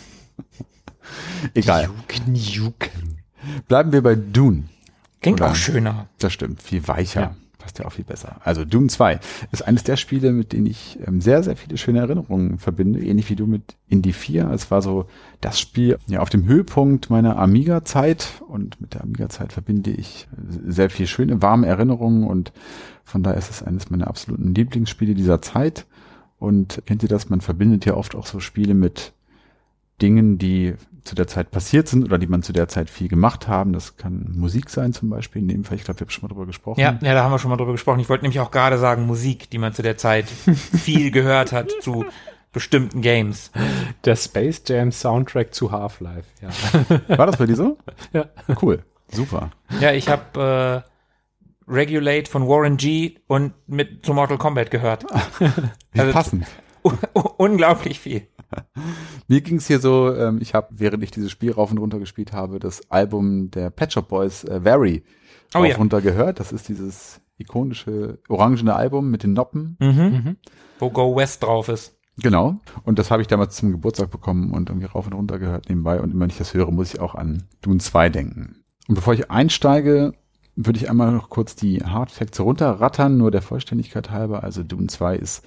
Egal. Duke Nukem. Bleiben wir bei Dune. Klingt Oder? auch schöner. Das stimmt, viel weicher. Ja. Passt ja auch viel besser. Also Dune 2 ist eines der Spiele, mit denen ich sehr, sehr viele schöne Erinnerungen verbinde, ähnlich wie du mit Indy 4. Es war so das Spiel ja auf dem Höhepunkt meiner Amiga-Zeit und mit der Amiga-Zeit verbinde ich sehr viel schöne, warme Erinnerungen und von daher ist es eines meiner absoluten Lieblingsspiele dieser Zeit. Und kennt ihr das? Man verbindet ja oft auch so Spiele mit Dingen, die zu der Zeit passiert sind oder die man zu der Zeit viel gemacht haben. Das kann Musik sein zum Beispiel. In dem Fall, ich glaube, wir haben schon mal drüber gesprochen. Ja, da haben wir schon mal drüber gesprochen. Ich wollte nämlich auch gerade sagen, Musik, die man zu der Zeit viel gehört hat zu bestimmten Games. Der Space Jam Soundtrack zu Half-Life, ja. War das bei dir so? Ja. Cool. Super. Ja, ich habe Regulate von Warren G. und mit zu Mortal Kombat gehört. Wie passend. Unglaublich viel. Mir ging es hier so, ich habe, während ich dieses Spiel rauf und runter gespielt habe, das Album der Pet Shop Boys, Very, rauf und runter gehört. Das ist dieses ikonische orangene Album mit den Noppen. Wo Go West drauf ist. Genau. Und das habe ich damals zum Geburtstag bekommen und irgendwie rauf und runter gehört nebenbei. Und immer wenn ich das höre, muss ich auch an Dune 2 denken. Und bevor ich einsteige, würde ich einmal noch kurz die Hard Facts runterrattern, nur der Vollständigkeit halber. Also Dune 2 ist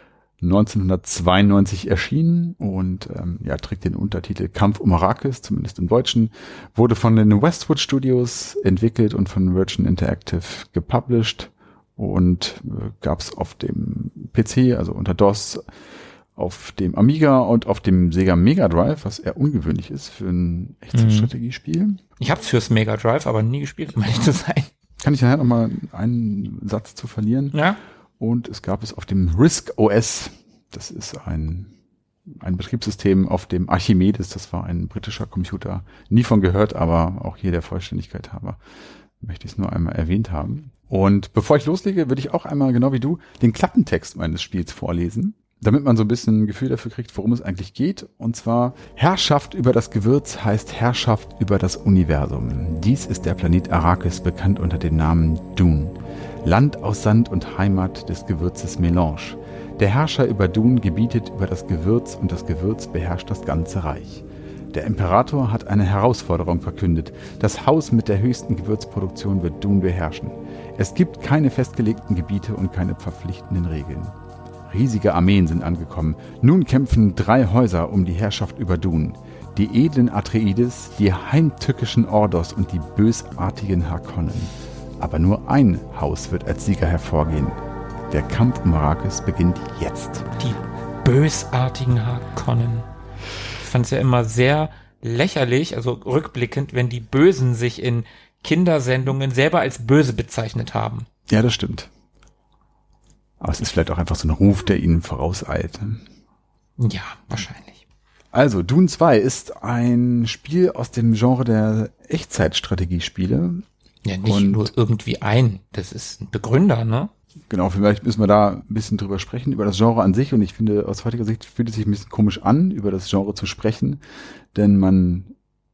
1992 erschienen und trägt den Untertitel Kampf um Arrakis, zumindest im Deutschen, wurde von den Westwood Studios entwickelt und von Virgin Interactive gepublished und gab es auf dem PC, also unter DOS, auf dem Amiga und auf dem Sega Mega Drive, was eher ungewöhnlich ist für ein echtes Strategiespiel. Ich hab's fürs Mega Drive, aber nie gespielt, um ehrlich zu sein. Kann ich nachher noch mal einen Satz zu verlieren. Ja. Und es gab es auf dem RISC OS. Das ist ein Betriebssystem auf dem Archimedes. Das war ein britischer Computer. Nie von gehört, aber auch hier der Vollständigkeit halber möchte ich es nur einmal erwähnt haben. Und bevor ich loslege, würde ich auch einmal, genau wie du, den Klappentext meines Spiels vorlesen, damit man so ein bisschen ein Gefühl dafür kriegt, worum es eigentlich geht. Und zwar: Herrschaft über das Gewürz heißt Herrschaft über das Universum. Dies ist der Planet Arrakis, bekannt unter dem Namen Dune. Land aus Sand und Heimat des Gewürzes Melange. Der Herrscher über Dune gebietet über das Gewürz und das Gewürz beherrscht das ganze Reich. Der Imperator hat eine Herausforderung verkündet. Das Haus mit der höchsten Gewürzproduktion wird Dune beherrschen. Es gibt keine festgelegten Gebiete und keine verpflichtenden Regeln. Riesige Armeen sind angekommen. Nun kämpfen 3 Häuser um die Herrschaft über Dune. Die edlen Atreides, die heimtückischen Ordos und die bösartigen Harkonnen. Aber nur ein Haus wird als Sieger hervorgehen. Der Kampf um Arrakis beginnt jetzt. Die bösartigen Harkonnen. Ich fand es ja immer sehr lächerlich, also rückblickend, wenn die Bösen sich in Kindersendungen selber als böse bezeichnet haben. Ja, das stimmt. Aber es ist vielleicht auch einfach so ein Ruf, der ihnen vorauseilt. Ja, wahrscheinlich. Also, Dune 2 ist ein Spiel aus dem Genre der Echtzeitstrategiespiele. Ja, nicht nur irgendwie das ist ein Begründer, ne? Genau, vielleicht müssen wir da ein bisschen drüber sprechen, über das Genre an sich. Und ich finde, aus heutiger Sicht fühlt es sich ein bisschen komisch an, über das Genre zu sprechen. Denn man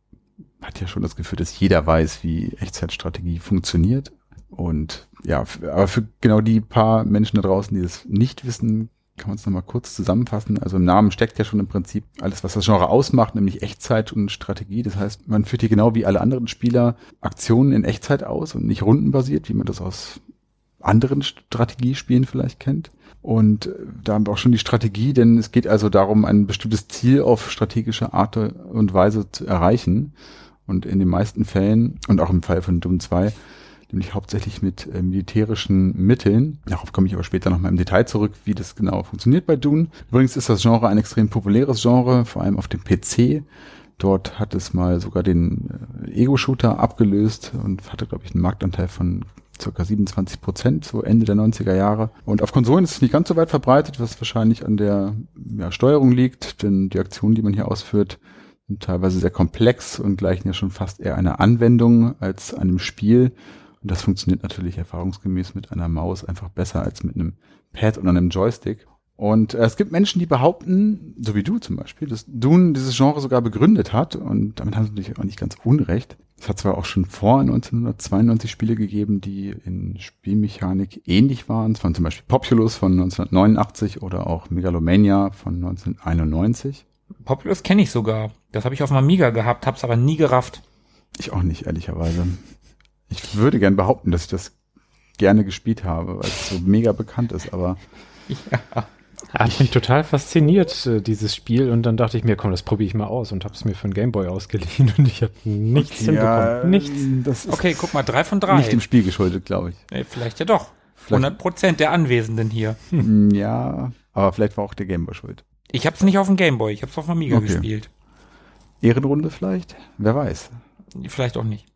hat ja schon das Gefühl, dass jeder weiß, wie Echtzeitstrategie funktioniert. Und ja, aber für genau die paar Menschen da draußen, die das nicht wissen, kann man es nochmal kurz zusammenfassen. Also im Namen steckt ja schon im Prinzip alles, was das Genre ausmacht, nämlich Echtzeit und Strategie. Das heißt, man führt hier genau wie alle anderen Spieler Aktionen in Echtzeit aus und nicht rundenbasiert, wie man das aus anderen Strategiespielen vielleicht kennt. Und da haben wir auch schon die Strategie, denn es geht also darum, ein bestimmtes Ziel auf strategische Art und Weise zu erreichen. Und in den meisten Fällen, und auch im Fall von Dune 2, nämlich hauptsächlich mit militärischen Mitteln. Darauf komme ich aber später nochmal im Detail zurück, wie das genau funktioniert bei Dune. Übrigens ist das Genre ein extrem populäres Genre, vor allem auf dem PC. Dort hat es mal sogar den Ego-Shooter abgelöst und hatte, glaube ich, einen Marktanteil von ca. 27%, so Ende der 90er Jahre. Und auf Konsolen ist es nicht ganz so weit verbreitet, was wahrscheinlich an der Steuerung liegt, denn die Aktionen, die man hier ausführt, sind teilweise sehr komplex und gleichen ja schon fast eher einer Anwendung als einem Spiel. Und das funktioniert natürlich erfahrungsgemäß mit einer Maus einfach besser als mit einem Pad und einem Joystick. Und es gibt Menschen, die behaupten, so wie du zum Beispiel, dass Dune dieses Genre sogar begründet hat. Und damit haben sie natürlich auch nicht ganz unrecht. Es hat zwar auch schon vor 1992 Spiele gegeben, die in Spielmechanik ähnlich waren. Es waren zum Beispiel Populous von 1989 oder auch Megalomania von 1991. Populous kenne ich sogar. Das habe ich auf dem Amiga gehabt, hab's aber nie gerafft. Ich auch nicht, ehrlicherweise. Ich würde gern behaupten, dass ich das gerne gespielt habe, weil es so mega bekannt ist, aber Ja. Hat mich total fasziniert, dieses Spiel, und dann dachte ich mir, komm, das probiere ich mal aus und habe es mir für einen Gameboy ausgeliehen und ich habe nichts hinbekommen. Nichts. Das ist Okay, guck mal, 3 von 3. nicht dem Spiel geschuldet, glaube ich. Nee, vielleicht ja doch. Vielleicht. 100% der Anwesenden hier. Ja, aber vielleicht war auch der Gameboy schuld. Ich hab's nicht auf dem Gameboy, ich hab's auf dem Amiga Okay. gespielt. Ehrenrunde vielleicht? Wer weiß. Vielleicht auch nicht.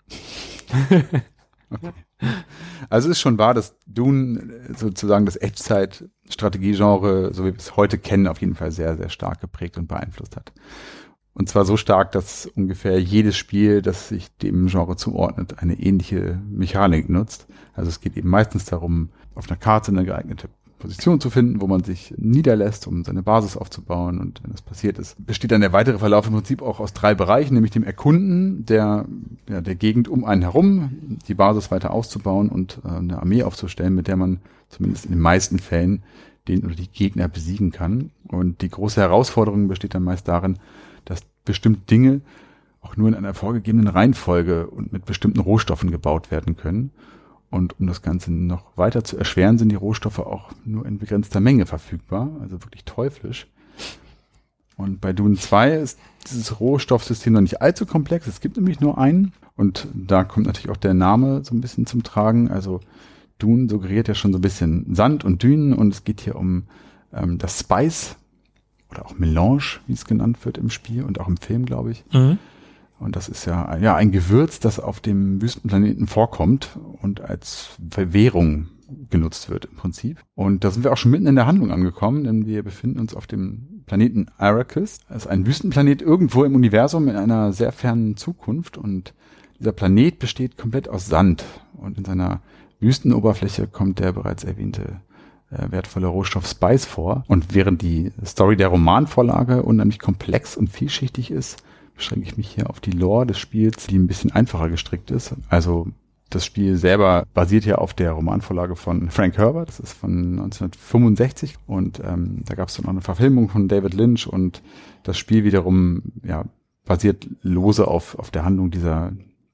Okay. Also es ist schon wahr, dass Dune sozusagen das Echtzeit-Strategie-Genre, so wie wir es heute kennen, auf jeden Fall sehr, sehr stark geprägt und beeinflusst hat. Und zwar so stark, dass ungefähr jedes Spiel, das sich dem Genre zuordnet, eine ähnliche Mechanik nutzt. Also es geht eben meistens darum, auf einer Karte eine geeignete Position zu finden, wo man sich niederlässt, um seine Basis aufzubauen. Und wenn das passiert ist, besteht dann der weitere Verlauf im Prinzip auch aus 3 Bereichen, nämlich dem Erkunden der Gegend um einen herum, die Basis weiter auszubauen und eine Armee aufzustellen, mit der man zumindest in den meisten Fällen den oder die Gegner besiegen kann. Und die große Herausforderung besteht dann meist darin, dass bestimmte Dinge auch nur in einer vorgegebenen Reihenfolge und mit bestimmten Rohstoffen gebaut werden können. Und um das Ganze noch weiter zu erschweren, sind die Rohstoffe auch nur in begrenzter Menge verfügbar, also wirklich teuflisch. Und bei Dune 2 ist dieses Rohstoffsystem noch nicht allzu komplex. Es gibt nämlich nur einen. Und da kommt natürlich auch der Name so ein bisschen zum Tragen. Also Dune suggeriert ja schon so ein bisschen Sand und Dünen. Und es geht hier um das Spice oder auch Melange, wie es genannt wird im Spiel und auch im Film, glaube ich. Mhm. Und das ist ja ein Gewürz, das auf dem Wüstenplaneten vorkommt und als Währung genutzt wird im Prinzip. Und da sind wir auch schon mitten in der Handlung angekommen, denn wir befinden uns auf dem Planeten Arrakis. Das ist ein Wüstenplanet irgendwo im Universum in einer sehr fernen Zukunft und dieser Planet besteht komplett aus Sand und in seiner Wüstenoberfläche kommt der bereits erwähnte wertvolle Rohstoff Spice vor. Und während die Story der Romanvorlage unheimlich komplex und vielschichtig ist, beschränke ich mich hier auf die Lore des Spiels, die ein bisschen einfacher gestrickt ist. Also das Spiel selber basiert ja auf der Romanvorlage von Frank Herbert. Das ist von 1965 und da gab es dann auch eine Verfilmung von David Lynch und das Spiel wiederum basiert lose auf der Handlung dieser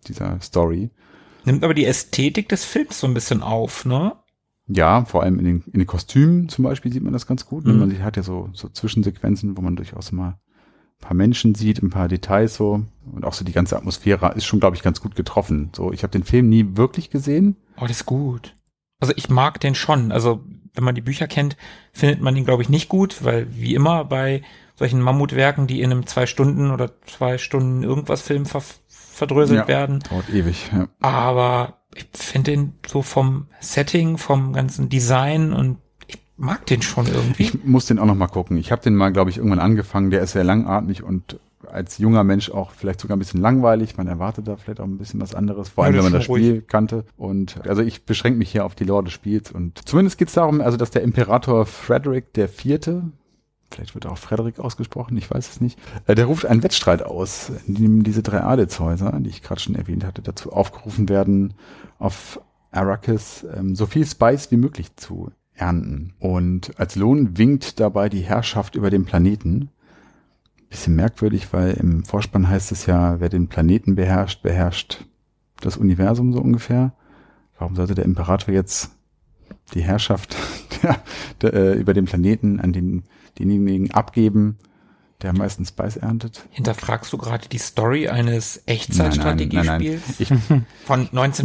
Story. Nimmt aber die Ästhetik des Films so ein bisschen auf, ne? Ja, vor allem in den Kostümen zum Beispiel sieht man das ganz gut. Man hat ja so Zwischensequenzen, wo man durchaus mal ein paar Menschen sieht, ein paar Details so und auch so die ganze Atmosphäre ist schon, glaube ich, ganz gut getroffen. So, ich habe den Film nie wirklich gesehen. Oh, das ist gut. Also ich mag den schon. Also wenn man die Bücher kennt, findet man ihn, glaube ich, nicht gut, weil wie immer bei solchen Mammutwerken, die in einem 2 Stunden oder 2 Stunden irgendwas Film verdröselt werden. Dauert ewig, ja. Aber ich finde den so vom Setting, vom ganzen Design und ich mag den schon irgendwie. Ich muss den auch noch mal gucken. Ich habe den mal, glaube ich, irgendwann angefangen. Der ist sehr langatmig und als junger Mensch auch vielleicht sogar ein bisschen langweilig. Man erwartet da vielleicht auch ein bisschen was anderes, vor allem wenn man das Spiel kannte. Und also ich beschränke mich hier auf die Lore des Spiels. Und zumindest geht es darum, also dass der Imperator Frederick IV., vielleicht wird auch Frederik ausgesprochen, ich weiß es nicht, der ruft einen Wettstreit aus, in dem diese 3 Adelshäuser, die ich gerade schon erwähnt hatte, dazu aufgerufen werden, auf Arrakis so viel Spice wie möglich zu ernten. Und als Lohn winkt dabei die Herrschaft über den Planeten. Bisschen merkwürdig, weil im Vorspann heißt es ja, wer den Planeten beherrscht, beherrscht das Universum so ungefähr. Warum sollte der Imperator jetzt die Herrschaft über den Planeten an denjenigen abgeben, der am meisten Spice erntet? Hinterfragst du gerade die Story eines Echtzeitstrategiespiels Nein. von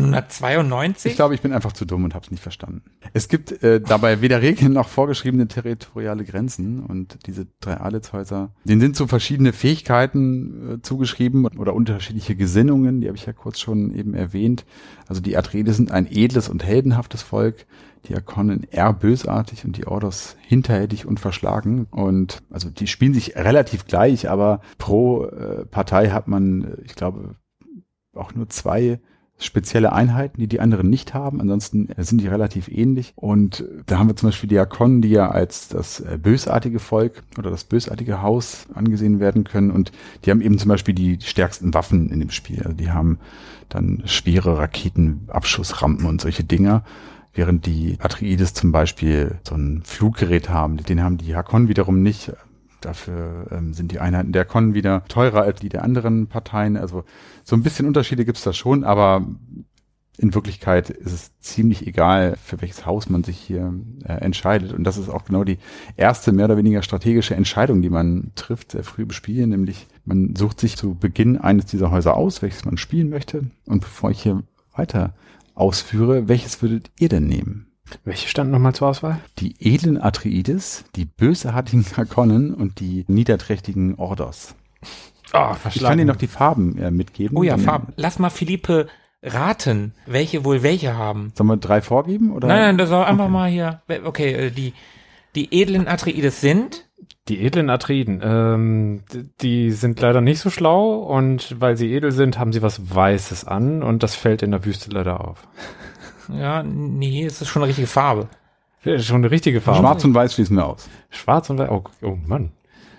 1992? Ich glaube, ich bin einfach zu dumm und habe es nicht verstanden. Es gibt dabei weder Regeln noch vorgeschriebene territoriale Grenzen und diese 3 Adelshäuser, denen sind so verschiedene Fähigkeiten zugeschrieben oder unterschiedliche Gesinnungen, die habe ich ja kurz schon eben erwähnt. Also die Atreides sind ein edles und heldenhaftes Volk, die Harkonnen eher bösartig und die Ordos hinterhältig und verschlagen. Und also die spielen sich relativ gleich, aber pro Partei hat man, ich glaube, auch nur 2 spezielle Einheiten, die anderen nicht haben. Ansonsten sind die relativ ähnlich. Und da haben wir zum Beispiel die Harkonnen, die ja als das bösartige Volk oder das bösartige Haus angesehen werden können. Und die haben eben zum Beispiel die stärksten Waffen in dem Spiel. Also die haben dann schwere Raketen, Abschussrampen und solche Dinger. Während die Atreides zum Beispiel so ein Fluggerät haben, den haben die Harkonnen wiederum nicht. Dafür sind die Einheiten der Harkonnen wieder teurer als die der anderen Parteien. Also so ein bisschen Unterschiede gibt's da schon, aber in Wirklichkeit ist es ziemlich egal, für welches Haus man sich hier entscheidet. Und das ist auch genau die erste mehr oder weniger strategische Entscheidung, die man trifft, sehr früh im Spiel, nämlich man sucht sich zu Beginn eines dieser Häuser aus, welches man spielen möchte. Und bevor ich hier weiter ausführe, welches würdet ihr denn nehmen? Welche standen nochmal zur Auswahl? Die edlen Atreides, die bösartigen Harkonnen und die niederträchtigen Ordos. Oh, ich kann dir noch die Farben mitgeben. Oh ja, Farben. Lass mal Philippe raten, welche wohl welche haben. Sollen wir 3 vorgeben? Oder? Nein, das soll einfach mal hier. Okay, die edlen Atreides sind... Die edlen Atreiden, die sind leider nicht so schlau und weil sie edel sind, haben sie was Weißes an und das fällt in der Wüste leider auf. Ja, nee, es ist schon eine richtige Farbe. Schon eine richtige Farbe. Schwarz und Weiß schließen wir aus. Schwarz und Weiß, oh Mann.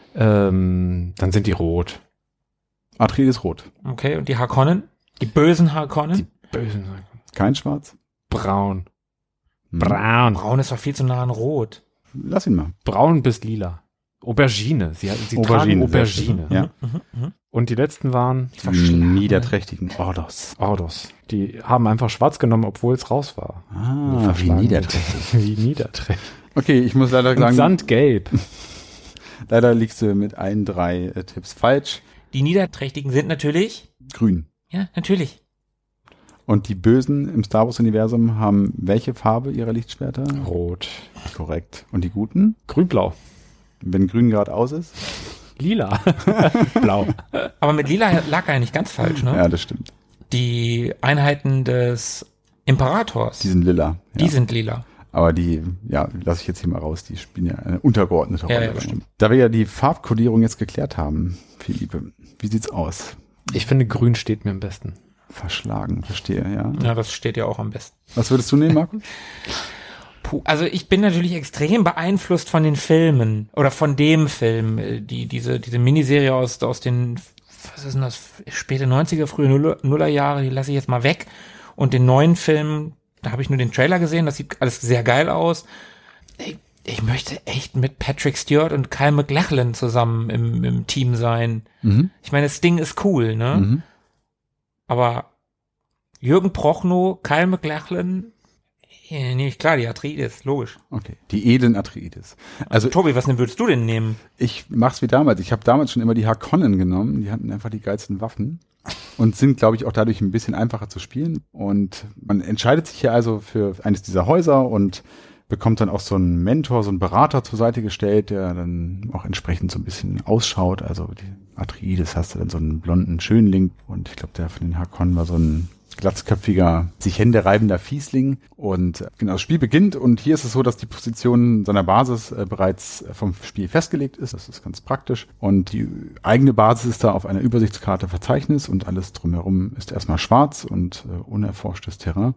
Dann sind die rot. Atreides rot. Okay, und die Harkonnen? Die bösen Harkonnen? Die bösen Harkonnen. Kein Schwarz? Braun. Braun. Braun ist doch viel zu nah an Rot. Lass ihn mal. Braun bis lila. Aubergine. Sie tragen Aubergine. Ja. Und die letzten waren die niederträchtigen Ordos. Die haben einfach schwarz genommen, obwohl es raus war. Wie niederträchtig. Wie niederträchtig. Okay, ich muss leider sagen. Sandgelb. Leider liegst du mit allen 3 Tipps falsch. Die Niederträchtigen sind natürlich grün. Ja, natürlich. Und die Bösen im Star Wars-Universum haben welche Farbe ihrer Lichtschwerter? Rot. Korrekt. Und die Guten? Grün-blau. Wenn grün gerade aus ist? Lila. Blau. Aber mit Lila lag er nicht ganz falsch, ne? Ja, das stimmt. Die Einheiten des Imperators, Die sind lila. Ja. die sind lila. Aber die, ja, lasse ich jetzt hier mal raus, die spielen ja eine untergeordnete Rolle. Ja, das stimmt. Da wir ja die Farbkodierung jetzt geklärt haben, Philippe, wie sieht's aus? Ich finde, grün steht mir am besten. Verschlagen, verstehe, ja. Ja, das steht ja auch am besten. Was würdest du nehmen, Markus? Puh, also ich bin natürlich extrem beeinflusst von den Filmen oder von dem Film, diese Miniserie aus den, was ist denn das, späte 90er, frühe Nullerjahre, die lasse ich jetzt mal weg. Und den neuen Film, da habe ich nur den Trailer gesehen, das sieht alles sehr geil aus. Ich möchte echt mit Patrick Stewart und Kyle MacLachlan zusammen im Team sein. Mhm. Ich meine, das Ding ist cool, ne? Mhm. Aber Jürgen Prochnow, Kyle MacLachlan, nee, klar, die Atreides, logisch. Okay, die edlen Atreides. Also Tobi, was würdest du denn nehmen? ich mach's wie damals. Ich habe damals schon immer die Harkonnen genommen. Die hatten einfach die geilsten Waffen und sind, glaube ich, auch dadurch ein bisschen einfacher zu spielen. Und man entscheidet sich hier also für eines dieser Häuser und bekommt dann auch so einen Mentor, so einen Berater zur Seite gestellt, der dann auch entsprechend so ein bisschen ausschaut. Also die Atreides hast du dann so einen blonden Schönling und ich glaube, der von den Harkonnen war so ein glatzköpfiger, sich Hände reibender Fiesling. Und genau, das Spiel beginnt und hier ist es so, dass die Position seiner Basis bereits vom Spiel festgelegt ist. Das ist ganz praktisch. Und die eigene Basis ist da auf einer Übersichtskarte Verzeichnis und alles drumherum ist erstmal schwarz und unerforschtes Terrain.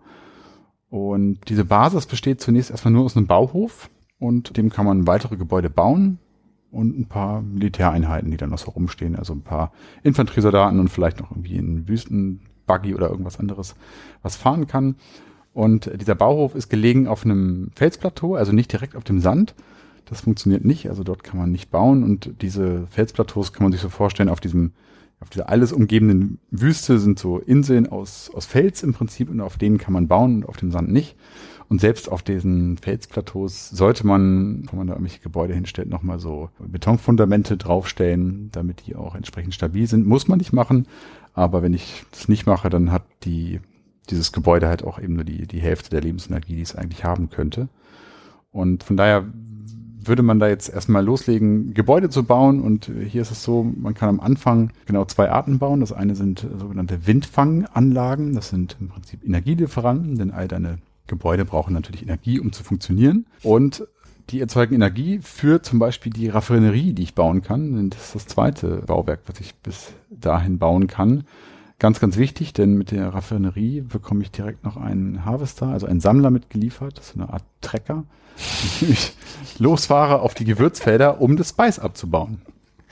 Und diese Basis besteht zunächst erstmal nur aus einem Bauhof und dem kann man weitere Gebäude bauen und ein paar Militäreinheiten, die dann noch so rumstehen, also ein paar Infanteriesoldaten und vielleicht noch irgendwie ein Wüstenbuggy oder irgendwas anderes, was fahren kann. Und dieser Bauhof ist gelegen auf einem Felsplateau, also nicht direkt auf dem Sand. Das funktioniert nicht, also dort kann man nicht bauen und diese Felsplateaus kann man sich so vorstellen, auf dieser alles umgebenden Wüste sind so Inseln aus Fels im Prinzip und auf denen kann man bauen und auf dem Sand nicht. Und selbst auf diesen Felsplateaus sollte man, wenn man da irgendwelche Gebäude hinstellt, nochmal so Betonfundamente draufstellen, damit die auch entsprechend stabil sind. Muss man nicht machen, aber wenn ich das nicht mache, dann hat dieses Gebäude halt auch eben nur die Hälfte der Lebensenergie, die es eigentlich haben könnte. Und von daher würde man da jetzt erstmal loslegen, Gebäude zu bauen. Und hier ist es so, man kann am Anfang genau 2 Arten bauen. Das eine sind sogenannte Windfanganlagen. Das sind im Prinzip Energielieferanten, denn all deine Gebäude brauchen natürlich Energie, um zu funktionieren. Und die erzeugen Energie für zum Beispiel die Raffinerie, die ich bauen kann. Und das ist das zweite Bauwerk, was ich bis dahin bauen kann. Ganz, ganz wichtig, denn mit der Raffinerie bekomme ich direkt noch einen Harvester, also einen Sammler mitgeliefert. Das ist so eine Art Trecker. Ich losfahre auf die Gewürzfelder, um das Spice abzubauen.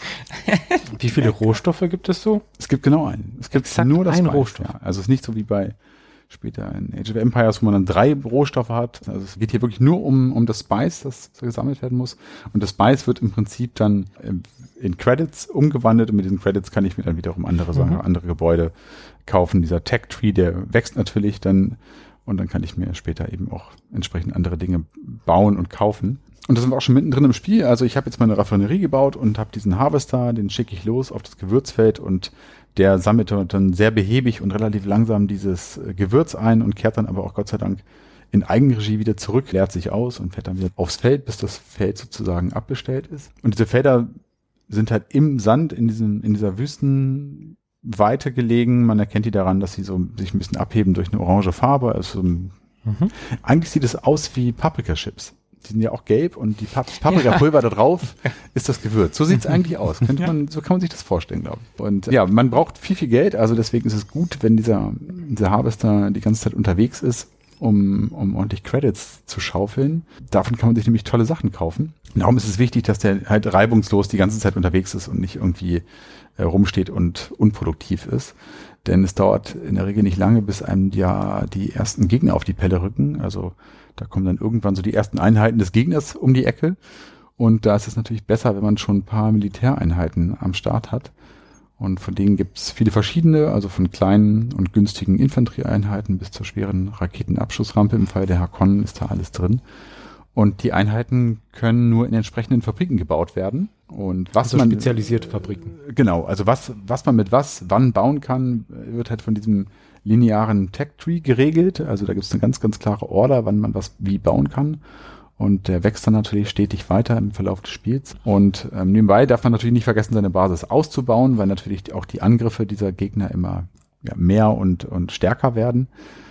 Wie viele Rohstoffe gibt es so? Es gibt genau einen. Es gibt Exakt nur das einen Spice. Rohstoff. Ja. Also es ist nicht so wie bei später in Age of Empires, wo man dann 3 Rohstoffe hat. Also es geht hier wirklich nur um das Spice, das gesammelt werden muss. Und das Spice wird im Prinzip dann in Credits umgewandelt und mit diesen Credits kann ich mir dann wiederum andere Sachen, andere Gebäude kaufen. Dieser Tech-Tree, der wächst natürlich dann und dann kann ich mir später eben auch entsprechend andere Dinge bauen und kaufen. Und das sind wir auch schon mittendrin im Spiel. Also ich habe jetzt meine Raffinerie gebaut und habe diesen Harvester, den schicke ich los auf das Gewürzfeld und der sammelt dann sehr behäbig und relativ langsam dieses Gewürz ein und kehrt dann aber auch Gott sei Dank in Eigenregie wieder zurück, leert sich aus und fährt dann wieder aufs Feld, bis das Feld sozusagen abbestellt ist. Und diese Felder sind halt im Sand, in dieser Wüstenweite gelegen. Man erkennt die daran, dass sie so sich ein bisschen abheben durch eine orange Farbe. Also eigentlich sieht es aus wie Paprikachips. Die sind ja auch gelb und die Paprikapulver da drauf ist das Gewürz. So sieht es eigentlich aus. So kann man sich das vorstellen, glaube ich. Und ja, man braucht viel, viel Geld. Also deswegen ist es gut, wenn dieser Harvester die ganze Zeit unterwegs ist, um ordentlich Credits zu schaufeln. Davon kann man sich nämlich tolle Sachen kaufen. Darum ist es wichtig, dass der halt reibungslos die ganze Zeit unterwegs ist und nicht irgendwie rumsteht und unproduktiv ist. Denn es dauert in der Regel nicht lange, bis einem ja die ersten Gegner auf die Pelle rücken. Also da kommen dann irgendwann so die ersten Einheiten des Gegners um die Ecke. Und da ist es natürlich besser, wenn man schon ein paar Militäreinheiten am Start hat. Und von denen gibt es viele verschiedene, also von kleinen und günstigen Infanterieeinheiten bis zur schweren Raketenabschussrampe. Im Fall der Harkonnen ist da alles drin. Und die Einheiten können nur in entsprechenden Fabriken gebaut werden. Und was also spezialisierte Fabriken. Genau, also was man mit wann bauen kann, wird halt von diesem linearen Tech-Tree geregelt. Also da gibt es eine ganz, ganz klare Order, wann man was wie bauen kann. Und der wächst dann natürlich stetig weiter im Verlauf des Spiels. Und nebenbei darf man natürlich nicht vergessen, seine Basis auszubauen, weil natürlich auch die Angriffe dieser Gegner immer mehr und stärker werden.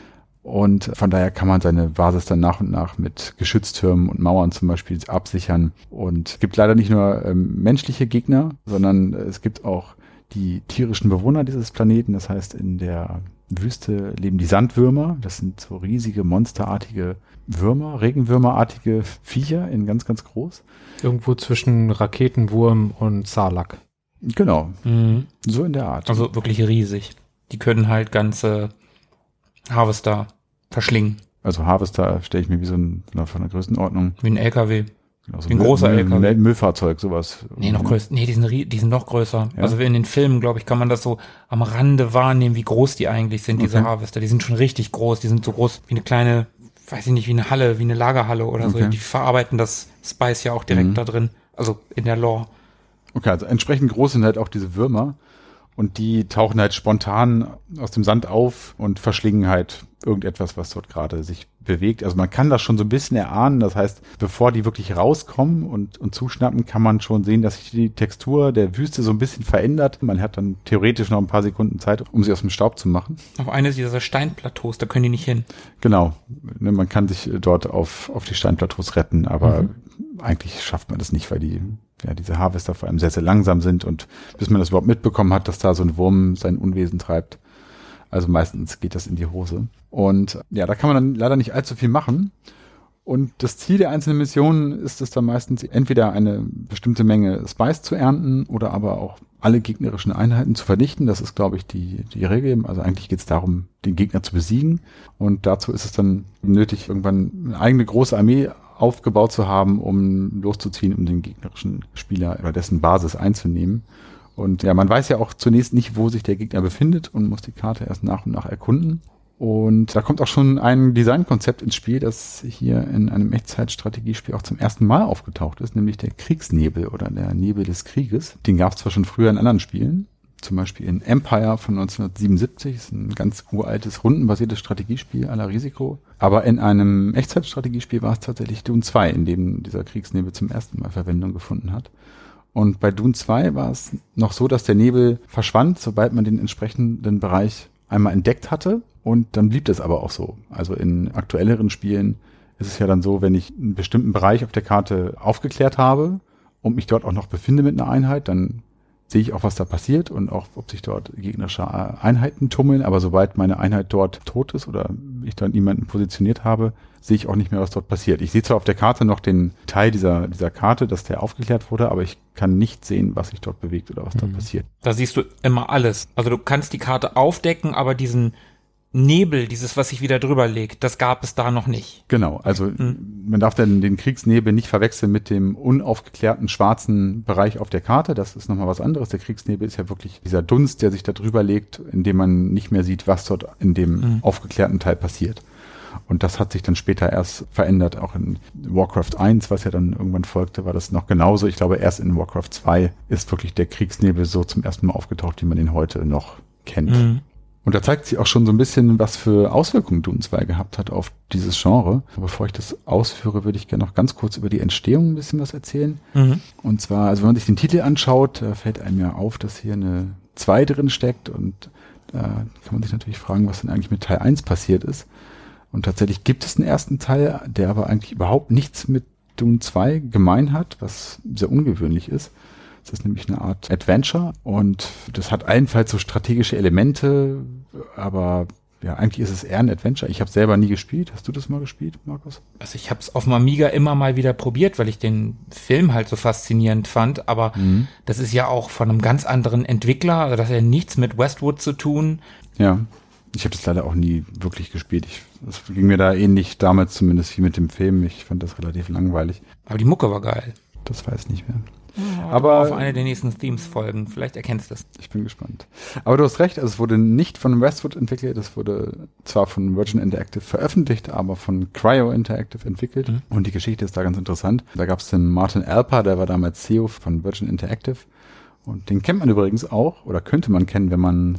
Und von daher kann man seine Basis dann nach und nach mit Geschütztürmen und Mauern zum Beispiel absichern. Und es gibt leider nicht nur menschliche Gegner, sondern es gibt auch die tierischen Bewohner dieses Planeten. Das heißt, in der Wüste leben die Sandwürmer. Das sind so riesige, monsterartige Würmer, Regenwürmerartige Viecher in ganz, ganz groß. Irgendwo zwischen Raketenwurm und Sarlacc. Genau, so in der Art. Also wirklich riesig. Die können halt ganze Harvester verschlingen. Also Harvester stelle ich mir wie so von der Größenordnung. Wie ein LKW. Genau, so Wie ein großer LKW. Müllfahrzeug, sowas. Nee, noch größer. Nee, die sind noch größer. Ja? Also in den Filmen, glaube ich, kann man das so am Rande wahrnehmen, wie groß die eigentlich sind, diese Harvester. Die sind schon richtig groß. Die sind so groß wie eine kleine, weiß ich nicht, wie eine Halle, wie eine Lagerhalle oder so. Die verarbeiten das Spice ja auch direkt da drin. Also in der Lore. Okay, also entsprechend groß sind halt auch diese Würmer. Und die tauchen halt spontan aus dem Sand auf und verschlingen halt irgendetwas, was dort gerade sich bewegt. Also man kann das schon so ein bisschen erahnen. Das heißt, bevor die wirklich rauskommen und zuschnappen, kann man schon sehen, dass sich die Textur der Wüste so ein bisschen verändert. Man hat dann theoretisch noch ein paar Sekunden Zeit, um sie aus dem Staub zu machen. Auf eines dieser Steinplateaus, da können die nicht hin. Genau. Man kann sich dort auf die Steinplateaus retten, aber eigentlich schafft man das nicht, weil diese Harvester vor allem sehr, sehr langsam sind und bis man das überhaupt mitbekommen hat, dass da so ein Wurm sein Unwesen treibt. Also meistens geht das in die Hose. Und ja, da kann man dann leider nicht allzu viel machen. Und das Ziel der einzelnen Missionen ist es dann meistens entweder eine bestimmte Menge Spice zu ernten oder aber auch alle gegnerischen Einheiten zu vernichten. Das ist, glaube ich, die Regel. Also eigentlich geht es darum, den Gegner zu besiegen. Und dazu ist es dann nötig, irgendwann eine eigene große Armee aufgebaut zu haben, um loszuziehen, um den gegnerischen Spieler oder dessen Basis einzunehmen. Und ja, man weiß ja auch zunächst nicht, wo sich der Gegner befindet und muss die Karte erst nach und nach erkunden. Und da kommt auch schon ein Designkonzept ins Spiel, das hier in einem Echtzeitstrategiespiel auch zum ersten Mal aufgetaucht ist, nämlich der Kriegsnebel oder der Nebel des Krieges. Den gab es zwar schon früher in anderen Spielen, zum Beispiel in Empire von 1977, das ist ein ganz uraltes, rundenbasiertes Strategiespiel à la Risiko. Aber in einem Echtzeitstrategiespiel war es tatsächlich Dune 2, in dem dieser Kriegsnebel zum ersten Mal Verwendung gefunden hat. Und bei Dune 2 war es noch so, dass der Nebel verschwand, sobald man den entsprechenden Bereich einmal entdeckt hatte. Und dann blieb das aber auch so. Also in aktuelleren Spielen ist es ja dann so, wenn ich einen bestimmten Bereich auf der Karte aufgeklärt habe und mich dort auch noch befinde mit einer Einheit, dann sehe ich auch, was da passiert und auch, ob sich dort gegnerische Einheiten tummeln. Aber sobald meine Einheit dort tot ist oder ich dort niemanden positioniert habe, sehe ich auch nicht mehr, was dort passiert. Ich sehe zwar auf der Karte noch den Teil dieser Karte, dass der aufgeklärt wurde, aber ich kann nicht sehen, was sich dort bewegt oder was dort passiert. Da siehst du immer alles. Also du kannst die Karte aufdecken, aber diesen Nebel, dieses, was sich wieder drüber legt, das gab es da noch nicht. Genau, also man darf dann den Kriegsnebel nicht verwechseln mit dem unaufgeklärten schwarzen Bereich auf der Karte. Das ist nochmal was anderes. Der Kriegsnebel ist ja wirklich dieser Dunst, der sich da drüber legt, in dem man nicht mehr sieht, was dort in dem aufgeklärten Teil passiert. Und das hat sich dann später erst verändert. Auch in Warcraft 1, was ja dann irgendwann folgte, war das noch genauso. Ich glaube, erst in Warcraft 2 ist wirklich der Kriegsnebel so zum ersten Mal aufgetaucht, wie man ihn heute noch kennt. Und da zeigt sich auch schon so ein bisschen, was für Auswirkungen Dune 2 gehabt hat auf dieses Genre. Aber bevor ich das ausführe, würde ich gerne noch ganz kurz über die Entstehung ein bisschen was erzählen. Und zwar, also wenn man sich den Titel anschaut, da fällt einem ja auf, dass hier eine 2 drin steckt. Und da kann man sich natürlich fragen, was denn eigentlich mit Teil 1 passiert ist. Und tatsächlich gibt es einen ersten Teil, der aber eigentlich überhaupt nichts mit Dune 2 gemein hat, was sehr ungewöhnlich ist. Das ist nämlich eine Art Adventure und das hat allenfalls so strategische Elemente, aber ja, eigentlich ist es eher ein Adventure. Ich habe selber nie gespielt. Hast du das mal gespielt, Markus? Also ich habe es auf dem Amiga immer mal wieder probiert, weil ich den Film halt so faszinierend fand, aber das ist ja auch von einem ganz anderen Entwickler, also das hat ja nichts mit Westwood zu tun. Ja, ich habe das leider auch nie wirklich gespielt. Das ging mir da ähnlich damals zumindest wie mit dem Film. Ich fand das relativ langweilig. Aber die Mucke war geil. Das weiß ich nicht mehr. Aber auf eine der nächsten Themes folgen. Vielleicht erkennst du es. Ich bin gespannt. Aber du hast recht, also es wurde nicht von Westwood entwickelt, es wurde zwar von Virgin Interactive veröffentlicht, aber von Cryo Interactive entwickelt. Und die Geschichte ist da ganz interessant. Da gab es den Martin Alper, der war damals CEO von Virgin Interactive. Und den kennt man übrigens auch, oder könnte man kennen, wenn man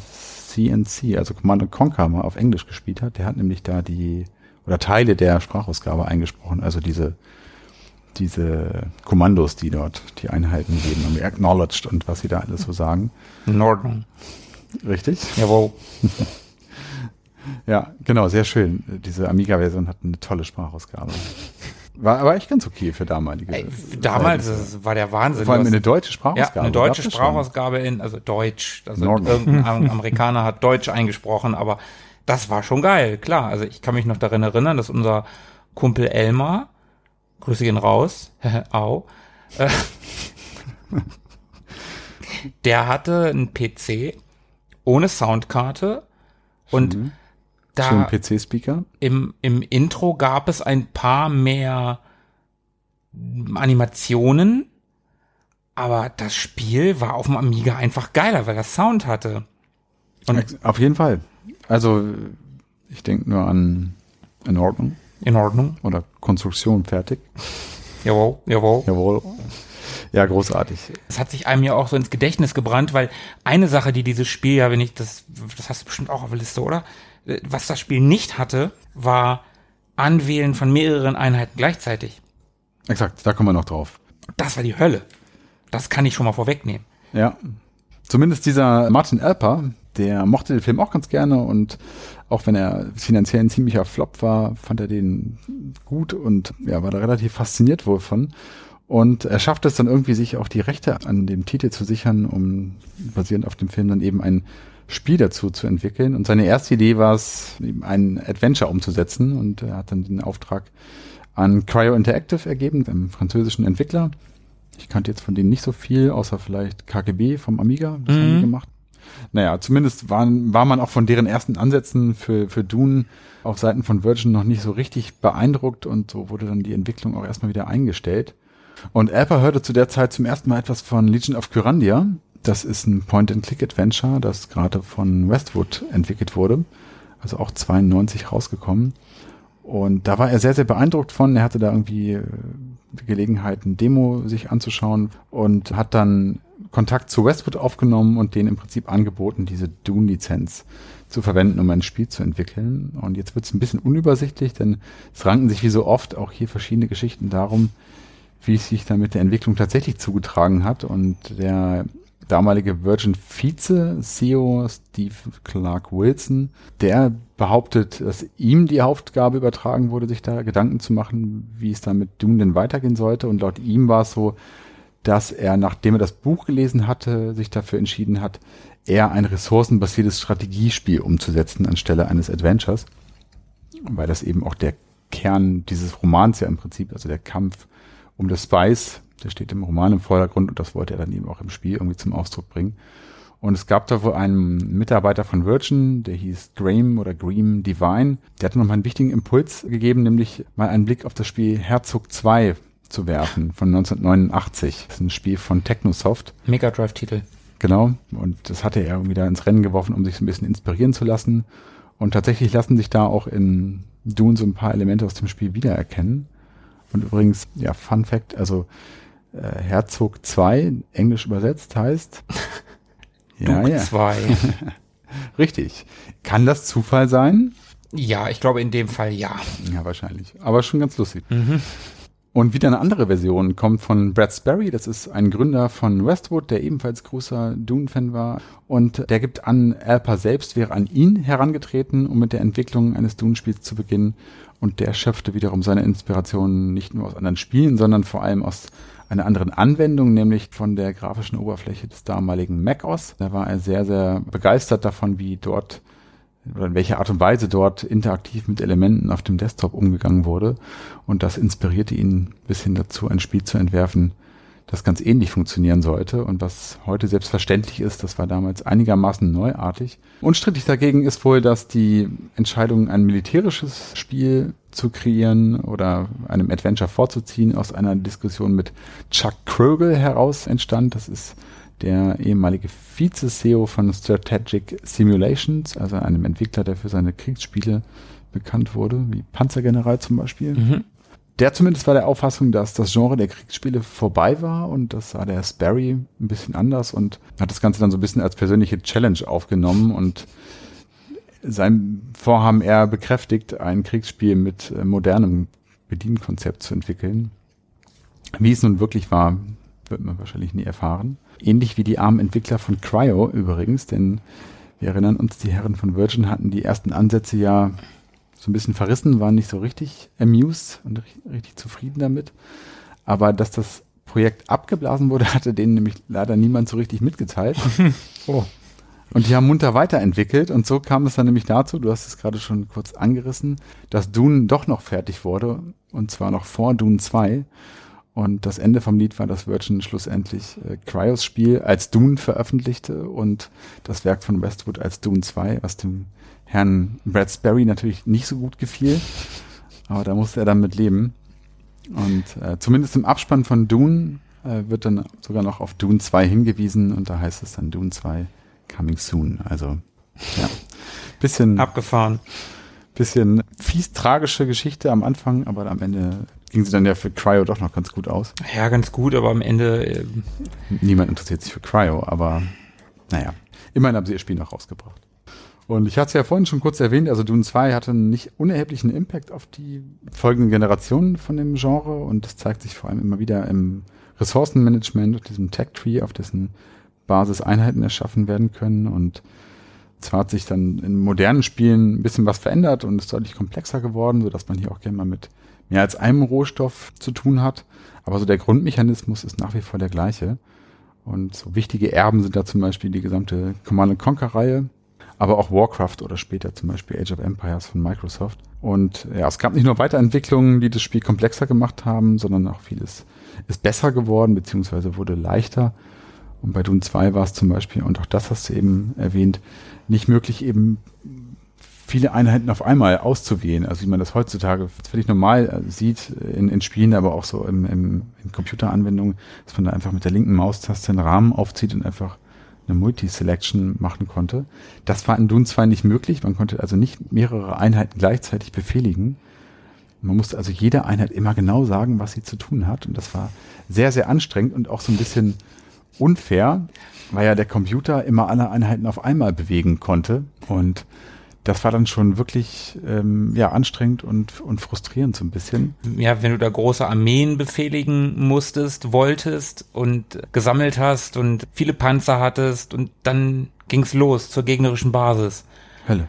CNC, also Command & Conquer mal auf Englisch gespielt hat. Der hat nämlich da Teile der Sprachausgabe eingesprochen, also diese diese Kommandos, die dort die Einheiten geben, haben wir acknowledged und was sie da alles so sagen. In Ordnung. Richtig? Jawohl. Ja, genau, sehr schön. Diese Amiga-Version hat eine tolle Sprachausgabe. War aber echt ganz okay für damalige. Damals das war der Wahnsinn. Vor allem eine deutsche Sprachausgabe. Ja, eine deutsche Sprachausgabe also Deutsch. Also irgendein Amerikaner hat Deutsch eingesprochen, aber das war schon geil, klar. Also ich kann mich noch daran erinnern, dass unser Kumpel Elmar, Grüße gehen raus, au, der hatte einen PC ohne Soundkarte und da PC-Speaker. Im Intro gab es ein paar mehr Animationen, aber das Spiel war auf dem Amiga einfach geiler, weil das Sound hatte. Und auf jeden Fall. Also ich denke nur an In Ordnung. In Ordnung. Oder Konstruktion fertig. Jawohl. Ja, großartig. Es hat sich einem ja auch so ins Gedächtnis gebrannt, weil eine Sache, die dieses Spiel ja, wenn ich das hast du bestimmt auch auf der Liste, oder? Was das Spiel nicht hatte, war Anwählen von mehreren Einheiten gleichzeitig. Exakt, da kommen wir noch drauf. Das war die Hölle. Das kann ich schon mal vorwegnehmen. Ja, zumindest dieser Martin Alper, der mochte den Film auch ganz gerne und auch wenn er finanziell ein ziemlicher Flop war, fand er den gut und ja, war da relativ fasziniert wohl von. Und er schafft es dann irgendwie, sich auch die Rechte an dem Titel zu sichern, um basierend auf dem Film dann eben ein Spiel dazu zu entwickeln. Und seine erste Idee war es, eben ein Adventure umzusetzen und er hat dann den Auftrag an Cryo Interactive ergeben, einem französischen Entwickler. Ich kannte jetzt von denen nicht so viel, außer vielleicht KGB vom Amiga, das haben die gemacht. Naja, zumindest war man auch von deren ersten Ansätzen für Dune auf Seiten von Virgin noch nicht so richtig beeindruckt und so wurde dann die Entwicklung auch erstmal wieder eingestellt. Und Alper hörte zu der Zeit zum ersten Mal etwas von Legion of Kyrandia. Das ist ein Point-and-Click-Adventure, das gerade von Westwood entwickelt wurde, also auch 92 rausgekommen. Und da war er sehr, sehr beeindruckt von. Er hatte da irgendwie die Gelegenheit, ein Demo sich anzuschauen und hat dann Kontakt zu Westwood aufgenommen und denen im Prinzip angeboten, diese Dune-Lizenz zu verwenden, um ein Spiel zu entwickeln. Und jetzt wird es ein bisschen unübersichtlich, denn es ranken sich wie so oft auch hier verschiedene Geschichten darum, wie es sich dann mit der Entwicklung tatsächlich zugetragen hat. Und der damalige Virgin-Vize-CEO Steve Clark Wilson, der behauptet, dass ihm die Aufgabe übertragen wurde, sich da Gedanken zu machen, wie es da mit Dune denn weitergehen sollte. Und laut ihm war es so, dass er, nachdem er das Buch gelesen hatte, sich dafür entschieden hat, eher ein ressourcenbasiertes Strategiespiel umzusetzen anstelle eines Adventures. Weil das eben auch der Kern dieses Romans ja im Prinzip, also der Kampf um das Spice, der steht im Roman im Vordergrund und das wollte er dann eben auch im Spiel irgendwie zum Ausdruck bringen. Und es gab da wohl einen Mitarbeiter von Virgin, der hieß Graham Devine, der hatte nochmal einen wichtigen Impuls gegeben, nämlich mal einen Blick auf das Spiel Herzog 2 zu werfen von 1989. Das ist ein Spiel von Technosoft. Mega Drive-Titel. Genau. Und das hatte er irgendwie da ins Rennen geworfen, um sich so ein bisschen inspirieren zu lassen. Und tatsächlich lassen sich da auch in Dune so ein paar Elemente aus dem Spiel wiedererkennen. Und übrigens, ja, Fun Fact, also Herzog 2, englisch übersetzt, heißt Duke 2. Richtig. Kann das Zufall sein? Ja, ich glaube in dem Fall ja. Ja, wahrscheinlich. Aber schon ganz lustig. Und wieder eine andere Version kommt von Brad Sperry. Das ist ein Gründer von Westwood, der ebenfalls großer Dune-Fan war. Und der gibt an, Alper selbst wäre an ihn herangetreten, um mit der Entwicklung eines Dune-Spiels zu beginnen. Und der schöpfte wiederum seine Inspiration nicht nur aus anderen Spielen, sondern vor allem aus einer anderen Anwendung, nämlich von der grafischen Oberfläche des damaligen macOS. Da war er sehr, sehr begeistert davon, wie dort oder in welcher Art und Weise dort interaktiv mit Elementen auf dem Desktop umgegangen wurde. Und das inspirierte ihn bis hin dazu, ein Spiel zu entwerfen, das ganz ähnlich funktionieren sollte. Und was heute selbstverständlich ist, das war damals einigermaßen neuartig. Unstrittig dagegen ist wohl, dass die Entscheidung, ein militärisches Spiel zu kreieren oder einem Adventure vorzuziehen, aus einer Diskussion mit Chuck Krogel heraus entstand. Das ist der ehemalige Vize-CEO von Strategic Simulations, also einem Entwickler, der für seine Kriegsspiele bekannt wurde, wie Panzergeneral zum Beispiel. Der zumindest war der Auffassung, dass das Genre der Kriegsspiele vorbei war und das sah der Sperry ein bisschen anders und hat das Ganze dann so ein bisschen als persönliche Challenge aufgenommen und sein Vorhaben eher bekräftigt, ein Kriegsspiel mit modernem Bedienkonzept zu entwickeln. Wie es nun wirklich war, wird man wahrscheinlich nie erfahren. Ähnlich wie die armen Entwickler von Cryo übrigens, denn wir erinnern uns, die Herren von Virgin hatten die ersten Ansätze ja so ein bisschen verrissen, waren nicht so richtig amused und richtig zufrieden damit. Aber dass das Projekt abgeblasen wurde, hatte denen nämlich leider niemand so richtig mitgeteilt. Oh. Und die haben munter weiterentwickelt und so kam es dann nämlich dazu, du hast es gerade schon kurz angerissen, dass Dune doch noch fertig wurde und zwar noch vor Dune 2. Und das Ende vom Lied war, dass Virgin schlussendlich Cryos Spiel als Dune veröffentlichte und das Werk von Westwood als Dune 2, was dem Herrn Brad Sperry natürlich nicht so gut gefiel. Aber da musste er dann mit leben. Und zumindest im Abspann von Dune wird dann sogar noch auf Dune 2 hingewiesen und da heißt es dann Dune 2 Coming Soon. Also, ja, bisschen Abgefahren. Bisschen fies tragische Geschichte am Anfang, aber am Ende ging sie dann ja für Cryo doch noch ganz gut aus. Ja, ganz gut, aber am Ende... Niemand interessiert sich für Cryo, aber naja, immerhin haben sie ihr Spiel noch rausgebracht. Und ich hatte es ja vorhin schon kurz erwähnt, also Dune 2 hatte einen nicht unerheblichen Impact auf die folgenden Generationen von dem Genre und das zeigt sich vor allem immer wieder im Ressourcenmanagement und diesem Tech-Tree, auf dessen Basis Einheiten erschaffen werden können und zwar hat sich dann in modernen Spielen ein bisschen was verändert und ist deutlich komplexer geworden, sodass man hier auch gerne mal mit mehr als einem Rohstoff zu tun hat. Aber so der Grundmechanismus ist nach wie vor der gleiche. Und so wichtige Erben sind da zum Beispiel die gesamte Command & Conquer-Reihe, aber auch Warcraft oder später zum Beispiel Age of Empires von Microsoft. Und ja, es gab nicht nur Weiterentwicklungen, die das Spiel komplexer gemacht haben, sondern auch vieles ist besser geworden, beziehungsweise wurde leichter. Und bei Dune 2 war es zum Beispiel, und auch das hast du eben erwähnt, nicht möglich, eben viele Einheiten auf einmal auszuwählen. Also wie man das heutzutage völlig normal sieht in Spielen, aber auch so in Computeranwendungen, dass man da einfach mit der linken Maustaste einen Rahmen aufzieht und einfach eine Multi-Selection machen konnte. Das war in Dune 2 nicht möglich. Man konnte also nicht mehrere Einheiten gleichzeitig befehligen. Man musste also jeder Einheit immer genau sagen, was sie zu tun hat. Und das war sehr, sehr anstrengend und auch so ein bisschen unfair, weil ja der Computer immer alle Einheiten auf einmal bewegen konnte und das war dann schon wirklich anstrengend und frustrierend so ein bisschen. Ja, wenn du da große Armeen befehligen wolltest und gesammelt hast und viele Panzer hattest und dann ging's los zur gegnerischen Basis. Hölle.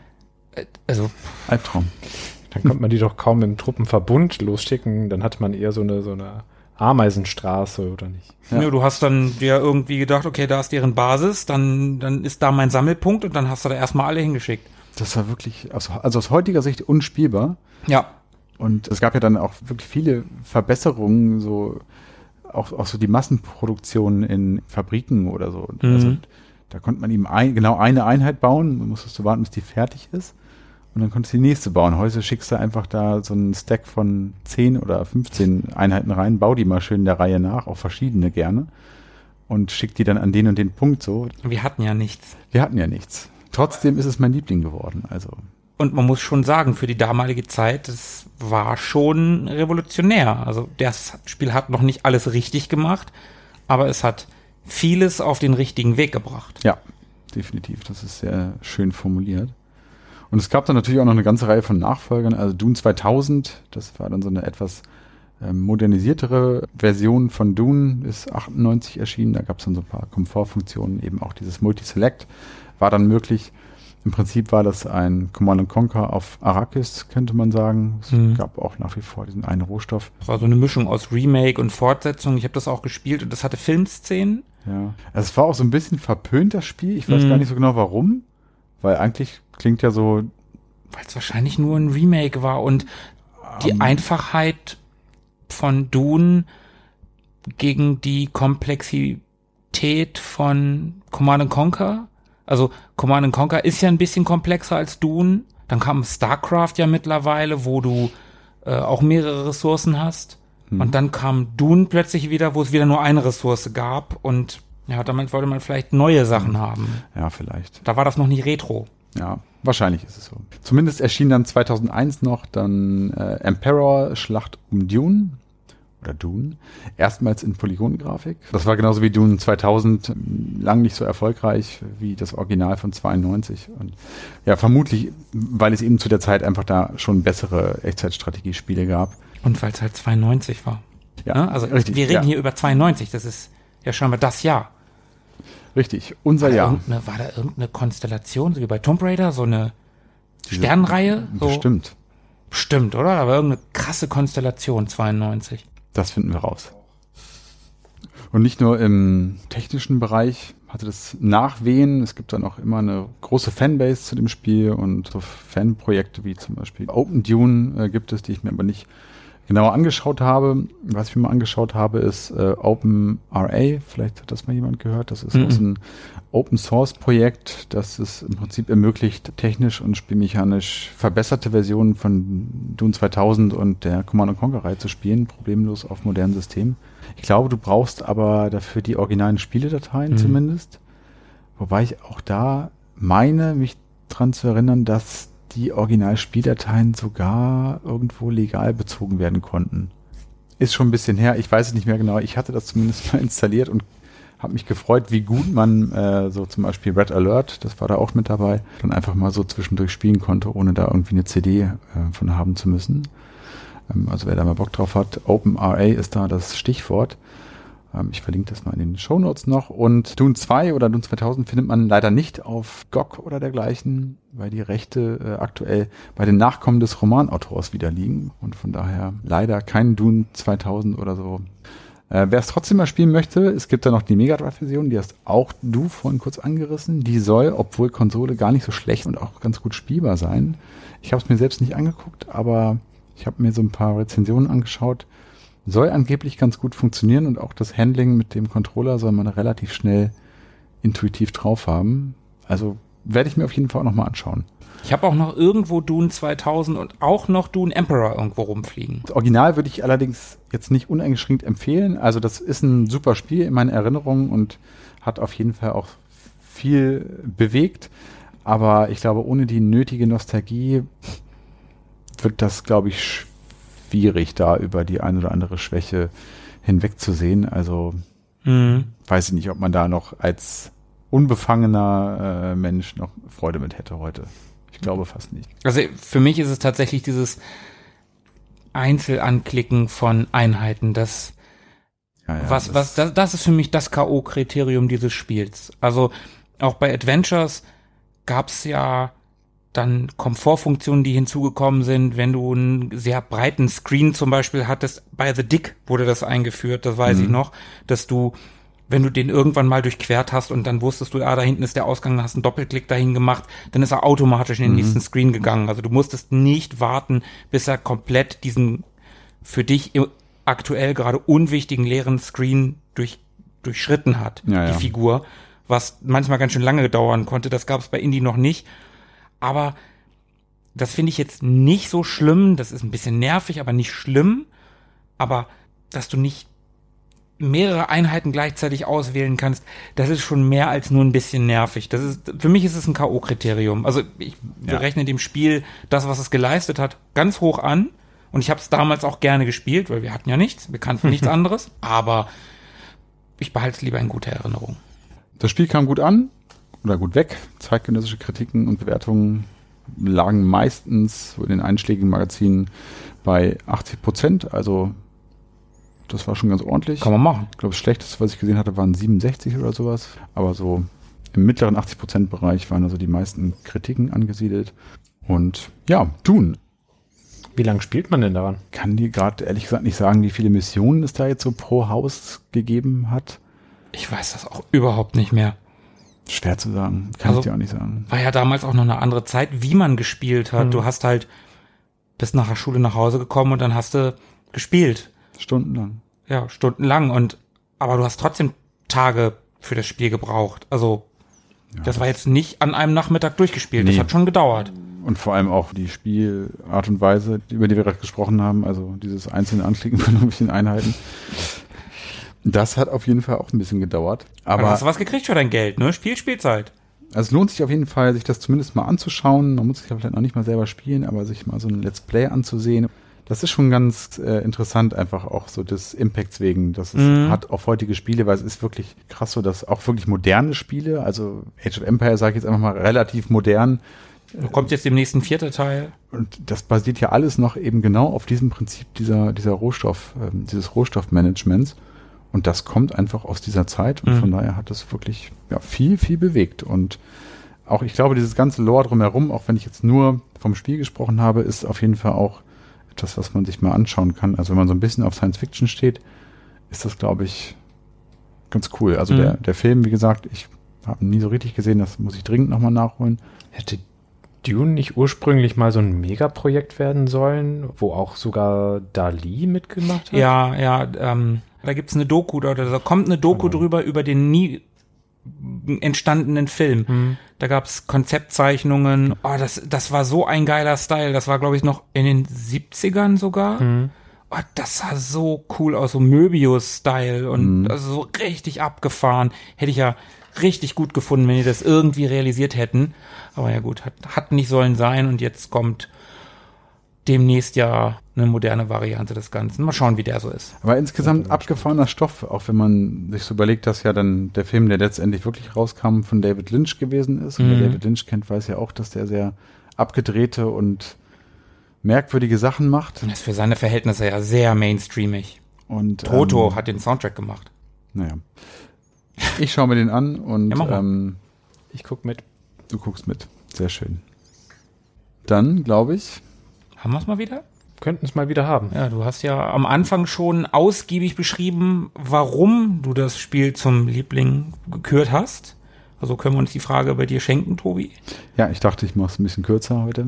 Also Albtraum. Dann konnte man die doch kaum im Truppenverbund losschicken, dann hatte man eher so eine Ameisenstraße, oder nicht? Ja. Ja, du hast dann ja irgendwie gedacht, okay, da ist deren Basis, dann ist da mein Sammelpunkt und dann hast du da erstmal alle hingeschickt. Das war wirklich, also aus heutiger Sicht unspielbar. Ja. Und es gab ja dann auch wirklich viele Verbesserungen, so auch so die Massenproduktion in Fabriken oder so. Mhm. Also da konnte man eben genau eine Einheit bauen, man musstest du warten, bis die fertig ist. Und dann konntest du die nächste bauen. Heute schickst du einfach da so einen Stack von 10 oder 15 Einheiten rein, bau die mal schön der Reihe nach, auch verschiedene gerne, und schick die dann an den und den Punkt so. Wir hatten ja nichts. Trotzdem ist es mein Liebling geworden, also. Und man muss schon sagen, für die damalige Zeit, das war schon revolutionär. Also das Spiel hat noch nicht alles richtig gemacht, aber es hat vieles auf den richtigen Weg gebracht. Ja, definitiv. Das ist sehr schön formuliert. Und es gab dann natürlich auch noch eine ganze Reihe von Nachfolgern. Also Dune 2000, das war dann so eine etwas modernisiertere Version von Dune, ist 98 erschienen. Da gab es dann so ein paar Komfortfunktionen, eben auch dieses Multi-Select war dann möglich. Im Prinzip war das ein Command & Conquer auf Arrakis, könnte man sagen. Es gab auch nach wie vor diesen einen Rohstoff. Das war so eine Mischung aus Remake und Fortsetzung. Ich habe das auch gespielt und das hatte Filmszenen. Ja, es war auch so ein bisschen verpönt, das Spiel. Ich weiß gar nicht so genau, warum. Weil eigentlich klingt ja so... Weil es wahrscheinlich nur ein Remake war und die Einfachheit von Dune gegen die Komplexität von Command & Conquer. Also Command & Conquer ist ja ein bisschen komplexer als Dune. Dann kam StarCraft ja mittlerweile, wo du auch mehrere Ressourcen hast. Und dann kam Dune plötzlich wieder, wo es wieder nur eine Ressource gab. Und ja, damit wollte man vielleicht neue Sachen haben. Ja, vielleicht. Da war das noch nicht Retro. Ja, wahrscheinlich ist es so. Zumindest erschien dann 2001 noch dann Emperor Schlacht um Dune. Oder Dune, erstmals in Polygongrafik. Das war genauso wie Dune 2000 lang nicht so erfolgreich wie das Original von 92. Und ja, vermutlich, weil es eben zu der Zeit einfach da schon bessere Echtzeitstrategiespiele gab. Und weil es halt 92 war. Ja, Ne? Also richtig, wir reden hier über 92, das ist ja scheinbar das Jahr. Richtig, unser Jahr. War da irgendeine Konstellation, so wie bei Tomb Raider, so eine Sternenreihe? So? Bestimmt. Bestimmt, oder? Aber irgendeine krasse Konstellation, 92. Das finden wir raus. Und nicht nur im technischen Bereich hatte das Nachwehen. Es gibt dann auch immer eine große Fanbase zu dem Spiel und so Fanprojekte wie zum Beispiel Open Dune gibt es, die ich mir aber nicht genauer angeschaut habe. Was ich mir mal angeschaut habe, ist OpenRA. Vielleicht hat das mal jemand gehört. Das ist auch so ein Open-Source-Projekt, das es im Prinzip ermöglicht, technisch und spielmechanisch verbesserte Versionen von Dune 2000 und der Command & Conquer-Reihe zu spielen, problemlos auf modernen Systemen. Ich glaube, du brauchst aber dafür die originalen Spieledateien zumindest. Wobei ich auch da meine, mich dran zu erinnern, dass die Originalspieldateien sogar irgendwo legal bezogen werden konnten. Ist schon ein bisschen her, ich weiß es nicht mehr genau. Ich hatte das zumindest mal installiert und habe mich gefreut, wie gut man so zum Beispiel Red Alert, das war da auch mit dabei, dann einfach mal so zwischendurch spielen konnte, ohne da irgendwie eine CD von haben zu müssen. Also wer da mal Bock drauf hat, OpenRA ist da das Stichwort. Ich verlinke das mal in den Shownotes noch. Und Dune 2 oder Dune 2000 findet man leider nicht auf GOG oder dergleichen, weil die Rechte aktuell bei den Nachkommen des Romanautors wieder liegen. Und von daher leider kein Dune 2000 oder so. Wer es trotzdem mal spielen möchte, es gibt da noch die Mega Drive-Version, die hast auch du vorhin kurz angerissen. Die soll, obwohl Konsole, gar nicht so schlecht und auch ganz gut spielbar sein. Ich habe es mir selbst nicht angeguckt, aber ich habe mir so ein paar Rezensionen angeschaut. Soll angeblich ganz gut funktionieren und auch das Handling mit dem Controller soll man relativ schnell intuitiv drauf haben. Also werde ich mir auf jeden Fall auch nochmal anschauen. Ich habe auch noch irgendwo Dune 2000 und auch noch Dune Emperor irgendwo rumfliegen. Das Original würde ich allerdings jetzt nicht uneingeschränkt empfehlen. Also das ist ein super Spiel in meinen Erinnerungen und hat auf jeden Fall auch viel bewegt. Aber ich glaube, ohne die nötige Nostalgie wird das, glaube ich, schwierig, da über die ein oder andere Schwäche hinwegzusehen. Also weiß ich nicht, ob man da noch als unbefangener Mensch noch Freude mit hätte heute. Ich glaube fast nicht. Also für mich ist es tatsächlich dieses Einzelanklicken von Einheiten, das ist für mich das K.O.-Kriterium dieses Spiels. Also auch bei Adventures gab es ja dann Komfortfunktionen, die hinzugekommen sind, wenn du einen sehr breiten Screen zum Beispiel hattest. Bei The Dick wurde das eingeführt, das weiß ich noch, dass du, wenn du den irgendwann mal durchquert hast und dann wusstest du, da hinten ist der Ausgang, dann hast einen Doppelklick dahin gemacht, dann ist er automatisch in den nächsten Screen gegangen. Also du musstest nicht warten, bis er komplett diesen für dich aktuell gerade unwichtigen leeren Screen durchschritten hat, die Figur, was manchmal ganz schön lange dauern konnte. Das gab es bei Indie noch nicht. Aber das finde ich jetzt nicht so schlimm. Das ist ein bisschen nervig, aber nicht schlimm. Aber dass du nicht mehrere Einheiten gleichzeitig auswählen kannst, das ist schon mehr als nur ein bisschen nervig. Für mich ist es ein K.O.-Kriterium. Also ich berechne dem Spiel das, was es geleistet hat, ganz hoch an. Und ich habe es damals auch gerne gespielt, weil wir hatten ja nichts. Wir kannten nichts anderes. Aber ich behalte es lieber in guter Erinnerung. Das Spiel kam gut an. Oder gut weg. Zeitgenössische Kritiken und Bewertungen lagen meistens in den einschlägigen Magazinen bei 80%. Also das war schon ganz ordentlich. Kann man machen. Ich glaube, das Schlechteste, was ich gesehen hatte, waren 67 oder sowas. Aber so im mittleren 80%-Bereich waren also die meisten Kritiken angesiedelt. Und ja, Dune. Wie lange spielt man denn daran? Kann dir gerade ehrlich gesagt nicht sagen, wie viele Missionen es da jetzt so pro Haus gegeben hat. Ich weiß das auch überhaupt nicht mehr. Schwer zu sagen, kann ich dir auch nicht sagen. War ja damals auch noch eine andere Zeit, wie man gespielt hat. Du hast halt bist nach der Schule nach Hause gekommen und dann hast du gespielt. Stundenlang. Ja, stundenlang. Aber du hast trotzdem Tage für das Spiel gebraucht. Also das war jetzt nicht an einem Nachmittag durchgespielt. Nee. Das hat schon gedauert. Und vor allem auch die Spielart und Weise, über die wir gerade gesprochen haben, also dieses einzelne Anklicken von irgendwelchen Einheiten. Das hat auf jeden Fall auch ein bisschen gedauert. Aber hast du was gekriegt für dein Geld, ne? Spielzeit. Also es lohnt sich auf jeden Fall, sich das zumindest mal anzuschauen. Man muss sich ja vielleicht noch nicht mal selber spielen, aber sich mal so ein Let's Play anzusehen. Das ist schon ganz interessant, einfach auch so des Impacts wegen. Das hat auf heutige Spiele, weil es ist wirklich krass so, dass auch wirklich moderne Spiele, also Age of Empires, sage ich jetzt einfach mal relativ modern, Kommt jetzt demnächst ein 4. Teil. Und das basiert ja alles noch eben genau auf diesem Prinzip dieser dieses Rohstoffmanagements. Und das kommt einfach aus dieser Zeit. Und von daher hat das wirklich viel, viel bewegt. Und auch, ich glaube, dieses ganze Lore drumherum, auch wenn ich jetzt nur vom Spiel gesprochen habe, ist auf jeden Fall auch etwas, was man sich mal anschauen kann. Also wenn man so ein bisschen auf Science Fiction steht, ist das, glaube ich, ganz cool. Also der Film, wie gesagt, ich habe ihn nie so richtig gesehen, das muss ich dringend nochmal nachholen. Hätte Dune nicht ursprünglich mal so ein Megaprojekt werden sollen, wo auch sogar Dali mitgemacht hat? Ja, da gibt's eine Doku, oder da kommt eine Doku drüber, über den nie entstandenen Film. Da gab's Konzeptzeichnungen. Oh, das war so ein geiler Style. Das war, glaube ich, noch in den 70ern sogar. Oh, das sah so cool aus, so Möbius-Style und also so richtig abgefahren. Hätte ich ja richtig gut gefunden, wenn die das irgendwie realisiert hätten. Aber ja gut, hat nicht sollen sein und jetzt kommt demnächst ja eine moderne Variante des Ganzen. Mal schauen, wie der so ist. Aber insgesamt abgefahrener Stoff, auch wenn man sich so überlegt, dass ja dann der Film, der letztendlich wirklich rauskam, von David Lynch gewesen ist. Und wer David Lynch kennt, weiß ja auch, dass der sehr abgedrehte und merkwürdige Sachen macht. Das ist für seine Verhältnisse ja sehr mainstreamig. Und Toto hat den Soundtrack gemacht. Naja. Ich schaue mir den an und ich guck mit. Du guckst mit. Sehr schön. Dann, glaube ich, haben wir es mal wieder? Könnten es mal wieder haben. Ja, du hast ja am Anfang schon ausgiebig beschrieben, warum du das Spiel zum Liebling gekürt hast. Also können wir uns die Frage bei dir schenken, Tobi? Ja, ich dachte, ich mache es ein bisschen kürzer heute.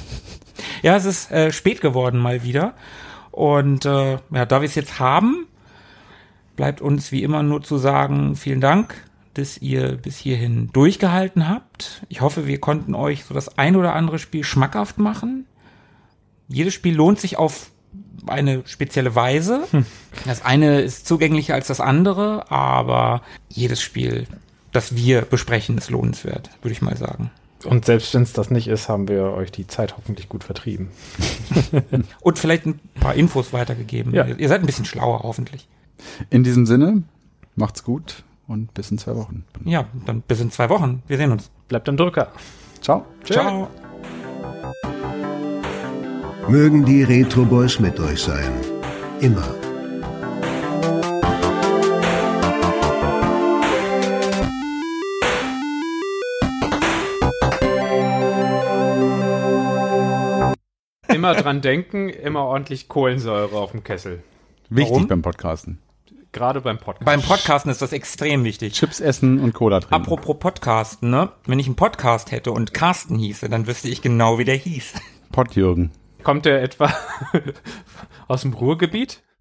Ja, es ist spät geworden mal wieder. Und da wir es jetzt haben, bleibt uns wie immer nur zu sagen, vielen Dank, dass ihr bis hierhin durchgehalten habt. Ich hoffe, wir konnten euch so das ein oder andere Spiel schmackhaft machen. Jedes Spiel lohnt sich auf eine spezielle Weise. Das eine ist zugänglicher als das andere, aber jedes Spiel, das wir besprechen, ist lohnenswert, würde ich mal sagen. Und selbst wenn es das nicht ist, haben wir euch die Zeit hoffentlich gut vertrieben. Und vielleicht ein paar Infos weitergegeben. Ja. Ihr seid ein bisschen schlauer, hoffentlich. In diesem Sinne, macht's gut und bis in 2 Wochen. Ja, dann bis in 2 Wochen. Wir sehen uns. Bleibt am Drücker. Ciao. Ciao. Mögen die Retro Boys mit euch sein. Immer. Immer dran denken, immer ordentlich Kohlensäure auf dem Kessel. Wichtig Warum? beim Podcasten. Gerade beim Podcast. Beim Podcasten ist das extrem wichtig. Chips essen und Cola trinken. Apropos Podcasten, ne? Wenn ich einen Podcast hätte und Carsten hieße, dann wüsste ich genau, wie der hieß. Pottjürgen. Kommt der etwa aus dem Ruhrgebiet?